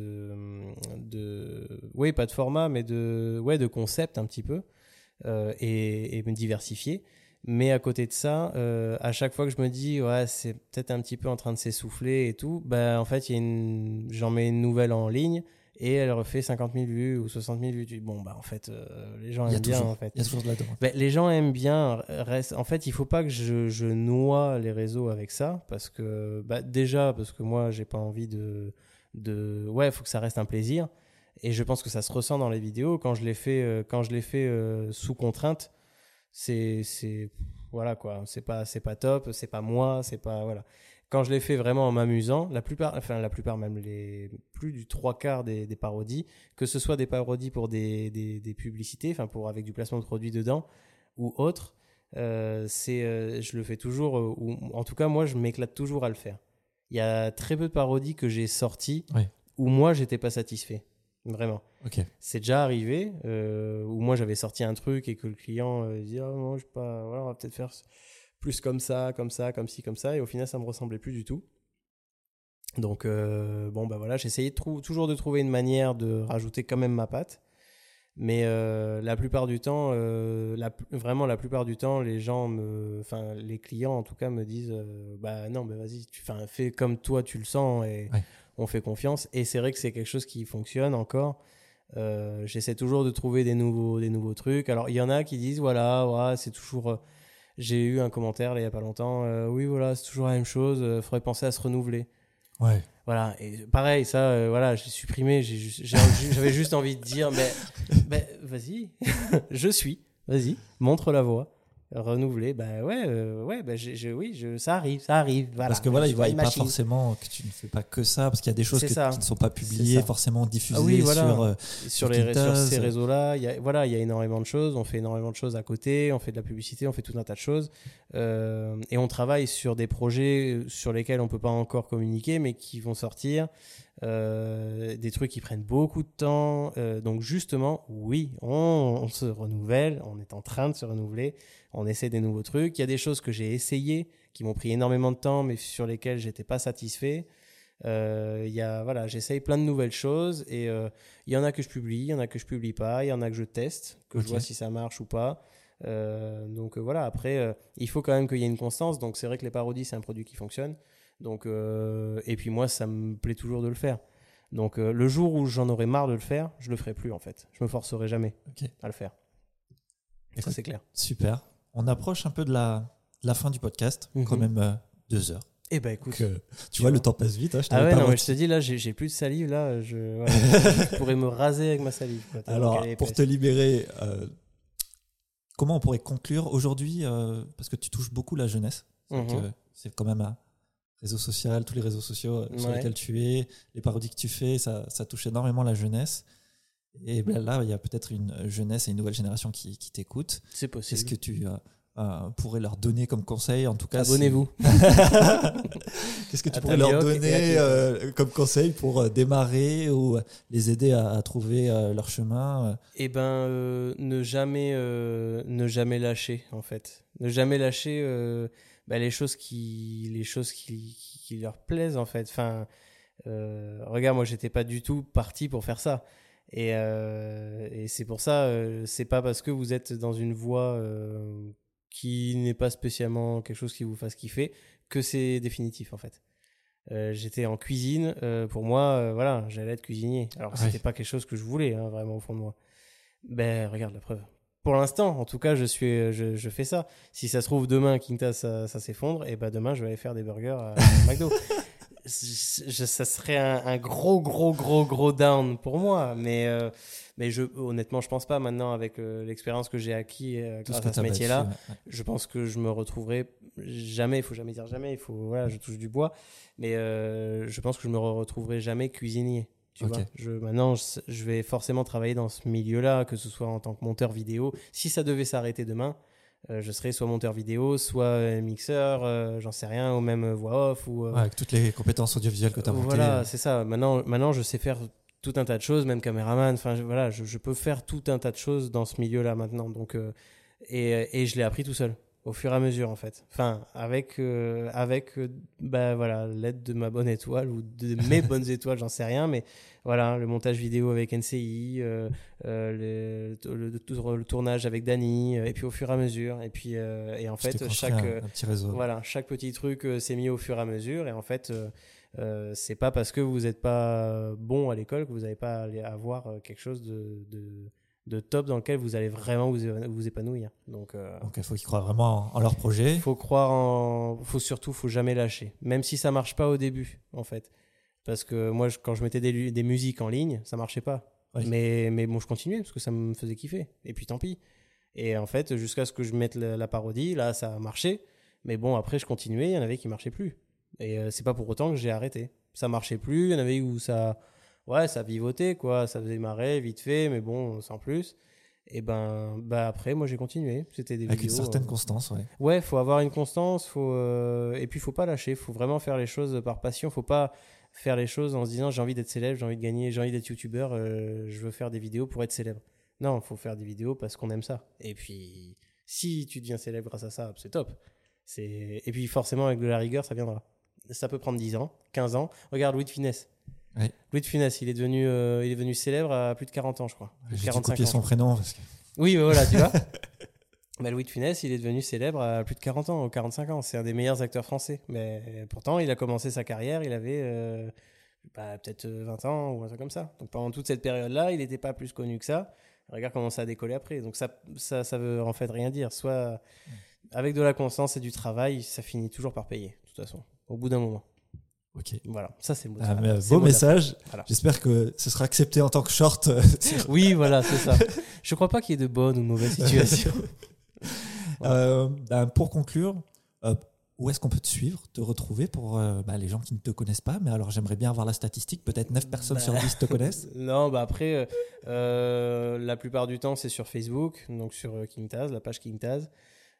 oui, pas de format, mais de concept un petit peu, et me diversifier. Mais à côté de ça, à chaque fois que je me dis ouais, c'est peut-être un petit peu en train de s'essouffler et tout, en fait j'en mets une nouvelle en ligne et elle refait 50 000 vues ou 60 000 vues. Bon, en fait, les gens aiment bien. En fait. Il y a toujours de la demande. Les gens aiment bien. En fait, il ne faut pas que je noie les réseaux avec ça. Parce que, déjà, parce que moi, je n'ai pas envie ouais, il faut que ça reste un plaisir. Et je pense que ça se ressent dans les vidéos. Quand je l'ai fait, sous contrainte, voilà quoi. C'est pas top, c'est pas moi, c'est pas. Voilà. Quand je l'ai fait vraiment en m'amusant, la plupart même, plus du 3/4 des parodies, que ce soit des parodies pour des publicités, avec du placement de produits dedans ou autre, je le fais toujours, ou en tout cas moi je m'éclate toujours à le faire. Il y a très peu de parodies que j'ai sorties où moi j'étais pas satisfait, vraiment. Okay. C'est déjà arrivé où moi j'avais sorti un truc et que le client dit non, je sais pas, voilà, on va peut-être faire plus comme ça, comme ci, comme ça, et au final ça me ressemblait plus du tout. Donc voilà, j'essayais toujours de trouver une manière de rajouter quand même ma patte, mais la plupart du temps, vraiment la plupart du temps, les clients en tout cas me disent non, vas-y, fais comme toi tu le sens et on fait confiance. Et c'est vrai que c'est quelque chose qui fonctionne encore. J'essaie toujours de trouver des nouveaux trucs. Alors il y en a qui disent voilà, c'est toujours j'ai eu un commentaire là, il y a pas longtemps, oui voilà, c'est toujours la même chose, faudrait penser à se renouveler. Ouais. Voilà, et pareil, ça, voilà, j'ai supprimé, j'avais juste envie de dire, vas-y, vas-y, montre la voie, renouveler, ça arrive, voilà. Parce que voilà, ils voient pas forcément que tu ne fais pas que ça, parce qu'il y a des choses qui ne sont pas publiées, forcément diffusées sur ces réseaux-là. Il y a énormément de choses, on fait énormément de choses à côté, on fait de la publicité, on fait tout un tas de choses, et on travaille sur des projets sur lesquels on peut pas encore communiquer, mais qui vont sortir. Des trucs qui prennent beaucoup de temps, donc justement oui, on se renouvelle, on est en train de se renouveler, on essaie des nouveaux trucs. Il y a des choses que j'ai essayées qui m'ont pris énormément de temps mais sur lesquelles j'étais pas satisfait. J'essaye plein de nouvelles choses et il y en a que je publie, il y en a que je publie pas, il y en a que je teste, que je vois si ça marche ou pas. Voilà, après il faut quand même qu'il y ait une constance, donc c'est vrai que les parodies c'est un produit qui fonctionne. Donc, et puis moi, ça me plaît toujours de le faire. Donc, le jour où j'en aurai marre de le faire, je le ferai plus en fait. Je me forcerai jamais à le faire. Ça, c'est clair. Super. On approche un peu de la fin du podcast, quand même 2 heures. Eh ben écoute, tu vois, le temps passe vite. Je te dis là, j'ai plus de salive là. Je pourrais me raser avec ma salive. Quoi, alors, pour te libérer, comment on pourrait conclure aujourd'hui, parce que tu touches beaucoup la jeunesse. C'est quand même réseaux sociaux, tous les réseaux sociaux sur lesquels tu es, les parodies que tu fais, ça touche énormément la jeunesse. Et là, il y a peut-être une jeunesse et une nouvelle génération qui t'écoute. C'est possible. Est-ce que tu pourrais leur donner comme conseil, en tout cas, abonnez-vous. Qu'est-ce que tu pourrais leur donner comme conseil pour démarrer ou les aider à trouver leur chemin? Ne jamais lâcher en fait. Ne jamais lâcher les choses qui leur plaisent en fait. Regarde, moi j'étais pas du tout parti pour faire ça. Et c'est pour ça, c'est pas parce que vous êtes dans une voie qui n'est pas spécialement quelque chose qui vous fasse kiffer que c'est définitif en fait. J'étais en cuisine, pour moi, j'allais être cuisinier. Alors c'était pas quelque chose que je voulais, hein, vraiment au fond de moi. Regarde la preuve. Pour l'instant, en tout cas, je fais ça. Si ça se trouve demain, Quinta, ça s'effondre, et demain je vais aller faire des burgers à McDo. ça serait un gros down pour moi. Mais honnêtement, je pense pas maintenant avec l'expérience que j'ai acquis grâce à ce métier-là. Je pense que je me retrouverai jamais. Il faut jamais dire jamais. Voilà, je touche du bois. Mais je pense que je me retrouverai jamais cuisinier. Tu vois, maintenant, je vais forcément travailler dans ce milieu-là, que ce soit en tant que monteur vidéo. Si ça devait s'arrêter demain, je serais soit monteur vidéo, soit mixeur, j'en sais rien, ou même voix off. Avec toutes les compétences audiovisuelles que tu as montées. Voilà, c'est ça. Maintenant, je sais faire tout un tas de choses, même caméraman. Enfin, voilà, je peux faire tout un tas de choses dans ce milieu-là maintenant. Donc, et je l'ai appris tout seul, au fur et à mesure, en fait. Enfin, avec voilà, l'aide de ma bonne étoile ou de mes bonnes étoiles, j'en sais rien, mais voilà, le montage vidéo avec NCI, le tournage avec Dany, et puis au fur et à mesure. Et puis, et en fait, un petit réseau. Voilà, chaque petit truc s'est mis au fur et à mesure. Et en fait, c'est pas parce que vous n'êtes pas bon à l'école que vous n'allez pas aller avoir quelque chose de top dans lequel vous allez vraiment vous épanouir. Donc il faut qu'ils croient vraiment en leur projet. Faut jamais lâcher, même si ça marche pas au début, en fait. Parce que moi, quand je mettais des musiques en ligne, ça marchait pas. Oui. Mais bon, je continuais parce que ça me faisait kiffer. Et puis tant pis. Et en fait, jusqu'à ce que je mette la parodie, là, ça a marché. Mais bon, après, je continuais. Il y en avait qui marchaient plus. Et c'est pas pour autant que j'ai arrêté. Ça marchait plus. Il y en avait où ça vivotait, quoi. Ça faisait marrer vite fait, mais bon, sans plus. Et après, moi, j'ai continué. C'était des avec vidéos, une certaine constance, ouais. Ouais, faut avoir une constance. Et puis, faut pas lâcher. Faut vraiment faire les choses par passion. Faut pas faire les choses en se disant j'ai envie d'être célèbre, j'ai envie de gagner, j'ai envie d'être youtubeur, je veux faire des vidéos pour être célèbre. Non, faut faire des vidéos parce qu'on aime ça. Et puis, si tu deviens célèbre grâce à ça, c'est top. Et puis, forcément, avec de la rigueur, ça viendra. Ça peut prendre 10 ans, 15 ans. Regarde Louis de Funès. Oui. Louis de Funès, il est devenu célèbre à plus de 40 ans, je crois. J'ai dû copier son prénom. Parce que... Oui, voilà, tu vois. Louis de Funès, il est devenu célèbre à plus de 40 ans, ou 45 ans. C'est un des meilleurs acteurs français. Mais pourtant, il a commencé sa carrière, il avait peut-être 20 ans ou un truc comme ça. Donc pendant toute cette période-là, il n'était pas plus connu que ça. Regarde comment ça a décollé après. Donc ça veut en fait rien dire. Soit avec de la constance et du travail, ça finit toujours par payer, de toute façon, au bout d'un moment. Ok. Voilà, ça c'est beau. Beau message. Voilà. J'espère que ce sera accepté en tant que short. Oui, voilà, c'est ça. Je crois pas qu'il y ait de bonnes ou de mauvaises situations. Voilà. Pour conclure, où est-ce qu'on peut te suivre, te retrouver pour les gens qui ne te connaissent pas? Mais alors j'aimerais bien avoir la statistique. Peut-être 9 personnes sur 10 te connaissent. Non, après, la plupart du temps c'est sur Facebook, donc sur KingTaz, la page KingTaz.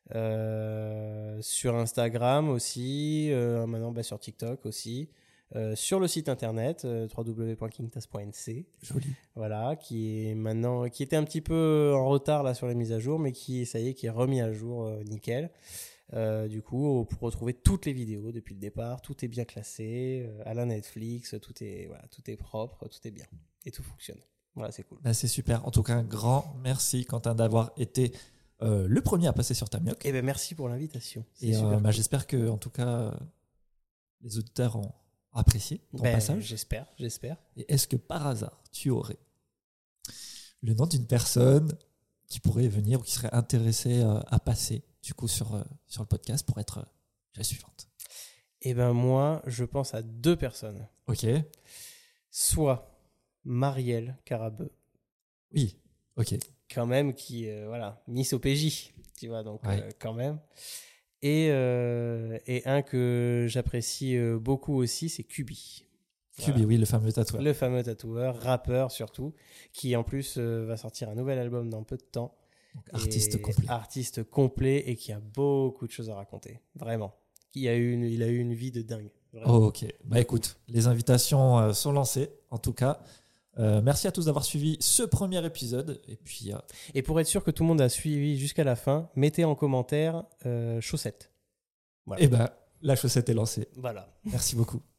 Sur Instagram aussi, maintenant sur TikTok aussi, sur le site internet www.kingtaz.nc. Joli. Voilà, qui était un petit peu en retard là sur les mises à jour, mais qui est remis à jour nickel. Du coup, pour retrouver toutes les vidéos depuis le départ, tout est bien classé, à la Netflix, tout est propre, tout est bien et tout fonctionne. Voilà, c'est cool. C'est super. En tout cas, un grand merci Quentin d'avoir été le premier à passer sur Tamioc. Et merci pour l'invitation. Et j'espère que, en tout cas, les auditeurs ont apprécié ton passage. J'espère. Et est-ce que par hasard, tu aurais le nom d'une personne qui pourrait venir ou qui serait intéressée à passer du coup sur le podcast pour être la suivante? Moi, je pense à 2 personnes. Ok. Soit Marielle Carabeu. Oui. Ok. Quand même, qui, Miss OPJ, tu vois, donc quand même. Et un que j'apprécie beaucoup aussi, c'est Kubi. Kubi, oui, le fameux tatoueur. Le fameux tatoueur, rappeur surtout, qui en plus va sortir un nouvel album dans peu de temps. Donc, artiste complet et qui a beaucoup de choses à raconter, vraiment. Il a eu une vie de dingue. Oh, ok, écoute, les invitations sont lancées, en tout cas. Merci à tous d'avoir suivi ce premier épisode. Et pour être sûr que tout le monde a suivi jusqu'à la fin, mettez en commentaire chaussettes. Voilà. La chaussette est lancée. Voilà. Merci beaucoup.